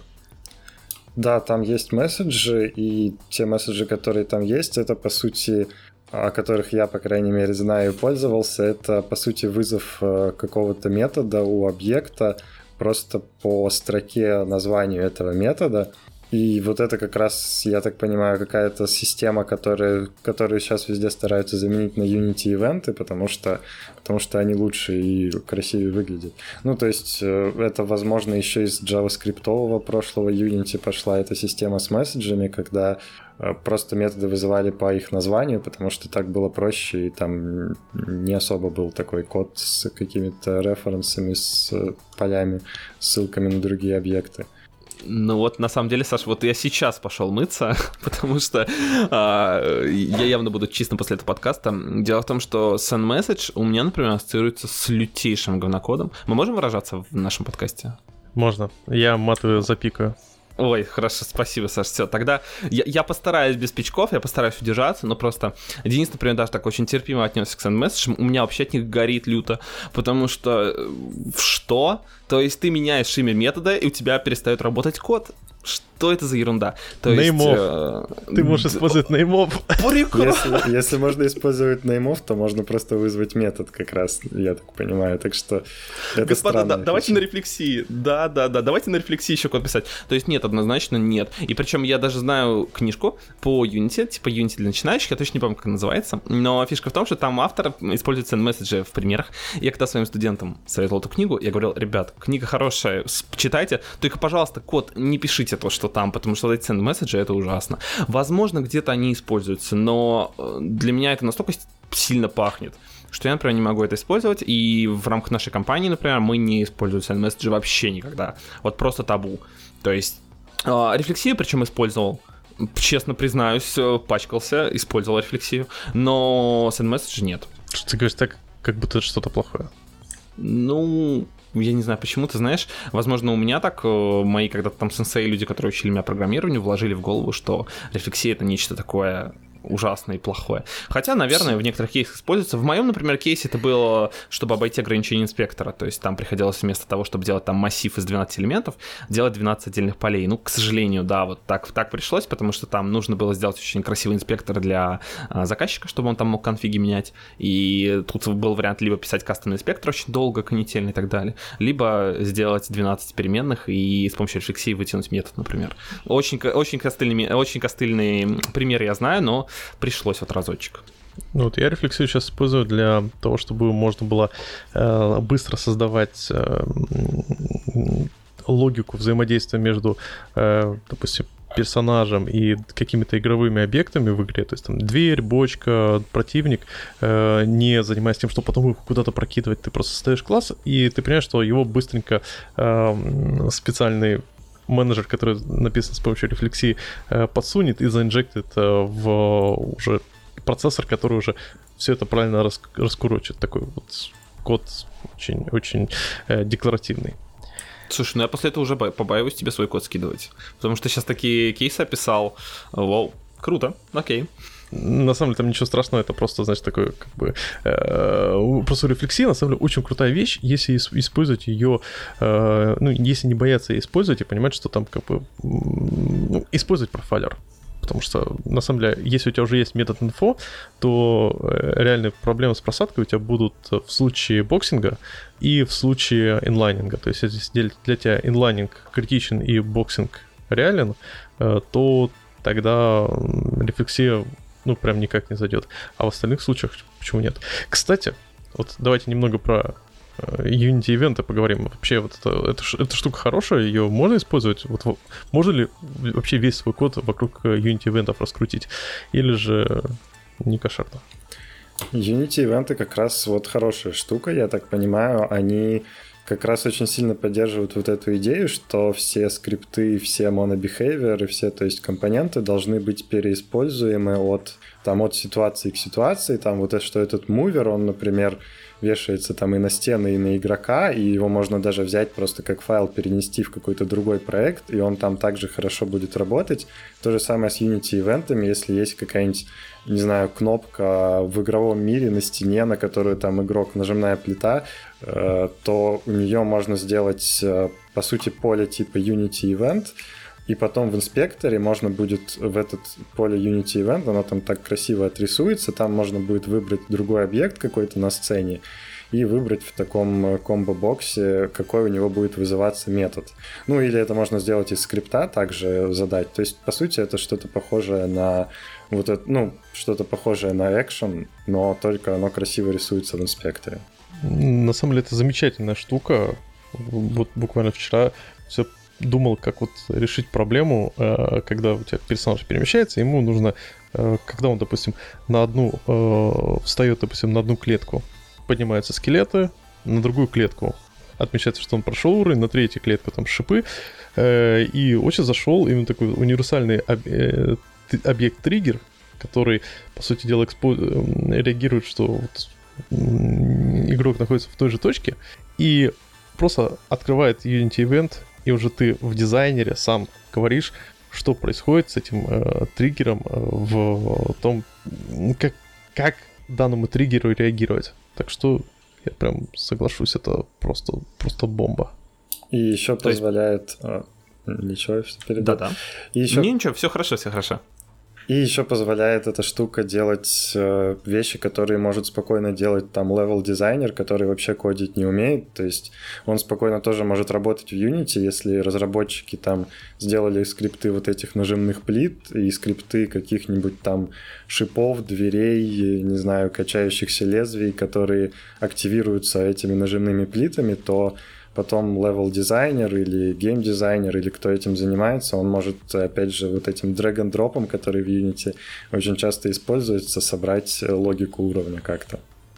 Да, там есть месседжи, и те месседжи, которые там есть, это, по сути, о которых я, по крайней мере, знаю и пользовался, это, по сути, вызов какого-то метода у объекта просто по строке названию этого метода. И вот это как раз, я так понимаю, какая-то система, которая, которую сейчас везде стараются заменить на Unity-ивенты, потому что, потому что они лучше и красивее выглядят. Ну, то есть это, возможно, еще из JavaScript-ового прошлого Unity пошла эта система с месседжами, когда просто методы вызывали по их названию, потому что так было проще, и там не особо был такой код с какими-то референсами, с полями, ссылками на другие объекты. Ну вот, на самом деле, Саш, вот я сейчас пошел мыться, потому что а, я явно буду чистым после этого подкаста. Дело в том, что sendMessage у меня, например, ассоциируется с лютейшим говнокодом. Мы можем выражаться в нашем подкасте? Можно. Я маты запикаю. Ой, хорошо, спасибо, Саш. Все, тогда я, я постараюсь без пичков, я постараюсь удержаться, но просто Денис, например, даже так очень терпимо отнесся к sendMessage, у меня вообще от них горит люто, потому что что? То есть ты меняешь имя метода, и у тебя перестает работать код. Что это за ерунда? То неймов. Есть, э... Ты можешь использовать неймов. Если, если можно использовать неймов, то можно просто вызвать метод как раз, я так понимаю. Так что это Господа, да, давайте фича. на рефлексии. Да, да, да, давайте на рефлексии еще код писать. То есть нет, однозначно нет. И причем я даже знаю книжку по Unity, типа Unity для начинающих, я точно не помню, как она называется. Но фишка в том, что там автор использует sendMessage в примерах. Я когда своим студентам советовал эту книгу, я говорил: ребят, книга хорошая, читайте, только, пожалуйста, код не пишите то, что там, потому что эти sendMessage — это ужасно. Возможно, где-то они используются, но для меня это настолько сильно пахнет, что я, например, не могу это использовать, и в рамках нашей компании, например, мы не используем sendMessage вообще никогда. Вот просто табу. То есть рефлексию причем использовал, честно признаюсь, пачкался, использовал рефлексию, но sendMessage нет. Что ты говоришь так, как будто это что-то плохое? Ну... Я не знаю, почему, ты знаешь, возможно, у меня так, мои когда-то там сенсеи, люди, которые учили меня программированию, вложили в голову, что рефлексия — это нечто такое ужасное и плохое. Хотя, наверное, в некоторых кейсах используется. В моем, например, кейсе это было, чтобы обойти ограничение инспектора. То есть там приходилось вместо того, чтобы делать там массив из двенадцати элементов, делать двенадцать отдельных полей. Ну, к сожалению, да, вот так, так пришлось, потому что там нужно было сделать очень красивый инспектор для а, заказчика, чтобы он там мог конфиги менять. И тут был вариант либо писать кастомный инспектор очень долго, канительно и так далее, либо сделать двенадцать переменных и с помощью рефлексии вытянуть метод, например. Очень, очень, костыльный, очень костыльный пример я знаю, но пришлось вот разочек. Ну вот я рефлексию сейчас использую для того, чтобы можно было э, быстро создавать э, логику взаимодействия между, э, допустим, персонажем и какими-то игровыми объектами в игре, то есть там дверь, бочка, противник, э, не занимаясь тем, что потом их куда-то прокидывать, ты просто составишь класс, и ты понимаешь, что его быстренько э, специальный менеджер, который написан с помощью рефлексии, подсунет и заинжектит в уже процессор, который уже все это правильно рас- раскурочит. Такой вот код очень, очень э, декларативный. Слушай, ну я после этого уже побаиваюсь тебе свой код скидывать. Потому что сейчас такие кейсы описал. Вау, круто, окей. На самом деле там ничего страшного, это просто, значит, такой, как бы, э, просто рефлексия, на самом деле, очень крутая вещь, если использовать ее, э, ну, если не бояться ее использовать и понимать, что там, как бы, ну, использовать профайлер. Потому что, на самом деле, если у тебя уже есть метод info, то реальные проблемы с просадкой у тебя будут в случае боксинга и в случае инлайнинга. То есть, если для тебя инлайнинг критичен и боксинг реален, то тогда рефлексия, ну, прям никак не зайдет. А в остальных случаях почему нет? Кстати, вот давайте немного про Unity ивенты поговорим. Вообще, вот это, это, эта штука хорошая, ее можно использовать? Вот, можно ли вообще весь свой код вокруг Unity ивентов раскрутить? Или же не кошерно? Unity ивенты как раз вот хорошая штука, я так понимаю. Они как раз очень сильно поддерживают вот эту идею, что все скрипты, все монобихевиоры, все, то есть компоненты должны быть переиспользуемы от, там, от ситуации к ситуации. Там вот это, что этот мувер, он, например, вешается там и на стены, и на игрока, и его можно даже взять просто как файл, перенести в какой-то другой проект, и он там также хорошо будет работать. То же самое с Unity-ивентами, если есть какая-нибудь, не знаю, кнопка в игровом мире на стене, на которую там игрок, нажимная плита, то у нее можно сделать, по сути, поле типа Unity-ивент, и потом в инспекторе можно будет в этот поле Unity Event, оно там так красиво отрисуется, там можно будет выбрать другой объект какой-то на сцене и выбрать в таком комбо-боксе, какой у него будет вызываться метод. Ну, или это можно сделать из скрипта, также задать. То есть, по сути, это что-то похожее на вот это, ну, что-то похожее на экшен, но только оно красиво рисуется в инспекторе. На самом деле, это замечательная штука. Вот буквально вчера все думал, как вот решить проблему, когда у тебя персонаж перемещается, ему нужно, когда он, допустим, на одну встает, допустим, на одну клетку, поднимаются скелеты, на другую клетку отмечается, что он прошел уровень, на третью клетку там шипы, и очень зашел именно такой универсальный объект-триггер, который, по сути дела, экспо... реагирует, что вот игрок находится в той же точке, и просто открывает Unity Event, и уже ты в дизайнере сам говоришь, что происходит с этим э, триггером э, в том, как, как данному триггеру реагировать. Так что я прям соглашусь, это просто, просто бомба. И еще То позволяет... Есть... А, ничего, что передать. Да-да. И еще... Не, ничего, все хорошо, все хорошо. И еще позволяет эта штука делать э, вещи, которые может спокойно делать там левел-дизайнер, который вообще кодить не умеет. То есть он спокойно тоже может работать в Unity, если разработчики там сделали скрипты вот этих нажимных плит и скрипты каких-нибудь там шипов, дверей, не знаю, качающихся лезвий, которые активируются этими нажимными плитами, то потом левел-дизайнер или гейм-дизайнер, или кто этим занимается, он может, опять же, вот этим drag-and-drop'ом, который в Unity очень часто используется, собрать логику уровня как-то.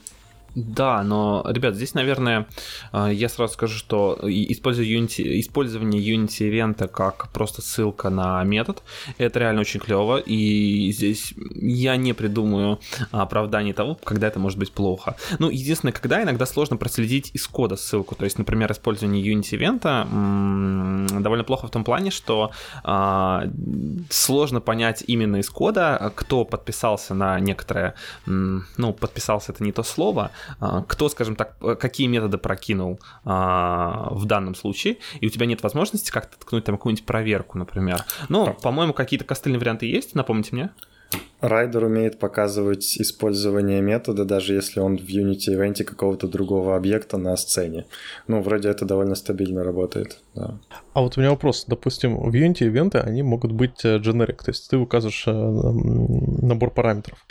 Да, но, ребят, здесь, наверное, я сразу скажу, что использование Unity, использование Unity ивента как просто ссылка на метод, это реально очень клево, и здесь я не придумаю оправданий того, когда это может быть плохо. Ну, единственное, когда иногда сложно проследить из кода ссылку, то есть, например, использование Unity ивента м- довольно плохо в том плане, что а, сложно понять именно из кода, кто подписался на некоторое, м- ну, подписался — это не то слово, кто, скажем так, какие методы прокинул а, в данном случае, и у тебя нет возможности как-то ткнуть там какую-нибудь проверку, например. Но, по-моему, какие-то костыльные варианты есть, напомните мне. Райдер умеет показывать использование метода, даже если он в Unity ивенте какого-то другого объекта на сцене. Ну, вроде это довольно стабильно работает, да. А вот у меня вопрос. Допустим, в Unity ивенты, они могут быть generic, то есть ты указываешь набор параметров.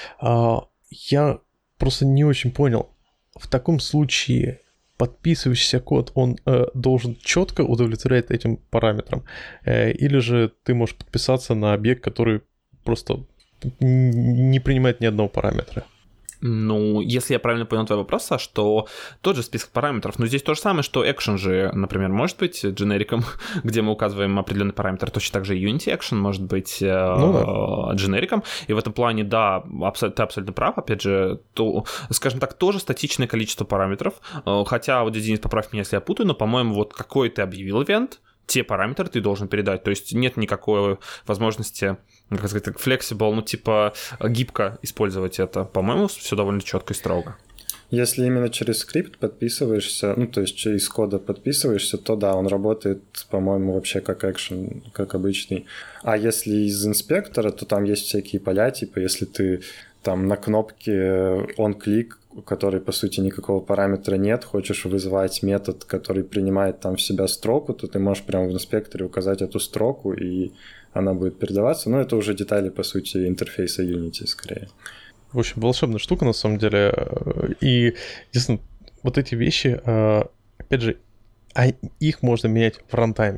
Я просто не очень понял, в таком случае подписывающийся код, он э, должен четко удовлетворять этим параметрам, э, или же ты можешь подписаться на объект, который просто не принимает ни одного параметра? Ну, если я правильно понял твой вопрос, Саш, то тот же список параметров. Но здесь то же самое, что Action же, например, может быть дженериком, где мы указываем определенный параметр. Точно так же Unity Action может быть ну, да. дженериком. И в этом плане, да, абсолютно, ты абсолютно прав. Опять же, то, скажем так, тоже статичное количество параметров. Хотя, вот, Денис, поправь меня, если я путаю, но, по-моему, вот какой ты объявил ивент, те параметры ты должен передать. То есть нет никакой возможности, как сказать, flexible, ну типа гибко использовать это. По-моему, все довольно четко и строго. Если именно через скрипт подписываешься, ну то есть через кода подписываешься, то да, он работает, по-моему, вообще как экшен, как обычный. А если из инспектора, то там есть всякие поля, типа если ты там на кнопке on-click, у которой, по сути, никакого параметра нет, хочешь вызвать метод, который принимает там в себя строку, то ты можешь прямо в инспекторе указать эту строку, и она будет передаваться. Но это уже детали, по сути, интерфейса Unity скорее. В общем, волшебная штука, на самом деле. И, естественно, вот эти вещи, опять же, их можно менять в рантайме.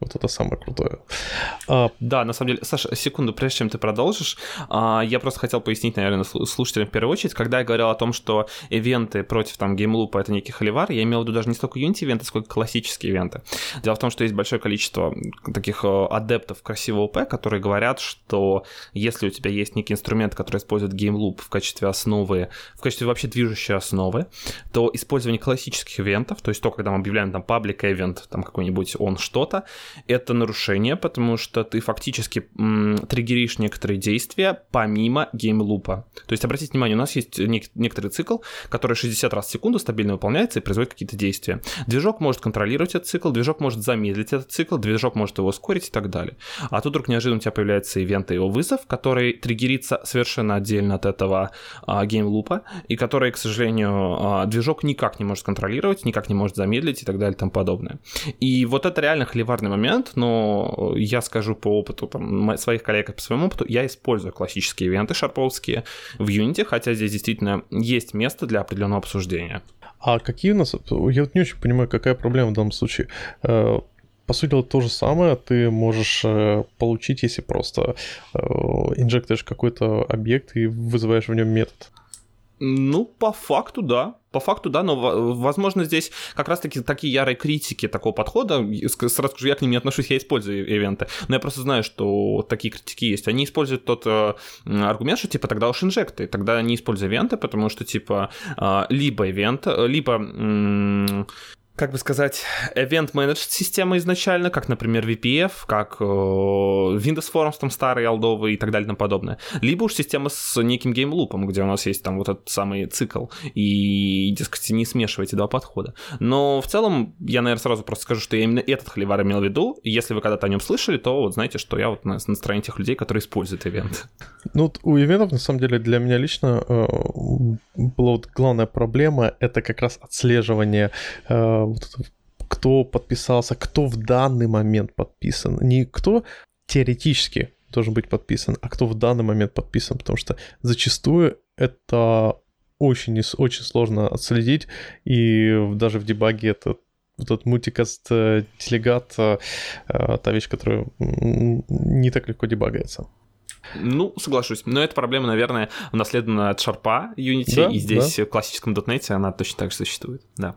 Вот это самое крутое. А... Да, на самом деле, Саша, секунду, прежде чем ты продолжишь, я просто хотел пояснить, наверное, слушателям в первую очередь, когда я говорил о том, что ивенты против там геймлупа — это некий холивар, я имел в виду даже не столько Unity-ивенты, сколько классические ивенты. Дело в том, что есть большое количество таких адептов красивого ОП, которые говорят, что если у тебя есть некий инструмент, который использует геймлуп в качестве основы, в качестве вообще движущей основы, то использование классических ивентов, то есть то, когда мы объявляем там паблик ивент, там какой-нибудь он что-то, это нарушение, потому что ты фактически м, триггеришь некоторые действия помимо геймлупа. То есть, обратите внимание, у нас есть нек- некоторый цикл, который шестьдесят раз в секунду стабильно выполняется и производит какие-то действия. Движок может контролировать этот цикл, движок может замедлить этот цикл, движок может его ускорить и так далее. А тут вдруг неожиданно у тебя появляется ивент и его вызов, который триггерится совершенно отдельно от этого а, геймлупа, и который, к сожалению, а, движок никак не может контролировать, никак не может замедлить и так далее и тому подобное. И вот это реально холиварный момент, но я скажу по опыту там, своих коллег и по своему опыту, я использую классические ивенты шарповские в Unity, хотя здесь действительно есть место для определенного обсуждения. А какие у нас... Я вот не очень понимаю, какая проблема в данном случае. По сути дела, то же самое ты можешь получить, если просто инжектишь какой-то объект и вызываешь в нем метод. Ну, по факту, да. По факту, да, но, возможно, здесь как раз-таки такие ярые критики такого подхода, сразу скажу, я к ним не отношусь, я использую ивенты, но я просто знаю, что такие критики есть. Они используют тот э, аргумент, что, типа, тогда уж инжекты, тогда не используй ивенты, потому что, типа, э, либо ивент, либо... М- как бы сказать, event managed система изначально, как, например, ви пи эф, как э, Windows Forms там старый, олдовый и так далее и тому подобное. Либо уж система с неким геймлупом, где у нас есть там вот этот самый цикл, и, дескать, не смешивайте два подхода. Но в целом, я, наверное, сразу просто скажу, что я именно этот холивар имел в виду. Если вы когда-то о нем слышали, то вот знаете, что я вот на, на стороне тех людей, которые используют ивент. Ну, вот у ивентов, на самом деле, для меня лично э, была вот главная проблема, это как раз отслеживание э, вот это, кто подписался, кто в данный момент подписан. Не кто теоретически должен быть подписан, а кто в данный момент подписан, потому что зачастую это очень, очень сложно отследить, и даже в дебаге это вот этот мультикаст делегат, та вещь, которая не так легко дебагается. Ну, соглашусь. Но эта проблема, наверное, унаследована от шарпа Unity, да, и здесь да. В классическом дотнете она точно так же существует, да.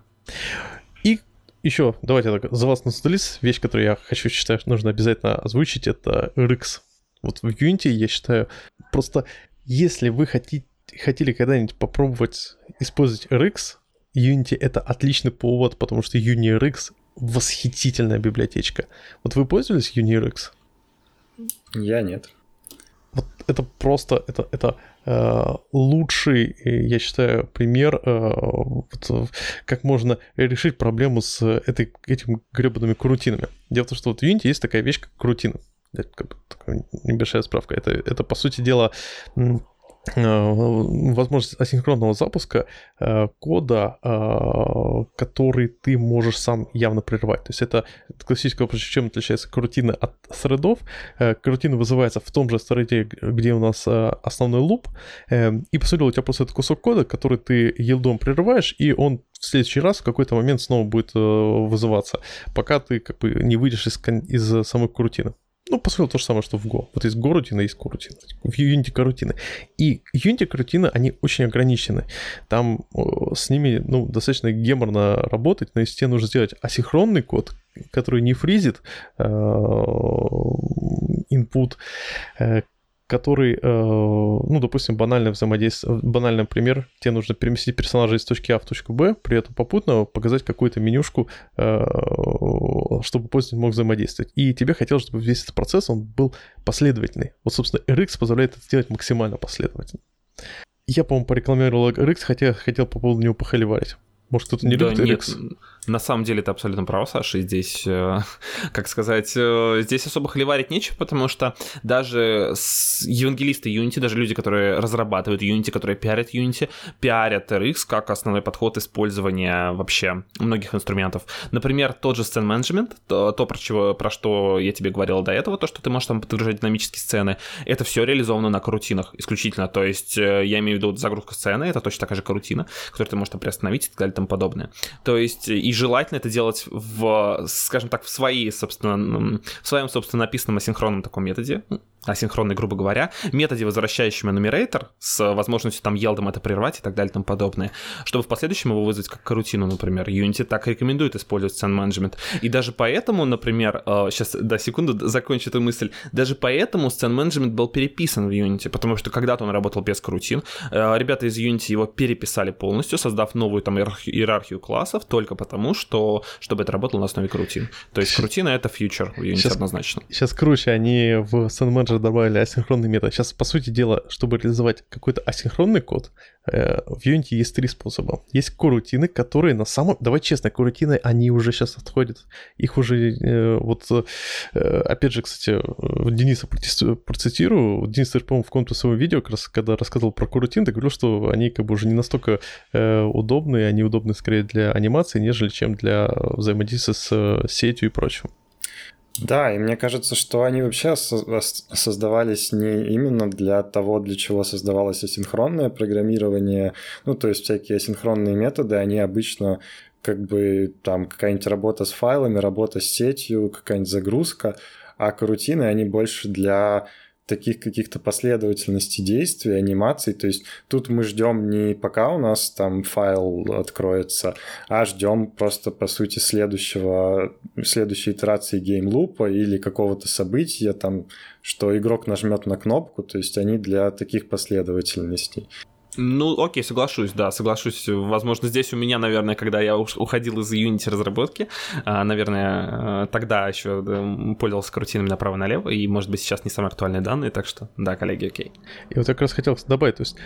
И еще, давайте так, за вас насадились, вещь, которую я хочу, считаю, что нужно обязательно озвучить, это эр икс. Вот в Unity, я считаю, просто если вы хотите, хотели когда-нибудь попробовать использовать эр икс, Unity — это отличный повод, потому что UniRX — восхитительная библиотечка. Вот вы пользовались UniRX? Я нет. Вот это просто, это, это э, лучший, я считаю, пример, э, вот, как можно решить проблему с этой, этими гребаными карутинами. Дело в том, что вот в Unity есть такая вещь, как карутина. Такая небольшая справка. Это, это по сути дела, возможность асинхронного запуска э, кода, э, который ты можешь сам явно прерывать. То есть это классический вопрос, чем отличается карутина от threadов. Э, карутина вызывается в том же thread, где у нас э, основной луп, э, и по сути у тебя просто этот кусок кода, который ты йилдом прерываешь, и он в следующий раз в какой-то момент снова будет э, вызываться, пока ты как бы не выйдешь из, из самой карутины. Ну, по сути, то же самое, что в Go. Вот есть Go-рутина, есть Q-рутина. В Unity карутины. И Unity карутины, они очень ограничены. Там о, с ними, ну, достаточно геморно работать, но если тебе нужно сделать асинхронный код, который не фризит э, input, э, который, э, ну, допустим, банальное взаимодействие, банальный пример, тебе нужно переместить персонажа из точки А в точку Б, при этом попутно показать какую-то менюшку, э, чтобы пользователь мог взаимодействовать. И тебе хотелось, чтобы весь этот процесс, он был последовательный. Вот, собственно, эр икс позволяет это сделать максимально последовательно. Я, по-моему, порекламировал эр икс, хотя хотел по поводу него похоливарить. Может, кто-то не да, любит эр икс? Нет. На самом деле, ты абсолютно прав, Саша. Здесь, э, как сказать, э, здесь особо холиварить нечего, потому что даже евангелисты Unity, даже люди, которые разрабатывают Unity, которые пиарят Unity, пиарят эр икс как основной подход использования вообще многих инструментов. Например, тот же Scene Management, то, то про, чего, про что я тебе говорил до этого, то, что ты можешь там подгружать динамические сцены, это все реализовано на карутинах исключительно. То есть, э, я имею в виду загрузка сцены, это точно такая же карутина, которую ты можешь там приостановить и так далее и тому тому подобное. То есть и желательно это делать в, скажем так, в, своей, собственно, в своем, собственно, написанном асинхронном таком методе, асинхронный, грубо говоря, методе, возвращающем enumerator с возможностью там елдом это прервать и так далее и тому подобное, чтобы в последующем его вызвать как карутину, например. Unity так рекомендует использовать scene management. И даже поэтому, например, сейчас, да, секунду, закончу эту мысль, даже поэтому scene management был переписан в Unity, потому что когда-то он работал без карутин. Ребята из Unity его переписали полностью, создав новую там иерархию классов, только потому, что чтобы это работало на основе карутин. То есть карутина — это фьючер в Unity сейчас, однозначно. Сейчас круче, они в scene management добавили асинхронный метод. Сейчас, по сути дела, чтобы реализовать какой-то асинхронный код, в Unity есть три способа. Есть корутины, которые на самом... Давай честно, корутины, они уже сейчас отходят. Их уже... Вот, опять же, кстати, Дениса процитирую. Денис, ты же, по-моему, в каком-то своем видео, как раз, когда рассказывал про корутины, ты говорил, что они как бы уже не настолько удобные, они удобны скорее для анимации, нежели чем для взаимодействия с сетью и прочим. Да, и мне кажется, что они вообще создавались не именно для того, для чего создавалось асинхронное программирование, ну, то есть всякие асинхронные методы, они обычно как бы там какая-нибудь работа с файлами, работа с сетью, какая-нибудь загрузка, а корутины, они больше для таких каких-то последовательностей действий, анимаций. То есть тут мы ждем не пока у нас там файл откроется, а ждем просто, по сути, следующего, следующей итерации геймлупа или какого-то события, там, что игрок нажмет на кнопку. То есть они для таких последовательностей. Ну, окей, соглашусь, да, соглашусь. Возможно, здесь у меня, наверное, когда я уходил из Unity разработки, наверное, тогда еще пользовался карутинами направо-налево, и, может быть, сейчас не самые актуальные данные, так что, да, коллеги, окей. И вот я как раз хотел добавить, то есть,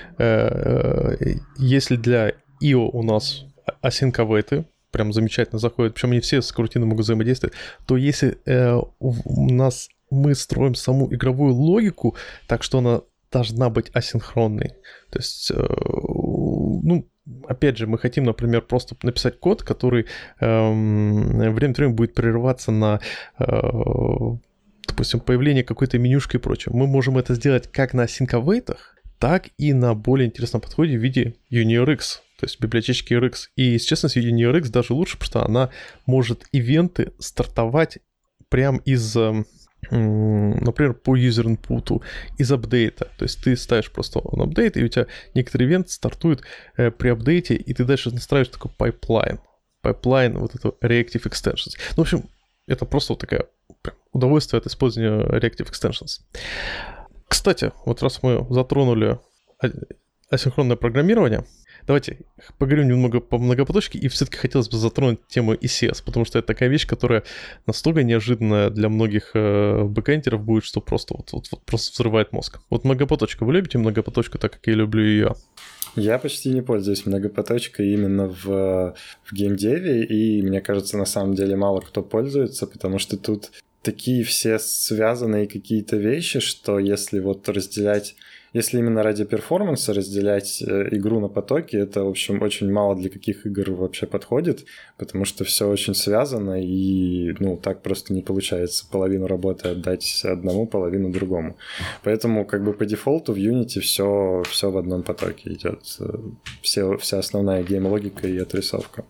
если для ай о у нас async-await прям замечательно заходят, причем не все с карутиной могут взаимодействовать, то если у нас мы строим саму игровую логику так, что она должна быть асинхронной. То есть, э, ну, опять же, мы хотим, например, просто написать код, который э, время от времени будет прерываться на, э, допустим, появление какой-то менюшки и прочее. Мы можем это сделать как на async-await, так и на более интересном подходе в виде UniRX, то есть библиотечки эр икс. И, если честно, UniRX даже лучше, потому что она может ивенты стартовать прямо из... например, по user-input, из апдейта. То есть ты ставишь просто он апдейт, и у тебя некоторый ивент стартует э, при апдейте, и ты дальше настраиваешь такой пайплайн. Пайплайн, вот это Reactive Extensions. Ну, в общем, это просто вот такое удовольствие от использования Reactive Extensions. Кстати, вот раз мы затронули асинхронное программирование, давайте поговорим немного по многопоточке, и все-таки хотелось бы затронуть тему и си эс, потому что это такая вещь, которая настолько неожиданная для многих э, бэкэндеров будет, что просто вот, вот, вот просто взрывает мозг. Вот многопоточка. Вы любите многопоточку так, как я люблю ее? Я почти не пользуюсь многопоточкой именно в, в геймдеве, и мне кажется, на самом деле мало кто пользуется, потому что тут такие все связанные какие-то вещи, что если вот разделять... Если именно ради перформанса разделять игру на потоки, это, в общем, очень мало для каких игр вообще подходит, потому что все очень связано, и, ну, так просто не получается половину работы отдать одному, половину другому. Поэтому, как бы по дефолту в Unity все, все в одном потоке идет. Все, вся основная гейм-логика и отрисовка.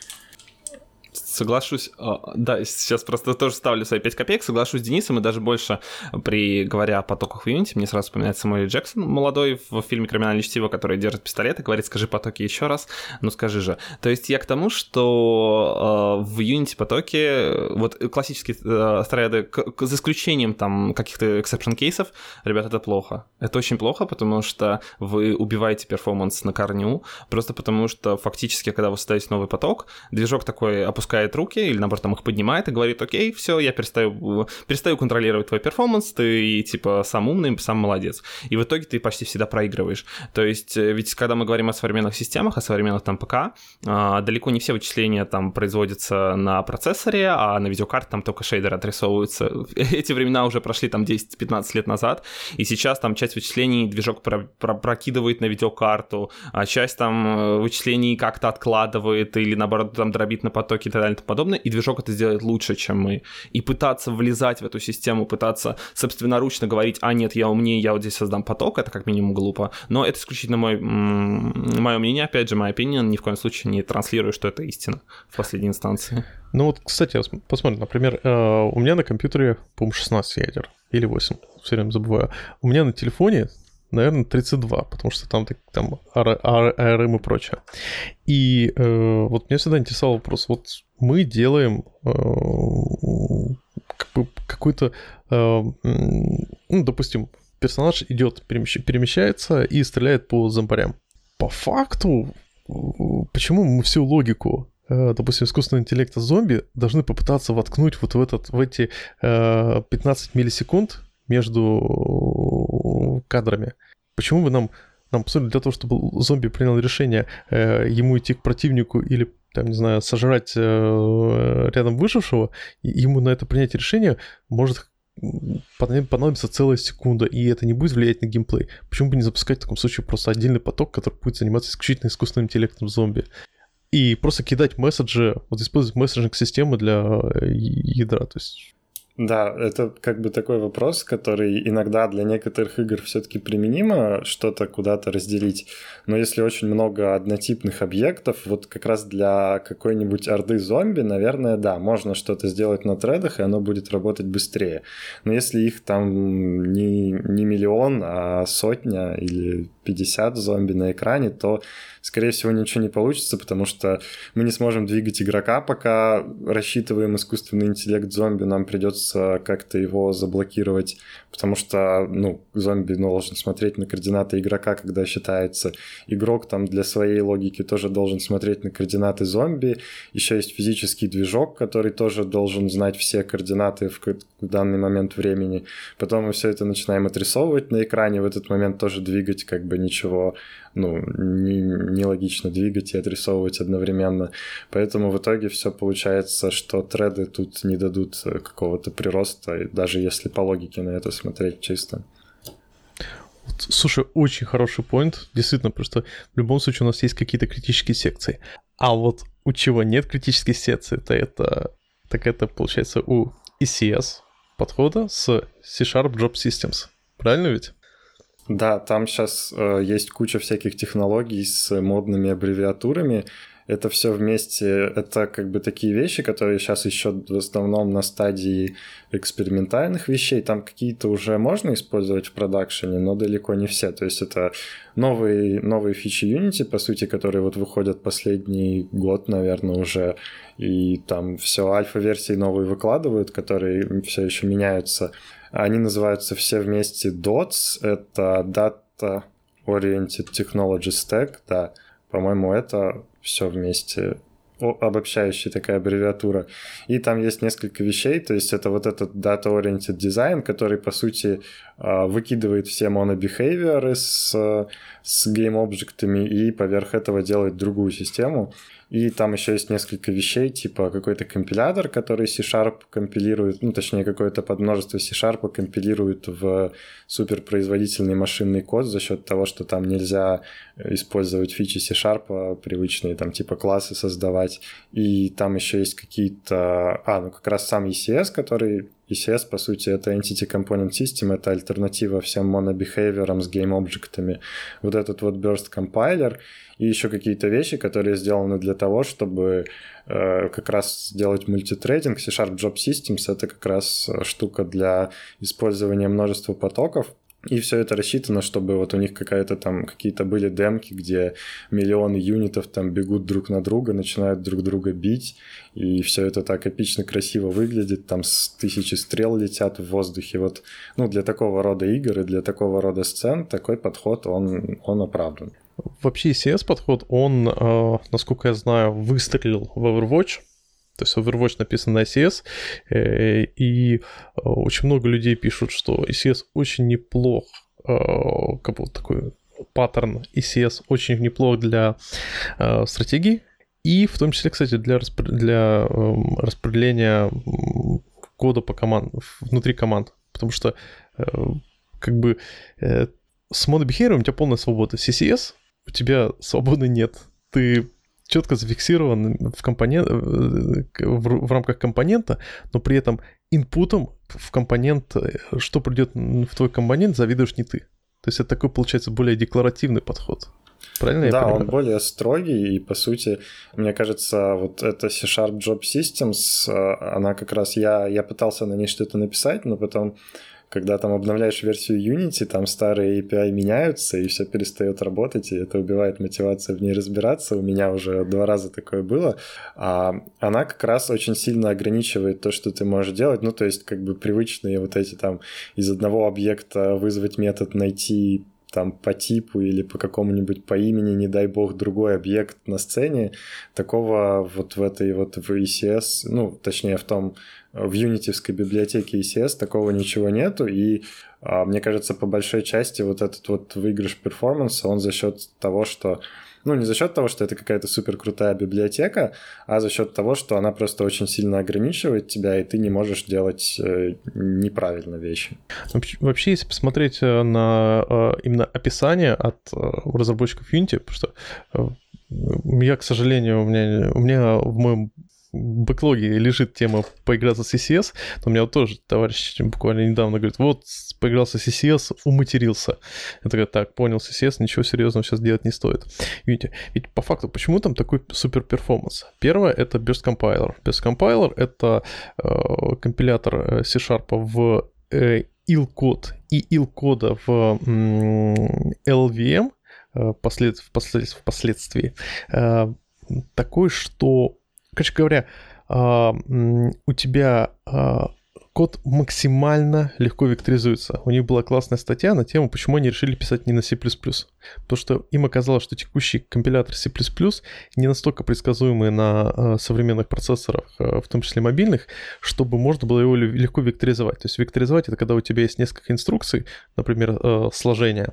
Соглашусь, да, сейчас просто тоже ставлю свои пять копеек, соглашусь с Денисом, и даже больше, при говоря о потоках в Unity, мне сразу вспоминается Самуэль Джексон, молодой, в фильме «Криминальное чтиво», который держит пистолет и говорит: скажи потоки еще раз, ну скажи же. То есть я к тому, что э, в Unity потоки, вот классические э, стрейды, за исключением там каких-то exception кейсов, ребят, это плохо. Это очень плохо, потому что вы убиваете перформанс на корню, просто потому что фактически, когда вы создаете новый поток, движок такой опускает руки, или наоборот там их поднимает и говорит: окей, все, я перестаю, перестаю контролировать твой перформанс, ты типа сам умный, сам молодец. И в итоге ты почти всегда проигрываешь. То есть, ведь когда мы говорим о современных системах, о современных там ПК, далеко не все вычисления там производятся на процессоре, а на видеокарте там только шейдеры отрисовываются. Эти времена уже прошли там десять-пятнадцать лет назад, и сейчас там часть вычислений движок про- про- прокидывает на видеокарту, а часть там вычислений как-то откладывает или наоборот там дробит на потоки и так далее далее и тому подобное, и движок это сделает лучше, чем мы. И пытаться влезать в эту систему, пытаться собственноручно говорить, а нет, я умнее, я вот здесь создам поток, это как минимум глупо. Но это исключительно мой, м- мое мнение, опять же, моя opinion, ни в коем случае не транслирую, что это истина в последней инстанции. Ну вот, кстати, посмотрим, например, у меня на компьютере, по-моему, шестнадцать ядер, или восемь, все время забываю. У меня на телефоне, наверное, тридцать два, потому что там, там эй ар эм и прочее. И э, вот меня всегда интересовал вопрос, вот мы делаем э, как бы какой-то, э, ну, допустим, персонаж идет, перемещ- перемещается и стреляет по зомбарям. По факту, почему мы всю логику, э, допустим, искусственного интеллекта зомби должны попытаться воткнуть вот в, этот, в эти э, пятнадцать миллисекунд между кадрами? Почему бы нам, нам по сути, для того, чтобы зомби принял решение э, ему идти к противнику или, там, не знаю, сожрать э, рядом выжившего, ему на это принятие решения может понадобится целая секунда, и это не будет влиять на геймплей. Почему бы не запускать в таком случае просто отдельный поток, который будет заниматься исключительно искусственным интеллектом зомби? И просто кидать месседжи, вот использовать месседжинг-системы для ядра, то есть... Да, это как бы такой вопрос, который иногда для некоторых игр все-таки применимо что-то куда-то разделить, но если очень много однотипных объектов, вот как раз для какой-нибудь орды зомби, наверное, да, можно что-то сделать на тредах, и оно будет работать быстрее. Но если их там не, не миллион, а сотня или пятьдесят зомби на экране, то, скорее всего, ничего не получится, потому что мы не сможем двигать игрока, пока рассчитываем искусственный интеллект зомби, нам придется как-то его заблокировать, потому что, ну, зомби должен смотреть на координаты игрока, когда считается. Игрок там для своей логики тоже должен смотреть на координаты зомби. Еще есть физический движок, который тоже должен знать все координаты в, в данный момент времени. Потом мы все это начинаем отрисовывать на экране, в этот момент тоже двигать как бы ничего, ну, нелогично не двигать и отрисовывать одновременно. Поэтому в итоге все получается, что треды тут не дадут какого-то прироста, даже если по логике на это смотреть чисто. Слушай, очень хороший поинт, действительно, потому что в любом случае у нас есть какие-то критические секции. А вот у чего нет критических секций, то это, так это получается у и си эс подхода с C-Sharp Job Systems. Правильно ведь? Да, там сейчас э, есть куча всяких технологий с модными аббревиатурами. Это все вместе, это как бы такие вещи, которые сейчас еще в основном на стадии экспериментальных вещей. Там какие-то уже можно использовать в продакшене, но далеко не все. То есть это новые, новые фичи Unity, по сути, которые вот выходят последний год, наверное, уже. И там все альфа-версии новые выкладывают, которые все еще меняются. Они называются все вместе доутс, это Data Oriented Technology Stack, да, по-моему, это все вместе, обобщающая такая аббревиатура. И там есть несколько вещей, то есть это вот этот Data Oriented Design, который, по сути, выкидывает все монобихейвиоры с, с гейм-объектами и поверх этого делает другую систему. И там еще есть несколько вещей, типа какой-то компилятор, который C-Sharp компилирует, ну, точнее, какое-то подмножество C-Sharp компилирует в суперпроизводительный машинный код за счет того, что там нельзя использовать фичи C-Sharp привычные, там, типа классы создавать. И там еще есть какие-то... А, ну, как раз сам и си эс, который... и си эс, по сути, это Entity Component System, это альтернатива всем монобихейвиорам с гейм-объектами. Вот этот вот Burst Compiler и еще какие-то вещи, которые сделаны для того, чтобы э, как раз сделать мультитрейдинг. C-Sharp Job Systems — это как раз штука для использования множества потоков. И все это рассчитано, чтобы вот у них какая-то там, какие-то были демки, где миллионы юнитов там бегут друг на друга, начинают друг друга бить, и все это так эпично красиво выглядит, там с тысячи стрел летят в воздухе. Вот, ну, для такого рода игр и для такого рода сцен такой подход, он, он оправдан. Вообще и си эс-подход, он, э, насколько я знаю, выстрелил в Overwatch. То есть Overwatch написан на и си эс, э, и очень много людей пишут, что и си эс очень неплох, э, как бы вот такой паттерн и си эс очень неплох для э, стратегий, и в том числе, кстати, для, распри- для э, распределения кода по команд, внутри команд, потому что э, как бы э, с монобихейвиором у тебя полная свобода, с и си эс у тебя свободы нет, ты четко зафиксирован в, компонент, в, в рамках компонента, но при этом инпутом в компонент, что придет в твой компонент, завидуешь не ты. То есть это такой, получается, более декларативный подход. Правильно я да, понимаю? Он более строгий, и, по сути, мне кажется, вот эта C-Sharp Job Systems, она как раз... Я, я пытался на ней что-то написать, но потом, когда там обновляешь версию Unity, там старые эй пи ай меняются, и все перестает работать, и это убивает мотивацию в ней разбираться. У меня уже два раза такое было. А она как раз очень сильно ограничивает то, что ты можешь делать. Ну, то есть, как бы привычные вот эти там из одного объекта вызвать метод, найти там по типу или по какому-нибудь по имени, не дай бог, другой объект на сцене. Такого вот в этой вот в и си эс, ну, точнее, в том, в юнитивской библиотеке и си эс такого ничего нету, и а, мне кажется, по большой части вот этот вот выигрыш перформанса, он за счет того, что ну, не за счет того, что это какая-то супер крутая библиотека, а за счет того, что она просто очень сильно ограничивает тебя, и ты не можешь делать э, неправильно вещи. Вообще, если посмотреть на э, именно описание от э, разработчиков Unity, потому что э, я, к сожалению, у меня, у меня в моем бэклоге лежит тема поиграться с и си эс, но у меня вот тоже товарищ буквально недавно говорит, вот, поигрался с и си эс, уматерился. Я такой, так, понял, с и си эс, ничего серьезного сейчас делать не стоит. Видите, ведь по факту, почему там такой супер перформанс? Первое, это Burst Compiler. Burst Compiler — это э, компилятор C-Sharp в э, ил-код и ил-кода в м, эл ви эм э, послед, впослед, впоследствии. Э, такой, что короче говоря, у тебя код максимально легко векторизуется. У них была классная статья на тему, почему они решили писать не на C++. Потому что им оказалось, что текущий компилятор C++ не настолько предсказуемый на современных процессорах, в том числе мобильных, чтобы можно было его легко векторизовать. То есть векторизовать — это когда у тебя есть несколько инструкций, например, сложения,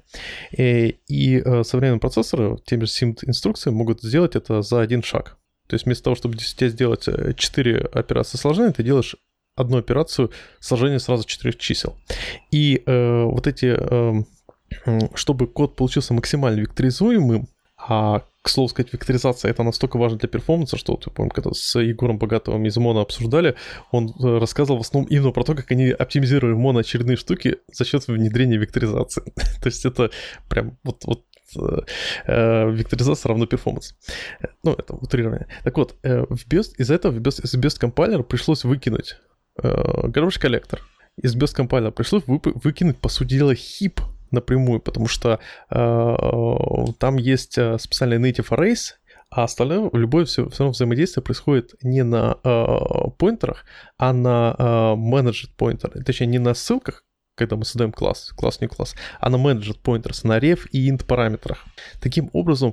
и современные процессоры теми же симт-инструкциями могут сделать это за один шаг. То есть вместо того, чтобы тебе сделать четыре операции сложения, ты делаешь одну операцию сложения сразу четырех чисел. И э, вот эти, э, чтобы код получился максимально векторизуемым, а, к слову сказать, векторизация — это настолько важно для перформанса, что, вот, я помню, когда с Егором Богатовым из Моно обсуждали, он рассказывал в основном именно про то, как они оптимизировали Моно очередные штуки за счет внедрения векторизации. То есть это прям вот, вот векторизация равно перформанс. Ну, это утрирование. Так вот, в Burst, из-за этого в Burst, из Burst Compiler пришлось выкинуть garbage коллектор. Из Burst Compiler пришлось вы, выкинуть, по сути дела, хип напрямую, потому что э, там есть специальный native arrays, а остальное, любое все, все равно взаимодействие происходит не на э, поинтерах, а на э, managed pointer. Точнее, не на ссылках, когда мы создаем класс, класс, не класс, а на managed pointers, на ref и int параметрах. Таким образом,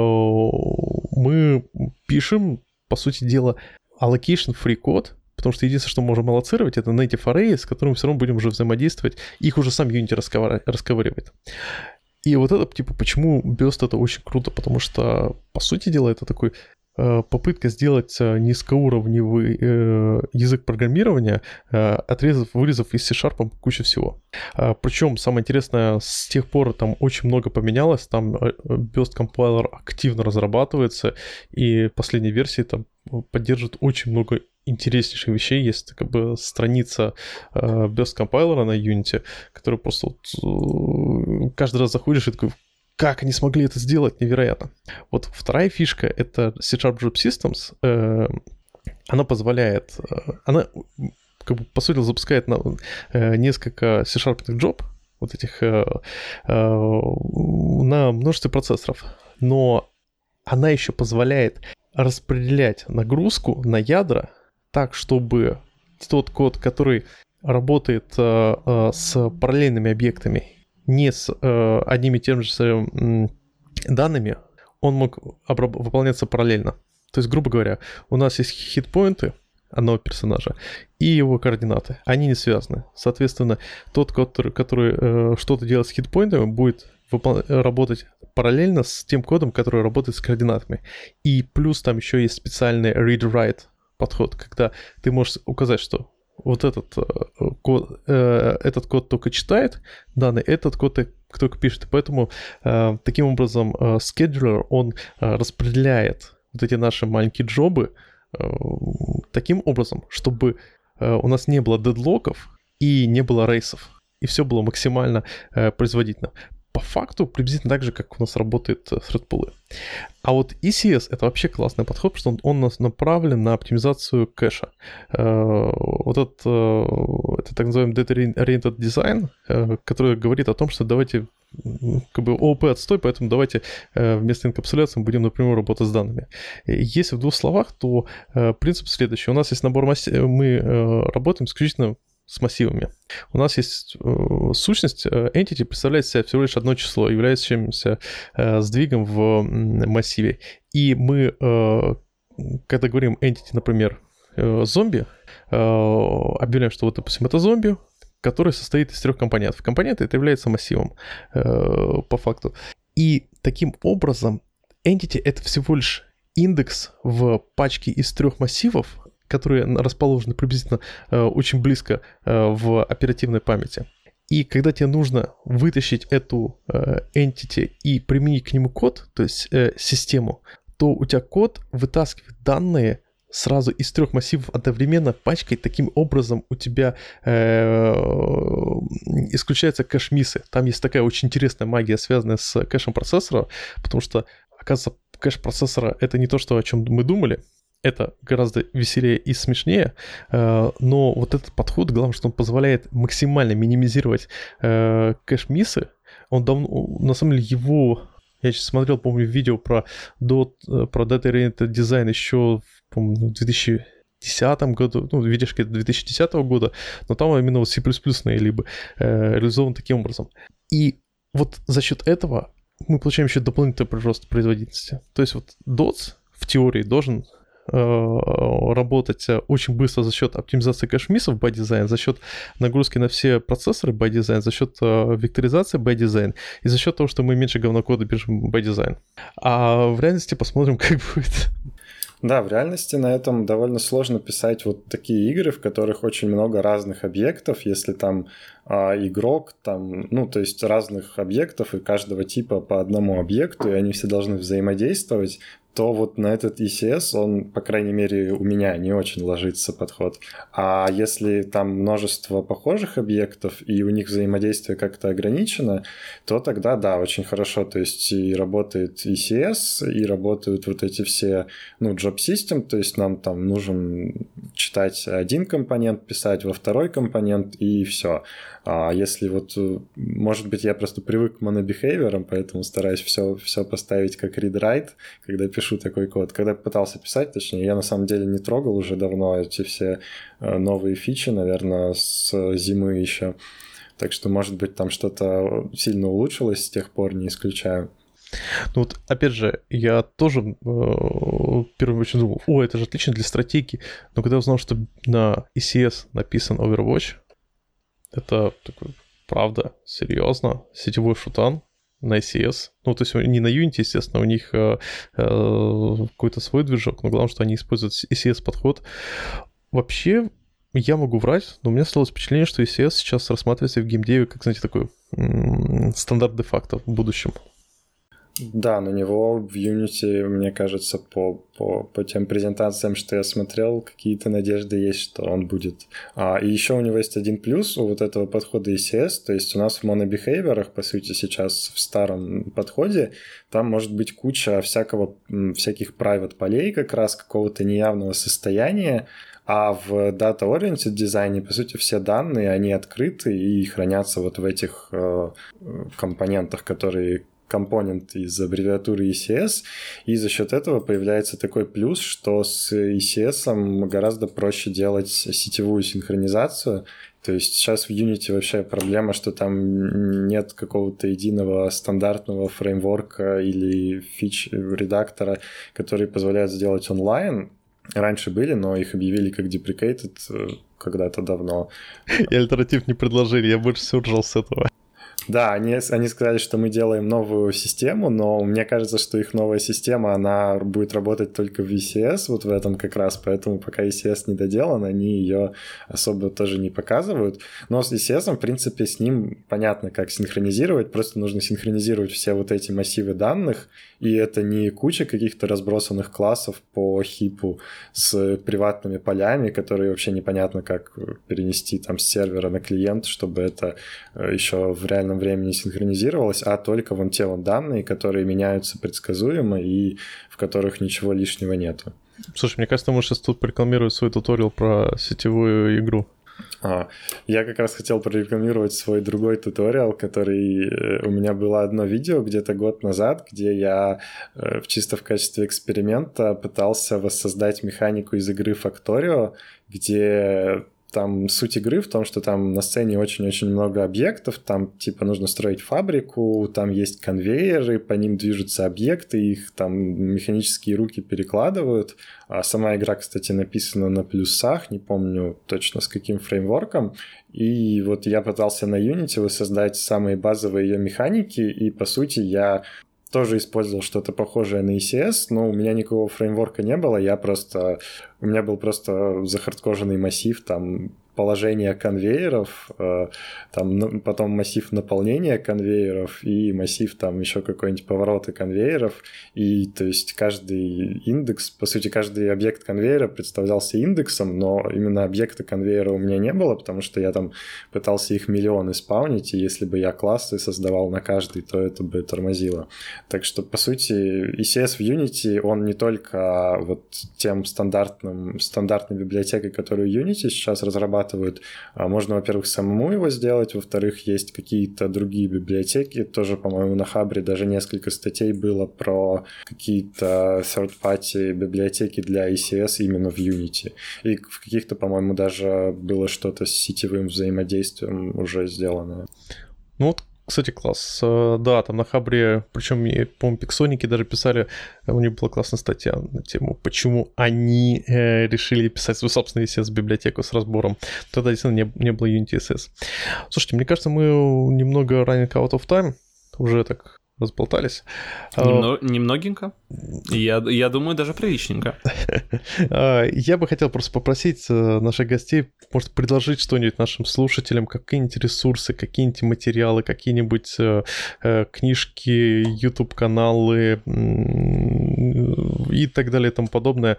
мы пишем, по сути дела, allocation-free код, потому что единственное, что мы можем аллоцировать, это native array, с которым все равно будем уже взаимодействовать. Их уже сам Unity расковыривает. И вот это, типа, почему Burst — это очень круто, потому что, по сути дела, это такой попытка сделать низкоуровневый э, язык программирования, э, отрезав, вырезав из C-Sharp кучу всего. Э, причем, самое интересное, с тех пор там очень много поменялось, там Burst Compiler активно разрабатывается, и в последней версии там поддерживает очень много интереснейших вещей. Есть как бы страница э, Burst Compiler на Unity, которая просто вот, э, каждый раз заходишь и такой: как они смогли это сделать? Невероятно. Вот вторая фишка — это C-Sharp Job Systems. Э, она позволяет... Э, она, как бы, по сути, запускает на, э, несколько C-Sharp job, вот этих, э, э, на множестве процессоров. Но она еще позволяет распределять нагрузку на ядра так, чтобы тот код, который работает э, э, с параллельными объектами, не с э, одними и теми же э, данными, он мог обраб- выполняться параллельно. То есть, грубо говоря, у нас есть хитпоинты одного персонажа и его координаты. Они не связаны. Соответственно, тот код, который, который э, что-то делает с хитпоинтами, будет выпол- работать параллельно с тем кодом, который работает с координатами. И плюс там еще есть специальный read-write подход, когда ты можешь указать, что вот этот э, код, э, этот код только читает данные, этот код только пишет. Поэтому э, таким образом э, scheduler, он э, распределяет вот эти наши маленькие джобы э, таким образом, чтобы э, у нас не было дедлоков и не было рейсов, и все было максимально э, производительно. По факту приблизительно так же, как у нас работает thread-пулы. А вот и си эс — это вообще классный подход, потому что он, он направлен на оптимизацию кэша. Вот этот, это так называемый Data-Oriented Design, который говорит о том, что давайте, как бы ООП отстой, поэтому давайте вместо инкапсуляции мы будем напрямую работать с данными. Если в двух словах, то принцип следующий. У нас есть набор массивов, мы работаем исключительно с массивами. У нас есть э, сущность, э, entity представляет себя всего лишь одно число, являющимся э, сдвигом в э, массиве. И мы, э, когда говорим entity, например, э, зомби, э, объявляем, что вот, допустим, это зомби, который состоит из трех компонентов. Компоненты — это является массивом э, по факту. И таким образом entity — это всего лишь индекс в пачке из трех массивов, которые расположены приблизительно э, очень близко э, в оперативной памяти. И когда тебе нужно вытащить эту э, entity и применить к нему код, то есть э, систему, то у тебя код вытаскивает данные сразу из трех массивов одновременно пачкой. Таким образом у тебя э, исключаются кэш-миссы. Там есть такая очень интересная магия, связанная с кэшем процессора, потому что, оказывается, кэш процессора — это не то, что, о чем мы думали. Это гораздо веселее и смешнее, но вот этот подход, главное, что он позволяет максимально минимизировать кэш-миссы. Он давно, на самом деле, его... Я сейчас смотрел, помню, видео про, про Data-Oriented Design еще, помню, в две тысячи десятом году, ну, видишки две тысячи десятого года, но там именно вот C++ либо реализован таким образом. И вот за счет этого мы получаем еще дополнительный прирост производительности. То есть вот дотс в теории должен работать очень быстро за счет оптимизации кэш-миссов by design, за счет нагрузки на все процессоры by design, за счет векторизации by design и за счет того, что мы меньше говнокода пишем by design. А в реальности посмотрим, как будет. Да, в реальности на этом довольно сложно писать вот такие игры, в которых очень много разных объектов, если там а, игрок, там, ну, то есть разных объектов и каждого типа по одному объекту, и они все должны взаимодействовать, то вот на этот и си эс он, по крайней мере, у меня не очень ложится подход. А если там множество похожих объектов, и у них взаимодействие как-то ограничено, то тогда, да, очень хорошо. То есть и работает и си эс, и работают вот эти все, ну, job system, то есть нам там нужен читать один компонент, писать во второй компонент, и все. А если вот, может быть, я просто привык к monobehavior'ам, поэтому стараюсь все, все поставить как read-write, когда пишу такой код. Когда пытался писать, точнее, я на самом деле не трогал уже давно эти все новые фичи, наверное, с зимы еще. Так что, может быть, там что-то сильно улучшилось с тех пор, не исключаю. Ну вот, опять же, я тоже э, первым очень думал, о, это же отлично для стратегии, но когда узнал, что на и си эс написан Overwatch, это такой, правда, серьезно, сетевой шутан на и си эс. Ну, то есть не на Unity, естественно, у них э, э, какой-то свой движок, но главное, что они используют и си эс-подход. Вообще, я могу врать, но у меня стало впечатление, что и си эс сейчас рассматривается в геймдеве как, знаете, такой м- стандарт де-факто в будущем. Да, на него в Unity, мне кажется, по, по, по тем презентациям, что я смотрел, какие-то надежды есть, что он будет. А, и еще у него есть один плюс у вот этого подхода и си эс, то есть у нас в monobehavior'ах, по сути, сейчас в старом подходе, там может быть куча всякого, всяких private полей, как раз какого-то неявного состояния, а в data-oriented дизайне, по сути, все данные, они открыты и хранятся вот в этих э, компонентах, которые компонент из аббревиатуры и си эс, и за счет этого появляется такой плюс, что с и си эс гораздо проще делать сетевую синхронизацию. То есть сейчас в Unity вообще проблема, что там нет какого-то единого стандартного фреймворка или фич-редактора, который позволяет сделать онлайн. Раньше были, но их объявили как deprecated когда-то давно. И альтернатив не предложили, я больше всего ржал с этого. Да, они, они сказали, что мы делаем новую систему, но мне кажется, что их новая система, она будет работать только в и си эс, вот в этом как раз, поэтому пока и си эс не доделан, они ее особо тоже не показывают. Но с и си эс, в принципе, с ним понятно, как синхронизировать, просто нужно синхронизировать все вот эти массивы данных, и это не куча каких-то разбросанных классов по хипу с приватными полями, которые вообще непонятно, как перенести там с сервера на клиент, чтобы это еще в реальном времени синхронизировалось, а только вон те вот данные, которые меняются предсказуемо и в которых ничего лишнего нету. Слушай, мне кажется, мы сейчас тут прорекламируем свой туториал про сетевую игру. А, я как раз хотел прорекламировать свой другой туториал, который... У меня было одно видео где-то год назад, где я чисто в качестве эксперимента пытался воссоздать механику из игры Factorio, где... Там суть игры в том, что там на сцене очень-очень много объектов, там типа нужно строить фабрику, там есть конвейеры, по ним движутся объекты, их там механические руки перекладывают. А сама игра, кстати, написана на плюсах, не помню точно с каким фреймворком. И вот я пытался на Unity воссоздать самые базовые ее механики, и по сути я... тоже использовал что-то похожее на и си эс, но у меня никакого фреймворка не было, я просто... У меня был просто захардкоженный массив, там, положение конвейеров, э, там, потом массив наполнения конвейеров и массив, там, еще какой-нибудь повороты конвейеров, и, то есть, каждый индекс, по сути, каждый объект конвейера представлялся индексом, но именно объекта конвейера у меня не было, потому что я там пытался их миллионы спаунить, и если бы я классы создавал на каждый, то это бы тормозило. Так что, по сути, и си эс в Unity, он не только вот тем стандартным, стандартной библиотекой, которую Unity сейчас разрабатывает, можно, во-первых, самому его сделать, во-вторых, есть какие-то другие библиотеки, тоже, по-моему, на Хабре даже несколько статей было про какие-то third-party библиотеки для и си эс именно в Unity. И в каких-то, по-моему, даже было что-то с сетевым взаимодействием уже сделано. Ну вот, кстати, класс. Да, там на Хабре, причем, по-моему, пиксоники даже писали, у них была классная статья на тему, почему они э, решили писать свою собственную и си эс-библиотеку с разбором. Тогда действительно не, не было Unity эс эс. Слушайте, мне кажется, мы немного running out of time, уже так разболтались. Немно, немногенько. Я, я думаю, даже приличненько. Я бы хотел просто попросить наших гостей, может, предложить что-нибудь нашим слушателям, какие-нибудь ресурсы, какие-нибудь материалы, какие-нибудь книжки, YouTube-каналы и так далее и тому подобное,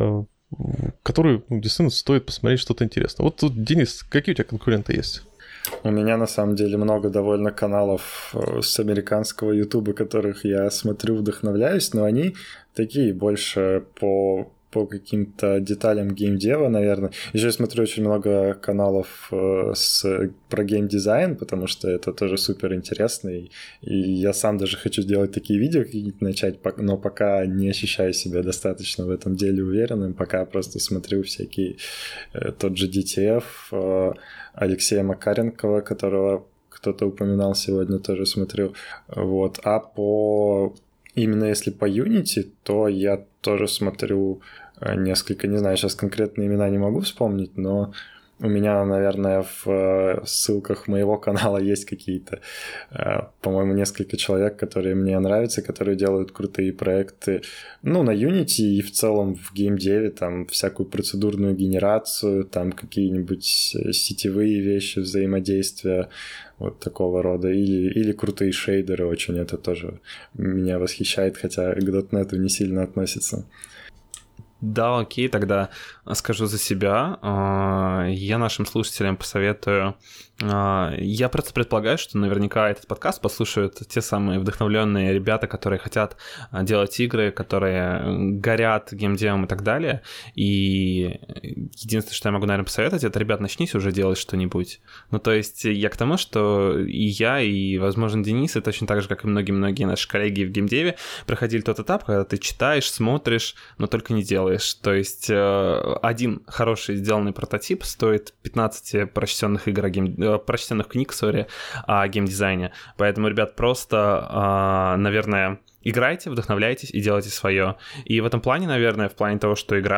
которые действительно стоит посмотреть что-то интересное. Вот тут, Денис, какие у тебя конкуренты есть? У меня, на самом деле, много довольно каналов с американского ютуба, которых я смотрю, вдохновляюсь, но они такие больше по, по каким-то деталям геймдева, наверное. Еще я смотрю очень много каналов с, про геймдизайн, потому что это тоже супер интересно, и, и я сам даже хочу сделать такие видео какие-то начать, но пока не ощущаю себя достаточно в этом деле уверенным, пока просто смотрю всякие, тот же ди ти эф, Алексея Макаренкова, которого кто-то упоминал сегодня, тоже смотрю. Вот. А по... Именно если по Unity, то я тоже смотрю несколько, не знаю, сейчас конкретные имена не могу вспомнить, но у меня, наверное, в ссылках моего канала есть какие-то, по-моему, несколько человек, которые мне нравятся, которые делают крутые проекты, ну, на Unity и в целом в геймдеве, там, всякую процедурную генерацию, там, какие-нибудь сетевые вещи, взаимодействия, вот такого рода, или, или крутые шейдеры очень, это тоже меня восхищает, хотя к .дот нет не сильно относится. Да, окей, тогда скажу за себя. Я нашим слушателям посоветую... Я просто предполагаю, что наверняка этот подкаст послушают те самые вдохновленные ребята, которые хотят делать игры, которые горят геймдевом и так далее. И единственное, что я могу, наверное, посоветовать, это, ребят, начните уже делать что-нибудь. Ну, то есть я к тому, что и я, и, возможно, Денис, и точно так же, как и многие-многие наши коллеги в геймдеве, проходили тот этап, когда ты читаешь, смотришь, но только не делаешь. То есть один хороший сделанный прототип стоит пятнадцать прочтенных игр о геймдеве, прочтенных книг, сори, о геймдизайне. Поэтому, ребят, просто, наверное, играйте, вдохновляйтесь и делайте свое. И в этом плане, наверное, в плане того, что играть,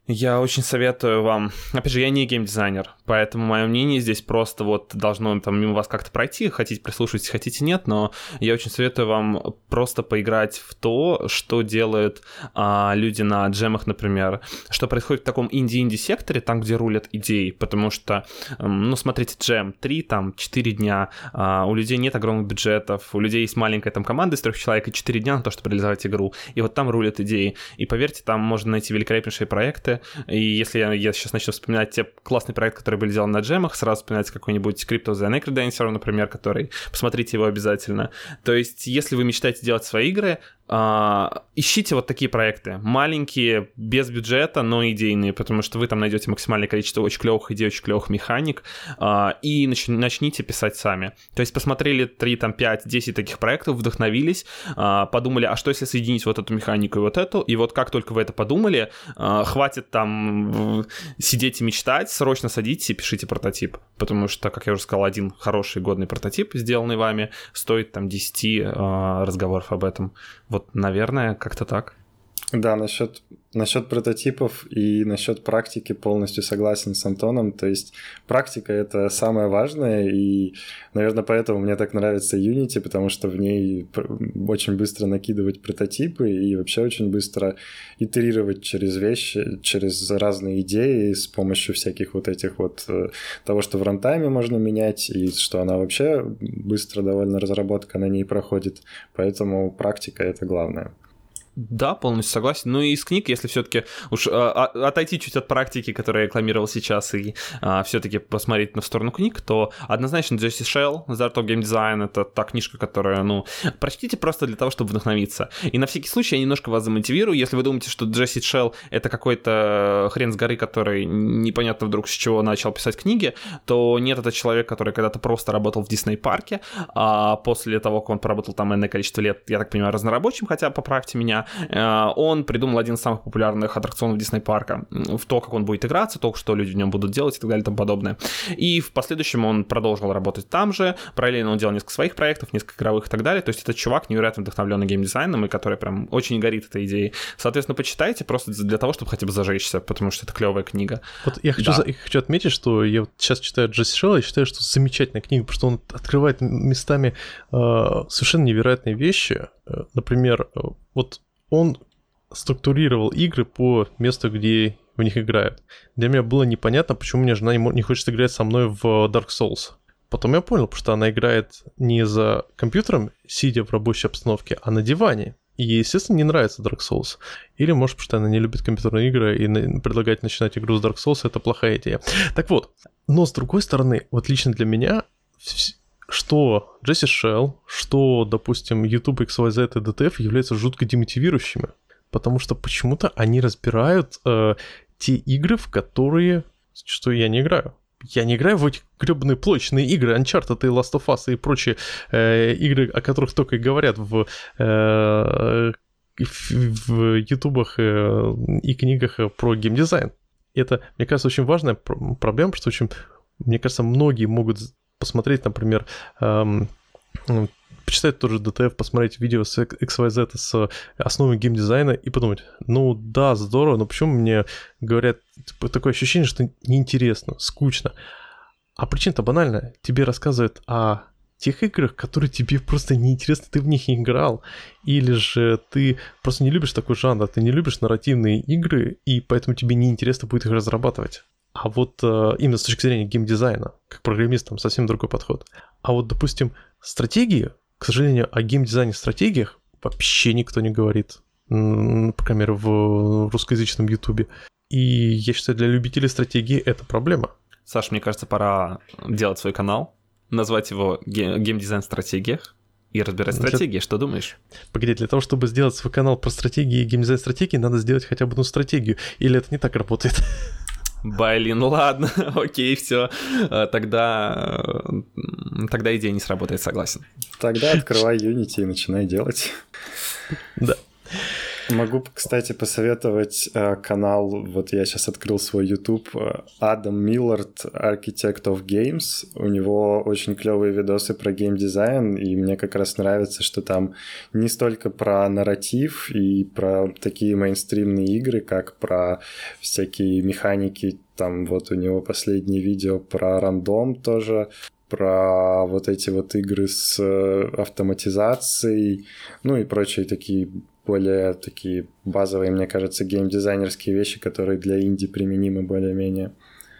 Я очень советую вам... Опять же, я не геймдизайнер, поэтому мое мнение здесь просто вот должно там мимо вас как-то пройти. Хотите прислушивайтесь, хотите нет, но я очень советую вам просто поиграть в то, что делают а, люди на джемах, например. Что происходит в таком инди-инди-секторе, там, где рулят идеи. Потому что, ну, смотрите, джем три, там, четыре дня. А, у людей нет огромных бюджетов, у людей есть маленькая там команда из трех человек и четыре дня на то, чтобы реализовать игру. И вот там рулят идеи. И поверьте, там можно найти великолепнейшие проекты. И если я, я сейчас начну вспоминать те классные проекты, которые были сделаны на джемах, сразу вспоминается какой-нибудь Crypto the Necrodancer, например, который... Посмотрите его обязательно. То есть, если вы мечтаете делать свои игры, Uh, ищите вот такие проекты. Маленькие, без бюджета, но идейные, потому что вы там найдете максимальное количество очень клевых идей, очень клевых механик, uh, и нач- начните писать сами. То есть посмотрели три, там, пять, десять таких проектов, вдохновились, uh, подумали, а что если соединить вот эту механику и вот эту, и вот как только вы это подумали, uh, хватит там сидеть и мечтать, срочно садитесь и пишите прототип, потому что, как я уже сказал, один хороший годный прототип, сделанный вами, стоит там десять uh, разговоров об этом. Вот, наверное, как-то так. Да, насчет, насчет прототипов и насчет практики полностью согласен с Антоном. То есть практика — это самое важное, и, наверное, поэтому мне так нравится Unity, потому что в ней очень быстро накидывать прототипы и вообще очень быстро итерировать через вещи, через разные идеи с помощью всяких вот этих вот того, что в рантайме можно менять, и что она вообще быстро довольно разработка на ней проходит. Поэтому практика — это главное. Да, полностью согласен. Ну и из книг, если все-таки уж а, отойти чуть от практики, которую я рекламировал сейчас, и а, все-таки посмотреть на сторону книг, то однозначно Джесси Шелл, The Art of Game Design — это та книжка, которая, ну, прочтите просто для того, чтобы вдохновиться. И на всякий случай я немножко вас замотивирую. Если вы думаете, что Джесси Шелл — это какой-то хрен с горы, который непонятно вдруг с чего начал писать книги, то нет, это человек, который когда-то просто работал в Дисней-парке, а после того, как он поработал там энное количество лет, я так понимаю, разнорабочим, хотя поправьте меня, он придумал один из самых популярных аттракционов Дисней-парка. В то, как он будет играться, то, что люди в нем будут делать и так далее и тому подобное. И в последующем он продолжил работать там же. Параллельно он делал несколько своих проектов, несколько игровых и так далее. То есть это чувак, невероятно вдохновленный геймдизайном, и который прям очень горит этой идеей. Соответственно, почитайте просто для того, чтобы хотя бы зажечься, потому что это клевая книга. Вот я хочу, да. за, я хочу отметить, что я вот сейчас читаю Джесси Шелла и считаю, что замечательная книга, потому что он открывает местами э, совершенно невероятные вещи. Например, вот он структурировал игры по месту, где в них играют. Для меня было непонятно, почему мне жена не хочет играть со мной в Dark Souls. Потом я понял, потому что она играет не за компьютером, сидя в рабочей обстановке, а на диване. И ей, естественно, не нравится Dark Souls. Или, может, потому что она не любит компьютерные игры, и предлагать начинать игру с Dark Souls — это плохая идея. Так вот, но с другой стороны, вот лично для меня... что Джесси Шелл, что, допустим, YouTube, икс уай зет и ди ти эф являются жутко демотивирующими, потому что почему-то они разбирают э, те игры, в которые, что я не играю. Я не играю в эти гребаные плочные игры, Uncharted и Last of Us и прочие э, игры, о которых только и говорят в, э, в, в ютубах э, и книгах про геймдизайн. Это, мне кажется, очень важная проблема, потому что очень, мне кажется, многие могут посмотреть, например, эм, почитать тоже ди ти эф, посмотреть видео с икс уай зет с основами геймдизайна и подумать, ну да, здорово, но почему мне говорят такое ощущение, что неинтересно, скучно. А причина-то банальная. Тебе рассказывают о тех играх, которые тебе просто неинтересны, ты в них не играл. Или же ты просто не любишь такой жанр, ты не любишь нарративные игры, и поэтому тебе неинтересно будет их разрабатывать. А вот э, именно с точки зрения геймдизайна, как программист, там совсем другой подход. А вот, допустим, стратегии, к сожалению, о геймдизайне стратегиях вообще никто не говорит. По крайней мере, в русскоязычном ютубе. И я считаю, для любителей стратегии это проблема. Саш, мне кажется, пора делать свой канал, назвать его «Геймдизайн в стратегиях» и разбирать стратегии. Для... Что думаешь? Погоди, для того, чтобы сделать свой канал про стратегии и геймдизайн стратегии, надо сделать хотя бы одну стратегию. Или это не так работает? Блин, ну ладно, окей, все. Тогда, тогда идея не сработает, согласен. Тогда открывай Unity и начинай делать. Да. Могу, кстати, посоветовать э, канал, вот я сейчас открыл свой YouTube, Адам Миллард, Architect of Games. У него очень клевые видосы про геймдизайн, и мне как раз нравится, что там не столько про нарратив и про такие мейнстримные игры, как про всякие механики. Там вот у него последнее видео про рандом тоже, про вот эти вот игры с автоматизацией, ну и прочие такие более такие базовые, мне кажется, геймдизайнерские вещи, которые для инди применимы более-менее.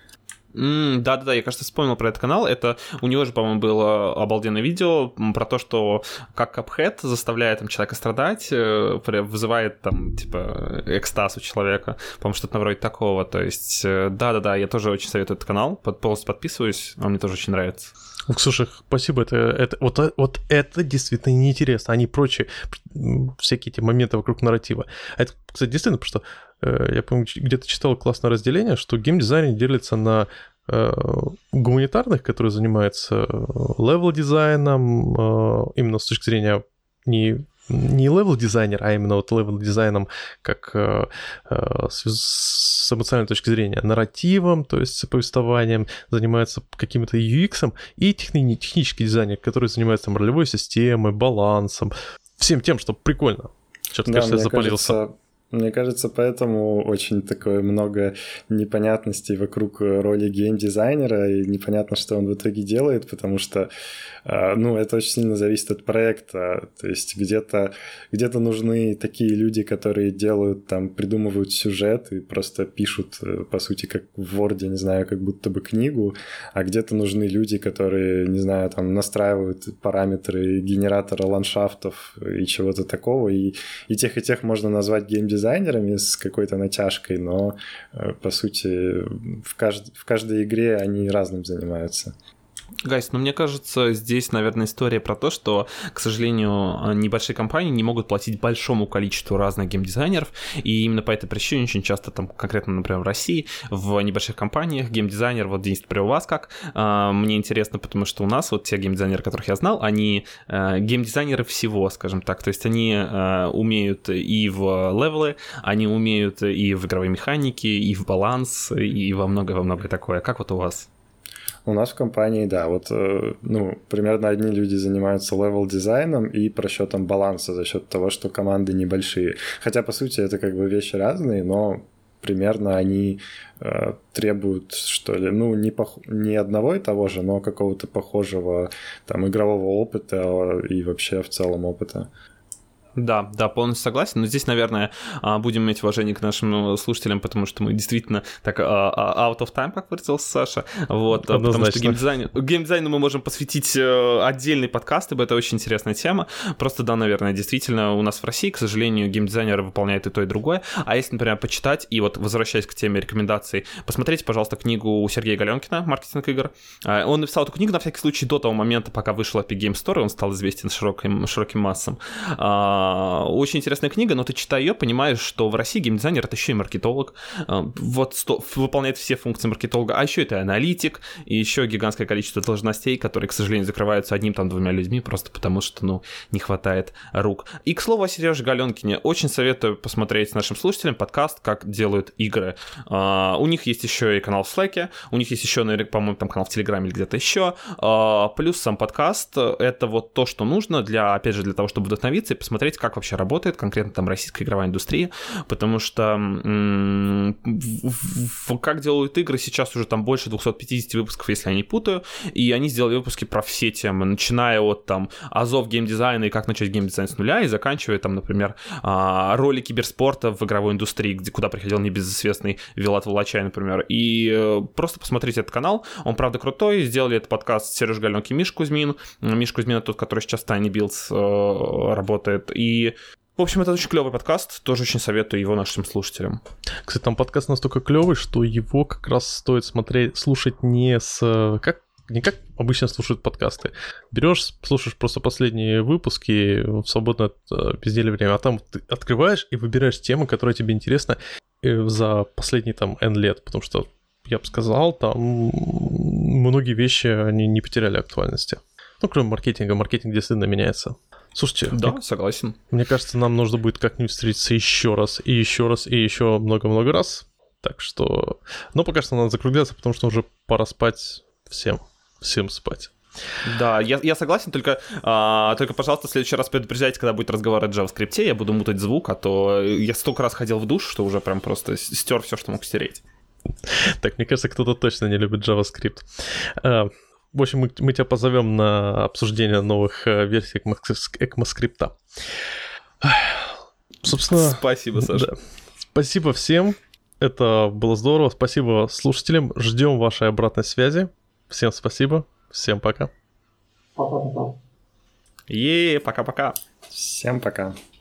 Mm, да-да-да, я, кажется, вспомнил про этот канал. Это у него же, по-моему, было обалденное видео про то, что как Cuphead заставляет там человека страдать, вызывает там, типа, экстаз у человека. По-моему, что-то вроде такого. То есть, да-да-да, я тоже очень советую этот канал. Полностью подписываюсь, он мне тоже очень нравится. Слушай, спасибо, это, это, вот, вот это действительно неинтересно, а не прочие всякие эти моменты вокруг нарратива. Это, кстати, действительно, потому что э, я, помню, где-то читал классное разделение, что геймдизайн делится на э, гуманитарных, которые занимаются левел-дизайном, э, именно с точки зрения не... не левел-дизайнер, а именно вот левел-дизайном как э, э, с, с эмоциональной точки зрения нарративом, то есть повествованием, занимается каким-то ю экс, и техни- технический дизайнер, который занимается там, ролевой системой, балансом, всем тем, что прикольно. Что-то, да, кажется, я запалился. Кажется... Мне кажется, поэтому очень такое много непонятностей вокруг роли геймдизайнера, и непонятно, что он в итоге делает, потому что, ну, это очень сильно зависит от проекта. То есть где-то, где-то нужны такие люди, которые делают, там, придумывают сюжет и просто пишут, по сути, как в Word, не знаю, как будто бы книгу, а где-то нужны люди, которые, не знаю, там, настраивают параметры генератора ландшафтов и чего-то такого, и, и тех, и тех можно назвать геймдизайнером, дизайнерами с какой-то натяжкой, но, по сути, в, кажд... в каждой игре они разным занимаются. Гайс, ну мне кажется, здесь, наверное, история про то, что, к сожалению, небольшие компании не могут платить большому количеству разных геймдизайнеров, и именно по этой причине очень часто, там, конкретно, например, в России, в небольших компаниях геймдизайнер, вот, Денис, например, у вас как? Мне интересно, потому что у нас вот те геймдизайнеры, которых я знал, они геймдизайнеры всего, скажем так, то есть они умеют и в левелы, они умеют и в игровой механике, и в баланс, и во многое-во многое такое. Как вот у вас? У нас в компании, да, вот, ну, примерно одни люди занимаются левел-дизайном и просчетом баланса за счет того, что команды небольшие. Хотя, по сути, это как бы вещи разные, но примерно они э, требуют, что ли, ну, не, пох... не одного и того же, но какого-то похожего там игрового опыта и вообще в целом опыта. Да, да, полностью согласен, но здесь, наверное, будем иметь уважение к нашим слушателям, потому что мы действительно так out of time, как выразился Саша, вот, потому что геймдизайну, геймдизайну мы можем посвятить отдельный подкаст, ибо это очень интересная тема, просто, да, наверное, действительно, у нас в России, к сожалению, геймдизайнеры выполняют и то, и другое, а если, например, почитать, и вот возвращаясь к теме рекомендаций, посмотрите, пожалуйста, книгу у Сергея Галенкина «Маркетинг игр», он написал эту книгу на всякий случай до того момента, пока вышел Epic Games Store, и он стал известен широким, широким массам. Очень интересная книга, но ты, читая ее, понимаешь, что в России геймдизайнер — это еще и маркетолог, вот сто, выполняет все функции маркетолога, а еще это аналитик, и еще гигантское количество должностей, которые, к сожалению, закрываются одним-двумя людьми, просто потому что, ну, не хватает рук. И, к слову, о Сереже Галенкине, очень советую посмотреть нашим слушателям подкаст «Как делают игры». У них есть еще и канал в Slack, у них есть еще, по-моему, там канал в Телеграме или где-то еще, плюс сам подкаст — это вот то, что нужно для, опять же, для того, чтобы вдохновиться и посмотреть, как вообще работает конкретно там российская игровая индустрия, потому что м- в- в- как делают игры, сейчас уже там больше двести пятьдесят выпусков, если я не путаю, и они сделали выпуски про все темы, начиная от там азов геймдизайна и как начать геймдизайн с нуля, и заканчивая там, например, роли киберспорта в игровой индустрии, где, куда приходил небезызвестный Вилат Волочай, например, и э, просто посмотрите этот канал, он правда крутой, сделали этот подкаст Сереж Галенок и Миш Кузьмин, Миш Кузьмин — это тот, который сейчас в Tiny Builds э, работает, и в общем, это очень клевый подкаст, тоже очень советую его нашим слушателям. Кстати, там подкаст настолько клевый, что его как раз стоит смотреть, слушать не с... как не как обычно слушают подкасты. Берешь, слушаешь просто последние выпуски в свободное от безделия время, а там ты открываешь и выбираешь темы, которые тебе интересны за последние там N лет, потому что, я бы сказал, там многие вещи, они не потеряли актуальности. Ну, кроме маркетинга, маркетинг действительно меняется. Слушайте, Да, мне, согласен. Мне кажется, нам нужно будет как-нибудь встретиться еще раз, и еще раз, и еще много-много раз. Так что... Но пока что надо закругляться, потому что уже пора спать всем. Всем спать. Да, я, я согласен, только, а, только, пожалуйста, в следующий раз предупреждайте, когда будет разговор о JavaScript, я буду мутать звук, а то я столько раз ходил в душ, что уже прям просто стер все, что мог стереть. Так, мне кажется, кто-то точно не любит JavaScript. А, в общем, мы, мы тебя позовем на обсуждение новых версий ECMAScript. Собственно... Спасибо, Саша. Да. Спасибо всем. Это было здорово. Спасибо слушателям. Ждем вашей обратной связи. Всем спасибо. Всем пока. Пока-пока. Е, пока-пока. Всем пока.